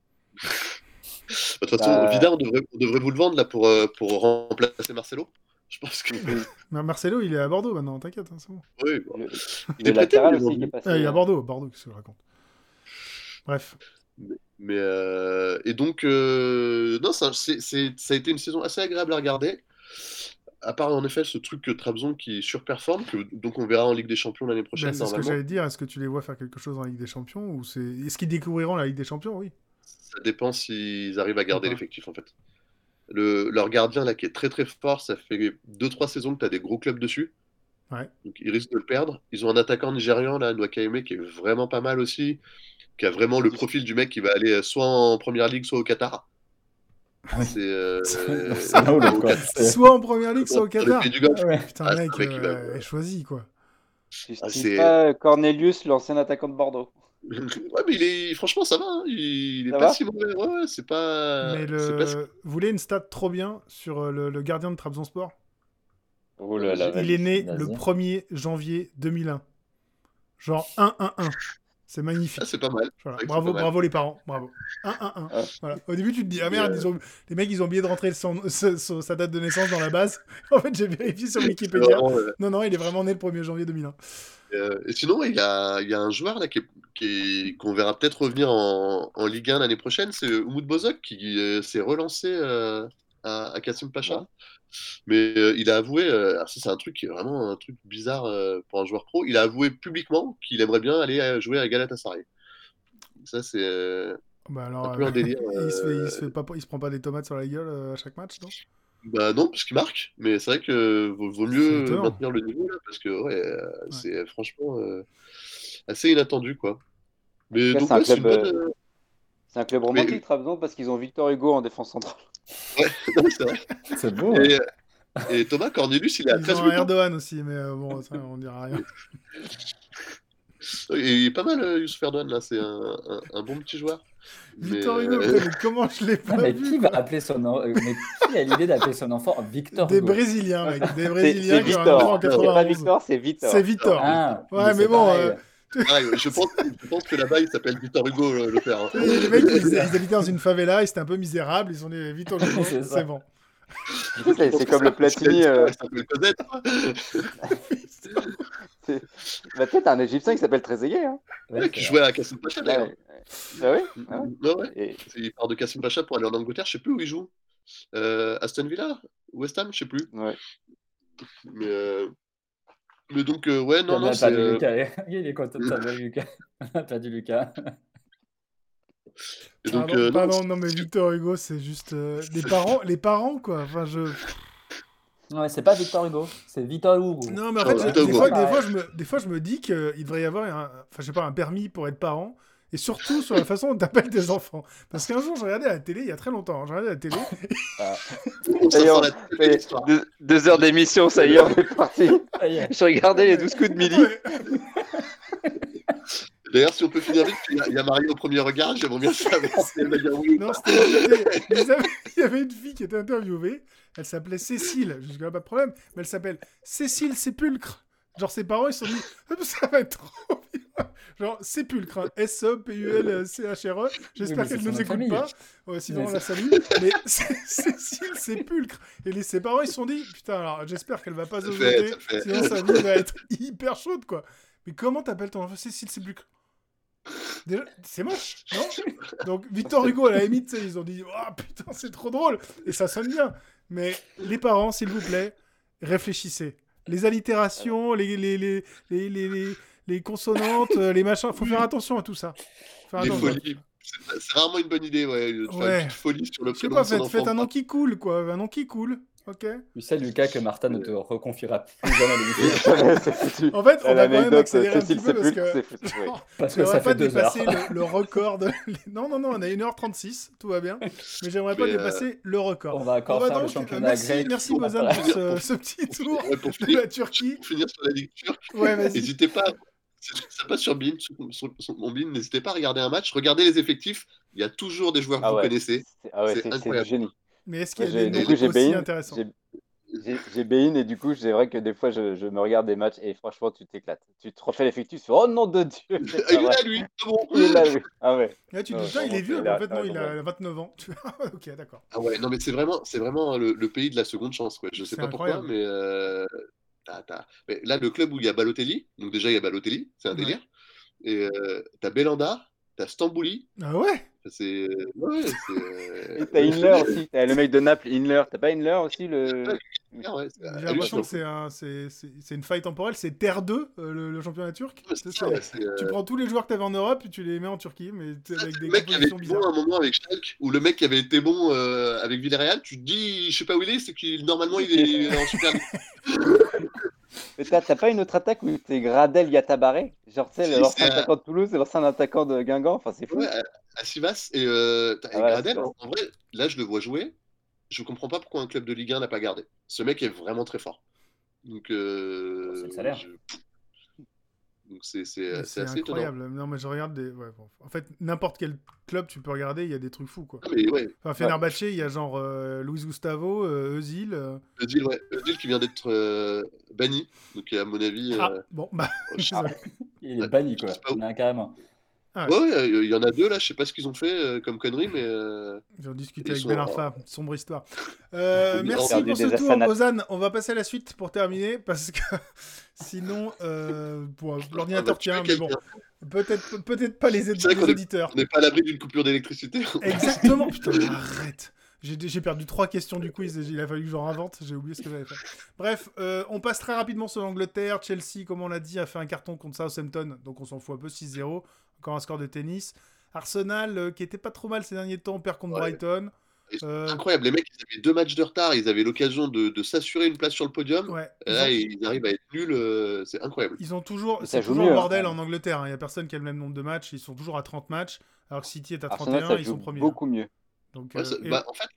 De toute façon, Vida, on devrait vous le vendre là pour remplacer Marcelo. Je pense que. Mais Marcelo, il est à Bordeaux maintenant, t'inquiète, hein, c'est bon. Oui, bon. Le, Il le est prêté, latéral mais aussi qui est vendu. passé. Il est à Bordeaux, qu'est-ce que je raconte? Bref. Mais et donc, non, ça a été une saison assez agréable à regarder. À part en effet ce truc que Trabzon qui surperforme, donc on verra en Ligue des Champions l'année Ben, prochaine c'est ce que normalement. j'allais dire. Est-ce que tu les vois faire quelque chose en Ligue des Champions ou c'est... Est-ce qu'ils découvriront la Ligue des Champions? Oui. Ça dépend s'ils arrivent à garder Ou pas. l'effectif en fait. Leur gardien là qui est très très fort, ça fait 2-3 saisons que tu as des gros clubs dessus. Ouais. Donc ils risquent de le perdre. Ils ont un attaquant nigérian là, Nwakaeme, qui est vraiment pas mal aussi, qui a vraiment le profil du mec qui va aller soit en première ligue, soit au Qatar. Oui. C'est no, le quoi. Soit en première ligue, soit au Qatar. du golf. Ouais. Putain, Ah, c'est mec, un mec qui va- choisis, quoi. Tu Ah, utilises c'est- pas Cornelius, l'ancien attaquant de Bordeaux. Ouais, mais franchement, ça va, hein. Il est Ça pas va si mauvais. Ouais, c'est pas. Mais C'est pas si- vous voulez une stat trop bien sur le gardien de Trabzonspor? Oh là là, Vas-y. Il est né vas-y. le 1er janvier 2001. Genre 1-1-1. C'est magnifique. Ah, c'est pas mal. Voilà. C'est vrai que c'est pas mal. Bravo les parents. Bravo. 1-1-1. Ah. Voilà. Au début, tu te dis, ah merde, Et, les mecs, ils ont oublié de rentrer sa date de naissance dans la base. En fait, j'ai vérifié sur c'est Wikipédia. vraiment, Non, il est vraiment né le 1er janvier 2001. et sinon, ouais, il y a un joueur là qu'on verra peut-être revenir en Ligue 1 l'année prochaine, c'est Umut Bozok qui s'est relancé à Kasım Pacha. Ouais. Mais il a avoué, alors ça c'est un truc qui est vraiment un truc bizarre pour un joueur pro, il a avoué publiquement qu'il aimerait bien aller jouer à Galatasaray. Ça c'est Bah un alors, peu un délire. il se prend pas des tomates sur la gueule à chaque match, non? Bah non, parce qu'il marque, mais c'est vrai que vaut C'est mieux étonnant. maintenir le niveau là, parce que ouais, c'est franchement assez inattendu quoi. Mais Là, donc, c'est un ouais, c'est une club, bonne. c'est un club romantique, Trabzon, parce qu'ils ont Victor Hugo en défense centrale. Ouais, non, c'est vrai. C'est beau. Hein. Et Thomas Cornelius, il est à Ils 13 ont buts. un Erdogan aussi, mais bon, ça, on dira rien. Et il est pas mal, Youssouf Erdogan, là. C'est un bon petit joueur. Victor Hugo, putain, mais comment je l'ai Non, pas mais vu, qui va quoi. appeler son mais qui a l'idée d'appeler son enfant Victor Des Hugo? Brésiliens, mec. Des C'est Brésiliens qui ont un enfant en Victor. C'est pas 91. Victor, c'est Victor. C'est Victor. Ah, Ouais, mais c'est bon, pareil. Pareil, je pense que là-bas, il s'appelle Victor Hugo, le père. Hein. les mecs, ils habitaient dans une favela, ils étaient un peu misérables, ils ont dit Victor Hugo, C'est ça. c'est bon. Du coup, c'est comme le Platini. Il s'appelle Cosette. Bah, peut-être un Égyptien qui s'appelle Trezeguet. Hein. Ouais, qui jouait à Kassim Pacha, d'ailleurs. Ah oui. Ah ouais. Ouais, ouais. Et- Il part de Kassim Pacha pour aller en Angleterre, je sais plus où il joue. Aston Villa, West Ham, je sais plus. ouais. Mais donc, ouais, non, On non, a c'est. perdu Lucas. Il est content de savoir Lucas. On a perdu Lucas. Et donc, Pardon, non, mais Victor Hugo, c'est juste les parents, quoi. Enfin, Ouais, c'est pas Victor Hugo, c'est Victor Hugo. non, mais en Ouais, fait, Victor Hugo. des fois, je me dis qu'il devrait y avoir enfin, je sais pas, un permis pour être parent. Et surtout sur la façon dont t'appelles tes enfants. Parce qu'un jour, je regardais à la télé, il y a très longtemps, je regardais à la télé. ça D'ailleurs, sent la histoire. 2 heures d'émission, ça y est, on est parti. Ça y est. Je regardais les 12 coups de midi. D'ailleurs, si on peut finir vite, il y a Marie au premier regard, j'aimerais bien savoir si elle va dire oui ou Non, pas. il y avait une fille qui était interviewée. Elle s'appelait Cécile. Jusque-là, pas de problème. Mais elle s'appelle Cécile Sépulcre. Genre, ses parents, ils se sont dit, ça va être trop bien. Genre, Sépulcre. Hein. S-E-P-U-L-C-H-R-E. J'espère mais qu'elle c'est ne nous son écoute famille. pas. Ouais, sinon, Mais on la salue. Mais Cécile Sépulcre. Et ses parents, ils se sont dit, putain, alors, j'espère qu'elle va pas se jeter. Sinon, sa vie va être hyper chaude, quoi. Mais comment t'appelles ton enfant Cécile Sépulcre? Déjà, c'est moche, non? Donc Victor Hugo, à la limite, ils ont dit « Oh putain, c'est trop drôle !» Et ça sonne bien. Mais les parents, s'il vous plaît, réfléchissez. Les allitérations, les consonantes, les machins, faut faire attention à tout ça. Faire Les attention. folies. C'est rarement une bonne idée, ouais, de faire Ouais. une petite folie sur le Je sais prénom pas, de son faites enfant. un nom qui coule, quoi. Un nom qui coule. Ok. Tu sais, Lucas, que Martin ne te reconfiera plus jamais l'émission. C'est foutu. En fait, on va quand même L'anecdote, accélérer un petit Cécile peu parce Sépulcre, que... c'est foutu. Ouais. Parce Je que ça n'aimerais pas fait 2 heures. dépasser le record de... Non, on a 1h36, tout va bien. Mais j'aimerais pas Mais, dépasser le record. On va encore faire le championnat grec. Merci Bozan pour ce petit tour Pour de la Turquie. Pour finir sur la Ligue turque, Ouais, vas-y. n'hésitez pas, ça passe sur Bein, sur mon Bein, n'hésitez pas à regarder un match, regardez les effectifs, il y a toujours des joueurs que Ah vous ouais. connaissez. C'est du incroyable. génie. Mais est-ce qu'il y a Moi, des du noms coup, j'ai aussi Bein, intéressants? j'ai Bein et du coup, c'est vrai que des fois, je me regarde des matchs et franchement, tu t'éclates. Tu te refais l'effectif, tu fais oh nom de Dieu! Ah, il est là, lui, c'est bon. Il est là, lui. Ah ouais. Là, tu te Ouais, dis, putain, il est vraiment, vieux. il Mais a- en fait, non, ouais, il a ouais. 29 ans. Ok, d'accord. Ah ouais, non mais c'est vraiment le pays de la seconde chance, quoi. Je sais C'est pas pourquoi, incroyable. mais, mais là, le club où il y a Balotelli, donc déjà il y a Balotelli, c'est un Ouais. délire, et t'as Belanda, t'as Stambouli, Ah ouais? c'est... Ouais, Et t'as Inler aussi. T'as le mec de Naples, Inler. T'as pas Inler aussi ouais, c'est J'ai l'impression que c'est une faille temporelle. C'est Terre 2, le championnat turc. Tu prends tous les joueurs que t'avais en Europe et tu les mets en Turquie, mais avec des le mec qui avait été compositions bon bizarres. à un moment avec Schalke, ou le mec qui avait été bon avec Villarreal, tu te dis, je sais pas où il est, c'est qu'il normalement il est en Super League. Mais t'as pas une autre attaque où t'es Gradel Yatabaré? Genre, tu sais, Si, l'ancien c'est, attaquant de Toulouse et l'ancien attaquant de Guingamp. Enfin, c'est fou. Ouais, à Sivas, et voilà, Gradel, Sivas. en vrai, là je le vois jouer, je comprends pas pourquoi un club de Ligue 1 l'a pas gardé. Ce mec est vraiment très fort. Donc, C'est le salaire. Donc c'est C'est assez étonnant. incroyable. Non, mais je regarde des. Ouais, bon. En fait, n'importe quel club tu peux regarder, il y a des trucs fous, quoi. Ah, mais ouais, Enfin, Fenerbahçe, il y a genre Luis Gustavo, Özil. Özil qui vient d'être banni, donc à mon avis, Ah, bon, bah. Il est banni, quoi. Je sais pas où. Carrément. Ah, ouais, il y en a deux là, je sais pas ce qu'ils ont fait comme connerie, mais J'en discutais Ils avec sont Ben en- Arfa, sombre histoire. Ils Merci perdu pour ce des tour, Asanat. Ozan. On va passer à la suite pour terminer, parce que sinon, l'ordinateur tient, mais bon, peut-être pas les C'est vrai qu'on est- auditeurs. on n'est pas à l'abri d'une coupure d'électricité. Exactement, putain, arrête. J'ai perdu 3 questions du quiz, il a fallu que j'en invente, j'ai oublié ce que j'avais fait. Bref, on passe très rapidement sur l'Angleterre. Chelsea, comme on l'a dit, a fait un carton contre Southampton, donc on s'en fout un peu, 6-0. Encore un score de tennis. Arsenal, qui était pas trop mal ces derniers temps, perd contre Ouais. Brighton. Incroyable, les mecs, ils avaient 2 matchs de retard, ils avaient l'occasion de s'assurer une place sur le podium. Ouais, Et là, ils arrivent à être nuls, c'est incroyable. ils ont toujours, Mais c'est ça joue toujours mieux, le hein. bordel en Angleterre. Il n'y a personne qui a le même nombre de matchs. Ils sont toujours à 30 matchs, alors que City est à Arsenal, 31, ça ils joue sont premiers. beaucoup mieux. Donc, Ouais, en fait,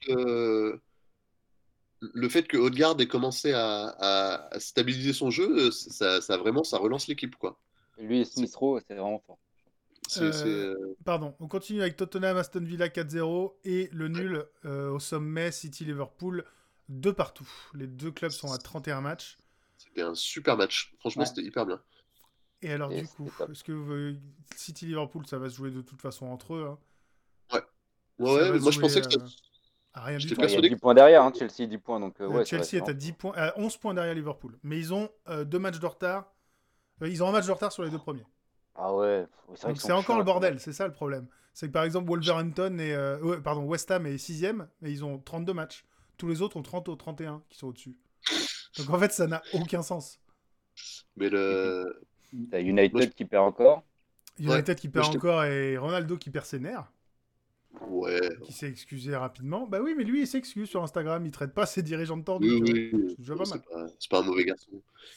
le fait que Odegaard ait commencé à stabiliser son jeu, ça vraiment, ça relance l'équipe, quoi. Lui et Smith Rowe, c'est vraiment fort. Pardon, on continue avec Tottenham, Aston Villa 4-0 et le nul au sommet, City-Liverpool 2 partout. Les deux clubs sont à 31 matchs. C'était un super match. Franchement, Ouais. c'était hyper bien. Et alors, Et du coup, c'était top. est-ce que City-Liverpool, ça va se jouer de toute façon entre eux, hein. Ouais, Ça va se moi, je jouer, pensais que à rien du j'étais tout. Ouais, il y a persuadé 10 points derrière, hein, Chelsea 10 points. Donc, ouais, ça va Chelsea être est à 11 points derrière Liverpool. Mais ils ont 2 matchs de retard. Ils ont un match de retard sur les 2 premiers. Ah ouais, c'est vrai Donc qu'ils c'est sont encore chiants, le là, bordel, c'est ça le problème. C'est que par exemple Wolverhampton et West Ham est 6ème et ils ont 32 matchs. Tous les autres ont 30 ou 31 qui sont au-dessus. Donc en fait ça n'a aucun sens. Mais T'as United Moi, je- qui perd encore. United qui perd moi, je t'ai- encore et Ronaldo qui perd ses nerfs, Ouais, qui s'est excusé rapidement. Bah oui mais lui il s'excuse sur Instagram, il traite pas ses dirigeants de tordus. oui, C'est déjà pas mal. c'est pas un mauvais garçon.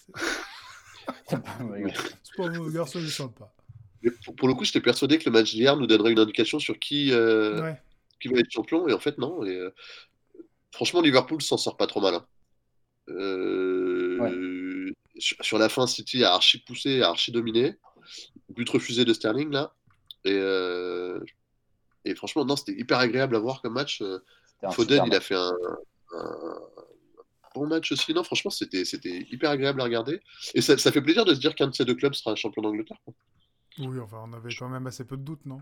Ouais. C'est pas un mauvais garçon, il est sympa. Mais pour le coup, j'étais persuadé que le match d'hier nous donnerait une indication sur qui va Ouais. être champion, et en fait, non. Franchement, Liverpool s'en sort pas trop mal, hein. Sur la fin, City a archi poussé, a archi dominé. But refusé de Sterling, là. Et franchement, non, c'était hyper agréable à voir comme match. C'était un Foden, super il a match. fait un bon match aussi. Non, franchement, c'était hyper agréable à regarder. Et ça fait plaisir de se dire qu'un de ces deux clubs sera champion d'Angleterre, quoi. Oui, enfin on avait quand même assez peu de doutes, non?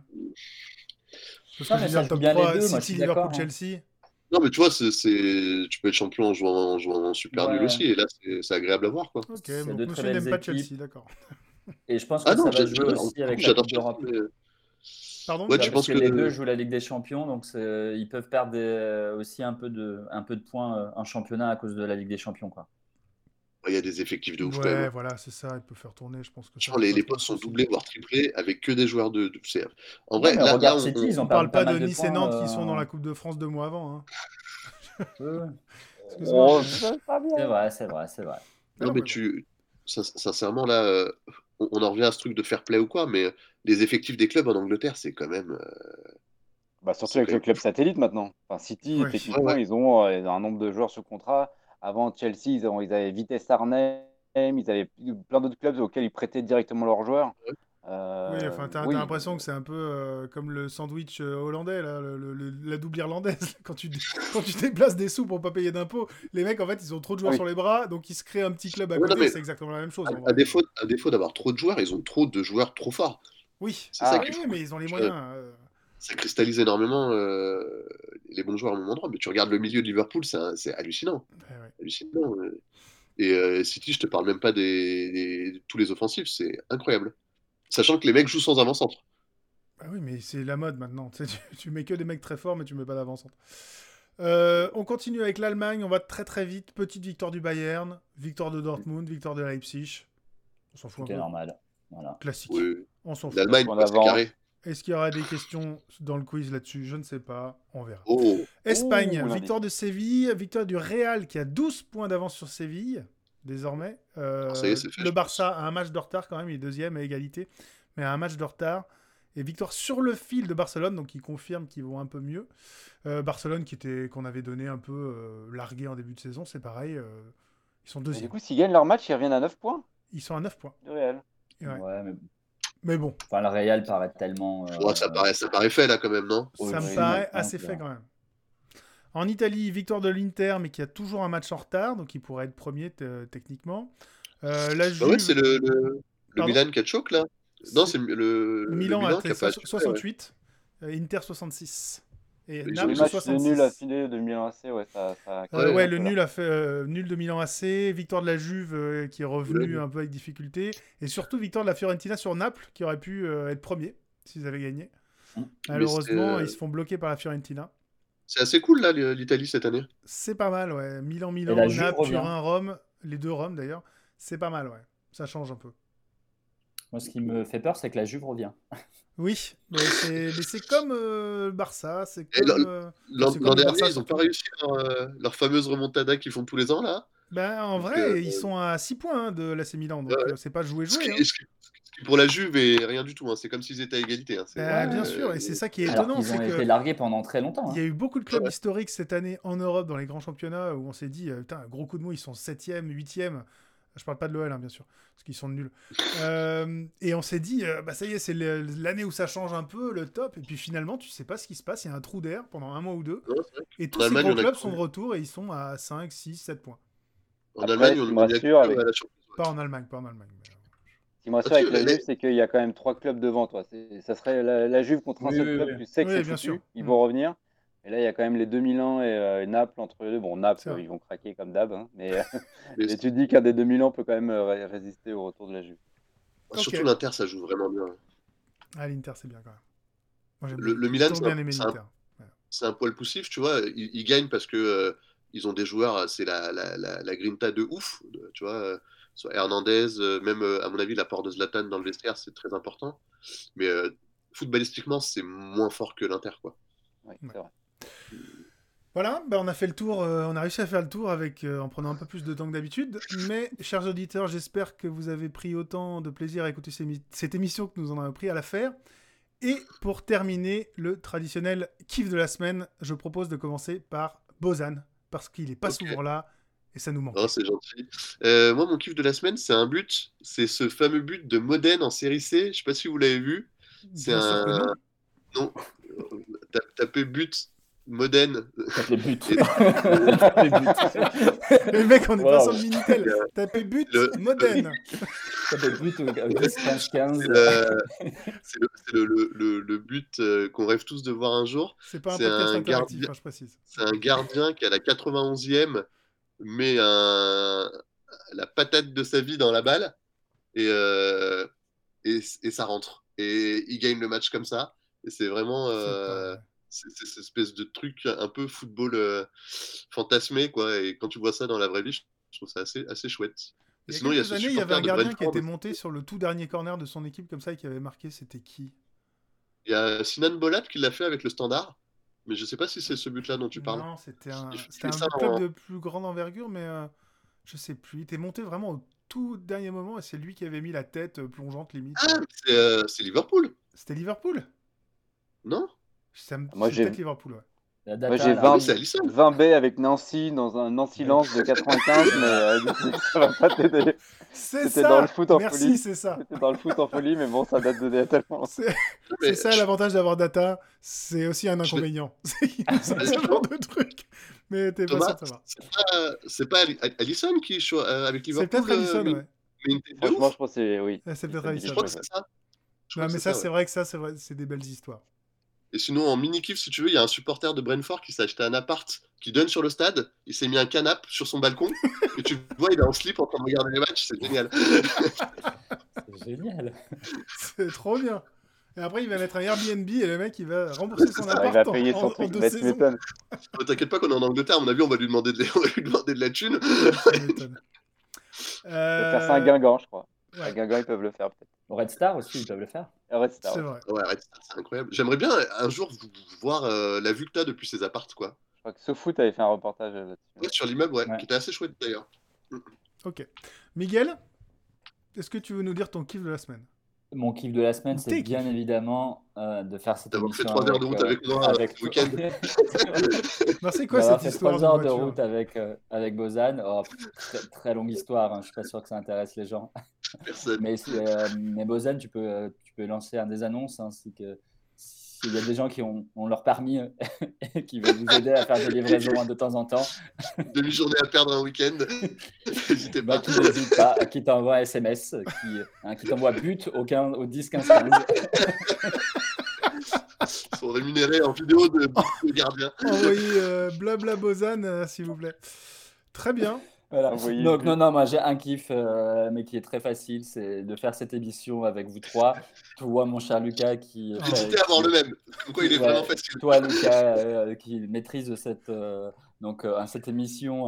Parce Non, que je mais veux dire, ça le joue top bien les 3, deux, moi, je City, suis Liverpool, d'accord, hein. Chelsea. Non, mais tu vois, tu peux être champion en jouant super nul Ouais. aussi. Et là, c'est agréable à voir, quoi. Ok, C'est donc deux très monsieur n'aime belles pas équipes. Chelsea, d'accord. Et je pense Ah que non, ça va se jouer j'adore. aussi avec la J'adore Coupe Chelsea, d'Europe. mais Pardon, ouais, Michel tu Parce penses que les deux que. jouent la Ligue des Champions, donc ils peuvent perdre aussi un peu de points en championnat à cause de la Ligue des Champions, quoi. Il y a des effectifs de ouf quand Ouais, même. voilà, c'est ça, il peut faire tourner, je pense que ça Franchement, fait les pas trop de postes sont soucis. doublés, voire triplés, avec que des joueurs En Ouais, vrai, mais là, regarde on- City, ils On ont parle perdu pas pas de mal de Nice et points. Nantes qui sont dans la Coupe de France 2 mois avant, hein. Ouais, ouais. Excuse-moi. Oh, c'est pas bien. C'est vrai, c'est vrai, c'est vrai. Non, Non, mais bon. sincèrement, là, on en revient à ce truc de fair play ou quoi, mais les effectifs des clubs en Angleterre, c'est quand même. Bah, surtout C'est avec quand le même club ouf. Satellite maintenant. Enfin, City, Ouais. techniquement, Ouais. ils ont un nombre de joueurs sous contrat. Avant Chelsea, ils avaient Vitesse Arnhem, ils avaient plein d'autres clubs auxquels ils prêtaient directement leurs joueurs. Oui, enfin, t'as Oui, l'impression que c'est un peu comme le sandwich hollandais, là, la double irlandaise. Quand tu déplaces des sous pour pas payer d'impôts, les mecs, en fait, ils ont trop de joueurs oui. sur les bras, donc ils se créent un petit club à Ouais, non, côté, mais c'est exactement la même chose, en à vrai. défaut d'avoir trop de joueurs, ils ont trop de joueurs trop forts. Oui, C'est ça Ah, qui est oui, fou. mais ils ont les Je- moyens. Ça cristallise énormément les bons joueurs au même endroit. Mais tu regardes le milieu de Liverpool, c'est hallucinant. Ouais. Hallucinant. Et City, je te parle même pas tous les offensifs, c'est incroyable. Sachant que les mecs jouent sans avant-centre. Bah oui, mais c'est la mode maintenant. Tu sais, tu mets que des mecs très forts, mais tu mets pas d'avant-centre. On continue avec l'Allemagne, on va très très vite. Petite victoire du Bayern, victoire de Dortmund, victoire de Leipzig. On s'en fout un C'était peu. normal. Voilà. Classique. Oui. On s'en fout. L'Allemagne, point quoi, c'est d'avance. carré. Est-ce qu'il y aura des questions dans le quiz là-dessus? Je ne sais pas. On verra. Oh, Espagne, Ouh, victoire de Séville, victoire du Real qui a 12 points d'avance sur Séville, désormais. ça y est, c'est fait. Le je Barça a un match de retard quand même, il est deuxième à égalité, mais a un match de retard. Et victoire sur le fil de Barcelone, donc ils confirment qu'ils vont un peu mieux. Barcelone qu'on avait donné un peu largué en début de saison, c'est pareil. Ils sont Et deuxièmes. du coup, s'ils gagnent leur match, ils reviennent à 9 points Ils sont à 9 points. du Real. Ouais. Ouais, mais Mais bon, enfin, le Real paraît tellement. pense. Ouais, ça paraît fait là quand même, non? ça me oui, paraît maintenant, assez tu fait vois. quand même. En Italie, victoire de l'Inter, mais qui a toujours un match en retard, donc il pourrait être premier techniquement. La Bah Juve, ouais, c'est le pardon, Milan qui a choc là. Non, c'est c'est le Milan Milan a qui a pas assuré, ouais. 68, Inter 66 et Ils ont Le Naples eu- match de 66. nul affilé de Milan AC, ouais, ça Ouais, Ouais, un le peu là. nul a fait nul de Milan AC, victoire de la Juve qui est revenue un peu avec difficulté, et surtout victoire de la Fiorentina sur Naples qui aurait pu être premier s'ils avaient gagné. Mmh. Malheureusement, c'est ils se font bloquer par la Fiorentina. assez cool là l'Italie cette année. C'est pas mal, ouais. Et Milan, la Juve Naples, revient. Turin, Rome, les deux Rome d'ailleurs. C'est pas mal, ouais. Ça change un peu. Moi, ce qui me fait peur, c'est que la Juve revient. Oui, mais c'est comme le Barça, c'est Et comme l'an c'est comme le dernier, Barça ils n'ont surtout. pas réussi leur fameuse remontada qu'ils font tous les ans, là. Ben, en Donc, vrai, ils sont à 6 points hein, de l'AC Milan, donc ouais. c'est pas jouer Ce qui, hein. ce qui, pour la Juve, est rien du tout. Hein. C'est comme s'ils étaient à égalité. Hein. Ben, bien sûr, et c'est ça qui est Alors étonnant, qu'ils c'est ont été que largués pendant très longtemps. il y a eu beaucoup de clubs historiques cette année en Europe, dans les grands championnats, où on s'est dit, putain, gros coup de mou, ils sont 7e, 8e. Je parle pas de l'OL, hein, bien sûr, parce qu'ils sont nuls. Et on s'est dit, bah ça y est, c'est l'année où ça change un peu, le top. Et puis finalement, tu sais pas ce qui se passe, il y a un trou d'air pendant un mois ou deux. Ouais, c'est vrai. Et tous En ces Allemagne, gros on a clubs cru. sont de retour et ils sont à 5, 6, 7 points. En Après, Allemagne, ce qui me on y a rassure cru avec- à la Champions. Pas en Allemagne, pas en Allemagne. Ce qui me rassure avec la mais- Juve, c'est qu'il y a quand même 3 clubs devant toi. Ça serait la Juve contre un Oui, seul oui, club, oui. tu sais que Oui, c'est bien foutu, sûr. ils vont revenir. Et là, il y a quand même les 2 Milan et Naples entre eux deux. Bon, Naples, C'est vrai. ils vont craquer comme d'hab, hein, mais mais et tu te dis qu'un des 2 Milan peut quand même résister au retour de la Juve. surtout Ok. l'Inter, ça joue vraiment bien. Ah, l'Inter, c'est bien quand même. Moi, j'aime Le bien. Milan, J'ai toujours bien aimé c'est un- l'Inter. C'est un poil poussif, tu vois. Ils gagnent parce que ils ont des joueurs, c'est la grinta de ouf, tu vois. Soit Hernandez, même à mon avis, l'apport de Zlatan dans le vestiaire, c'est très important. Mais footballistiquement, c'est moins fort que l'Inter, quoi. Oui, Ouais. c'est vrai. Voilà, bah on a fait le tour, on a réussi à faire le tour en prenant un peu plus de temps que d'habitude. Mais, chers auditeurs, j'espère que vous avez pris autant de plaisir à écouter cette émission que nous en avons pris à la faire. Et pour terminer le traditionnel kiff de la semaine, je propose de commencer par Bozan, parce qu'il n'est pas Ok. souvent là et ça nous manque. Oh, c'est gentil. Moi, mon kiff de la semaine, c'est un but. C'est ce fameux but de Modène en série C. Je sais pas si vous l'avez vu. C'est Bien sûr que non. Non. Tapez but Modène. Tapez but. Et- Tapez but. Les mecs, on est Wow. pas sur le Minitel. Tapez but, Modène. Tapez but au 10, 15, 15. C'est le but qu'on rêve tous de voir un jour. C'est pas un C'est podcast un interactif, gardien- hein, je précise. C'est un gardien qui, à la 91e, met la patate de sa vie dans la balle et ça rentre. Et il gagne le match comme ça. Et c'est vraiment C'est pas vrai. c'est cette espèce de truc un peu football fantasmé, quoi. Et quand tu vois ça dans la vraie vie, je trouve ça assez chouette. Et Il y a sinon, il y a quelques ce années, il y avait supporter un de gardien qui Brentford. était monté sur le tout dernier corner de son équipe comme ça et qui avait marqué. C'était qui? Il y a Sinan Bolat qui l'a fait avec le Standard. Mais je sais pas si c'est ce but-là dont tu parles. Non, c'était un fait ça club en- de plus grande envergure, mais je sais plus. Il était monté vraiment au tout dernier moment et c'est lui qui avait mis la tête plongeante limite. Ah, c'est Liverpool, C'était Liverpool? non? Moi, C'est j'ai- peut-être Liverpool, ouais. La Moi, data, j'ai là. 20, Oui, c'est Alisson. 20 B avec Nancy dans un Nancy Lens de 95, mais du coup, ça va pas t'aider. C'est C'était ça. dans le foot en Merci, folie. c'est ça. C'était dans le foot en folie, mais bon, ça date de tellement. C'est Mais c'est ça l'avantage d'avoir data. C'est aussi un inconvénient. C'est ce genre de truc. Mais t'es pas sûr Thomas, de savoir. c'est pas Alisson qui joue avec C'est Liverpool. peut-être Alisson, ouais. Mais une tête de Franchement, ouf. je pense que c'est. Oui. Ouais, c'est peut-être Je Alisson. Je crois ouais. que c'est ça. Je crois Non, que mais c'est ça, ça, c'est ouais. vrai que ça, c'est des belles histoires. Et sinon, en mini-kiff, si tu veux, il y a un supporter de Brentford qui s'est acheté un appart qui donne sur le stade. Il s'est mis un canapé sur son balcon. Et tu vois, il est en slip en train de regarder les matchs. C'est génial. C'est génial. C'est trop bien. Et après, il va mettre un Airbnb et le mec, il va rembourser son Ah, Il appart va payer en son truc. 2 Bah, tu saisons. m'étonnes. T'inquiète pas qu'on est en Angleterre. À mon avis, on va lui demander de la thune. Ça m'étonne. Il va faire ça à Guingamp, je crois. ouais. À Guingamp, ils peuvent le faire peut-être. Au Red Star aussi, ils peuvent le faire. Red Star. C'est ouais. vrai. Ouais, arrête, c'est incroyable. J'aimerais bien un jour voir la vue que t'as depuis ces apparts, quoi. Je crois que SoFoot avait fait un reportage là-dessus. Ouais, sur l'immeuble, ouais, Ouais. qui était assez chouette d'ailleurs. Ok. Miguel, est-ce que tu veux nous dire ton kiff de la semaine? Mon kiff de la semaine, Tes c'est kiffs. bien évidemment de faire cette D'avoir fait émission 3 heures de route avec moi avec le week-end. Non, c'est quoi D'avoir cette fait histoire 3 heures de de voiture? route avec Bozan. Oh, très, très longue histoire, hein. Je suis pas sûr que ça intéresse les gens. Personne. Mais Bozan, tu peux lancer un des annonces. Hein, c'est que s'il y a des gens qui ont leur permis et qui veulent vous aider à faire des livraisons de temps en temps, Demi-journée à perdre un week-end. N'hésitez bah, pas. qui n'hésite pas, qui t'envoie un SMS, qui t'envoie but au 10, 15, 15. Ils sont rémunérés en vidéo de gardien. Envoyez blabla Bozan, s'il vous plaît. Très bien. Voilà. Envoyez Donc, le but. non, moi j'ai un kiff, mais qui est très facile, c'est de faire cette émission avec vous trois. Toi, mon cher Lucas, qui. J'hésitais à avoir le même. Comme quoi, il est Ouais, vraiment facile. Toi, Lucas, qui maîtrise cette émission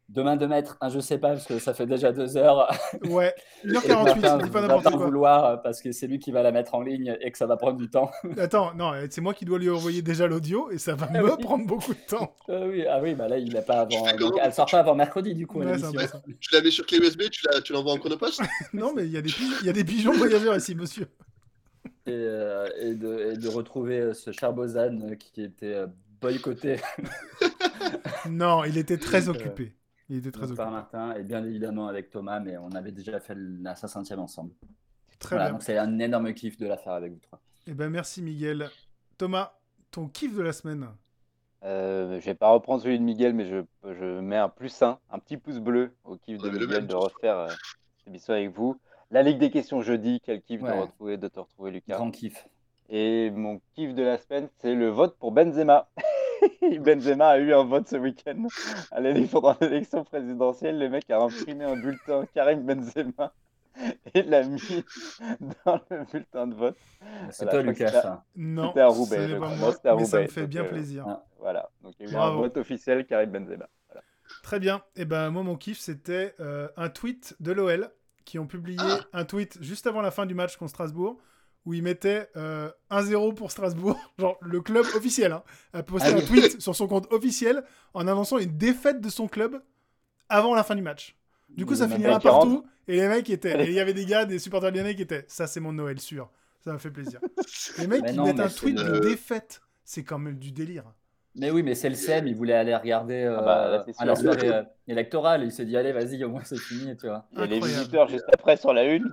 Demain de mettre un je sais pas, parce que ça fait déjà 2 heures. Ouais, 1h48, dis pas n'importe quoi. Vouloir, parce que c'est lui qui va la mettre en ligne et que ça va prendre du temps. Attends, non, c'est moi qui dois lui envoyer déjà l'audio et ça va me prendre beaucoup de temps. Oui, bah là, il n'a pas avant. Donc, elle sort pas avant mercredi, du coup. Ouais, tu la mets sur clé USB, tu l'envoies en chronopost. Non, mais il y a des pigeons voyageurs ici, monsieur. Et de retrouver ce cher Bozan qui était boycotté. Non, il était très occupé. Par Martin et bien évidemment avec Thomas, mais on avait déjà fait la 500e ensemble. Très bien. Donc c'est un énorme kiff de la faire avec vous trois. Eh ben merci Miguel. Thomas, ton kiff de la semaine? Je vais pas reprendre celui de Miguel, mais je mets un +1, un petit pouce bleu au kiff de Miguel de refaire cette émission avec vous. La Ligue des questions jeudi, quel kiff de te retrouver Lucas. Grand kiff. Et mon kiff de la semaine, c'est le vote pour Benzema. Benzema a eu un vote ce week-end pendant l'élection présidentielle. Le mec a imprimé un bulletin Karim Benzema et l'a mis dans le bulletin de vote. C'est toi, Lucas, ça. Non, c'était à Roubaix. Mais ça me fait bien plaisir. Voilà, donc il y a eu un vote officiel Karim Benzema. Voilà. Très bien. Et ben moi, mon kiff, c'était un tweet de l'OL qui ont publié un tweet juste avant la fin du match contre Strasbourg, où il mettait 1-0 pour Strasbourg, genre le club officiel, a posté un tweet sur son compte officiel en annonçant une défaite de son club avant la fin du match. Du coup, ça finira partout, et les mecs étaient... Et il y avait des supporters lyonnais qui étaient « Ça, c'est mon Noël sûr. Ça m'a fait plaisir. » Les mecs qui mettent un tweet de défaite, c'est quand même du délire. Mais oui, mais c'est le SEM, il voulait aller regarder à la soirée électorale. Il s'est dit, allez, vas-y, au moins c'est fini, tu vois. Et les visiteurs juste après sur la une,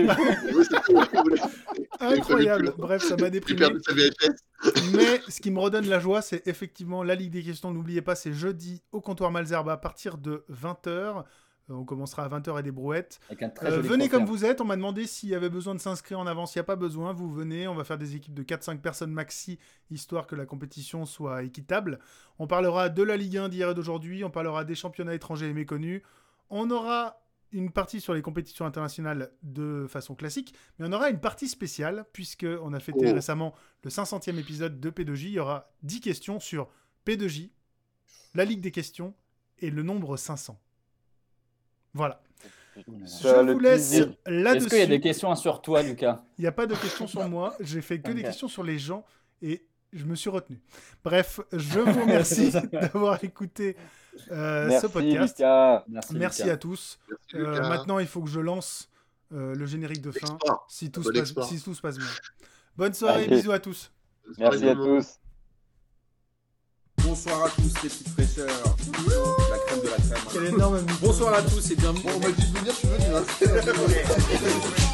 Incroyable. Bref, ça m'a déprimé. Mais ce qui me redonne la joie, c'est effectivement la Ligue des questions. N'oubliez pas, c'est jeudi au comptoir Malzerbe à partir de 20h. On commencera à 20h et des brouettes. Venez comme vous êtes. On m'a demandé s'il y avait besoin de s'inscrire en avance. Il n'y a pas besoin. Vous venez. On va faire des équipes de 4-5 personnes maxi, histoire que la compétition soit équitable. On parlera de la Ligue 1 d'hier et d'aujourd'hui. On parlera des championnats étrangers et méconnus. On aura une partie sur les compétitions internationales de façon classique, mais on aura une partie spéciale, puisqu'on a fêté récemment le 500e épisode de P2J. Il y aura 10 questions sur P2J, la Ligue des questions et le nombre 500. Voilà. Je vous laisse là-dessus. Est-ce qu'il y a des questions sur toi, Lucas? Il n'y a pas de questions sur moi. J'ai fait que des questions sur les gens et je me suis retenu. Bref, je vous remercie d'avoir écouté ce podcast. Lucas. Merci à tous. Maintenant, il faut que je lance le générique de fin si tout se passe bien. Bonne soirée, bisous à tous. Merci à tous. Bonsoir à tous les petites fraîcheurs. La crème de la crème. Quel énorme. Bonsoir à tous et bienvenue. Bon, on m'a dit de venir, je suis venu.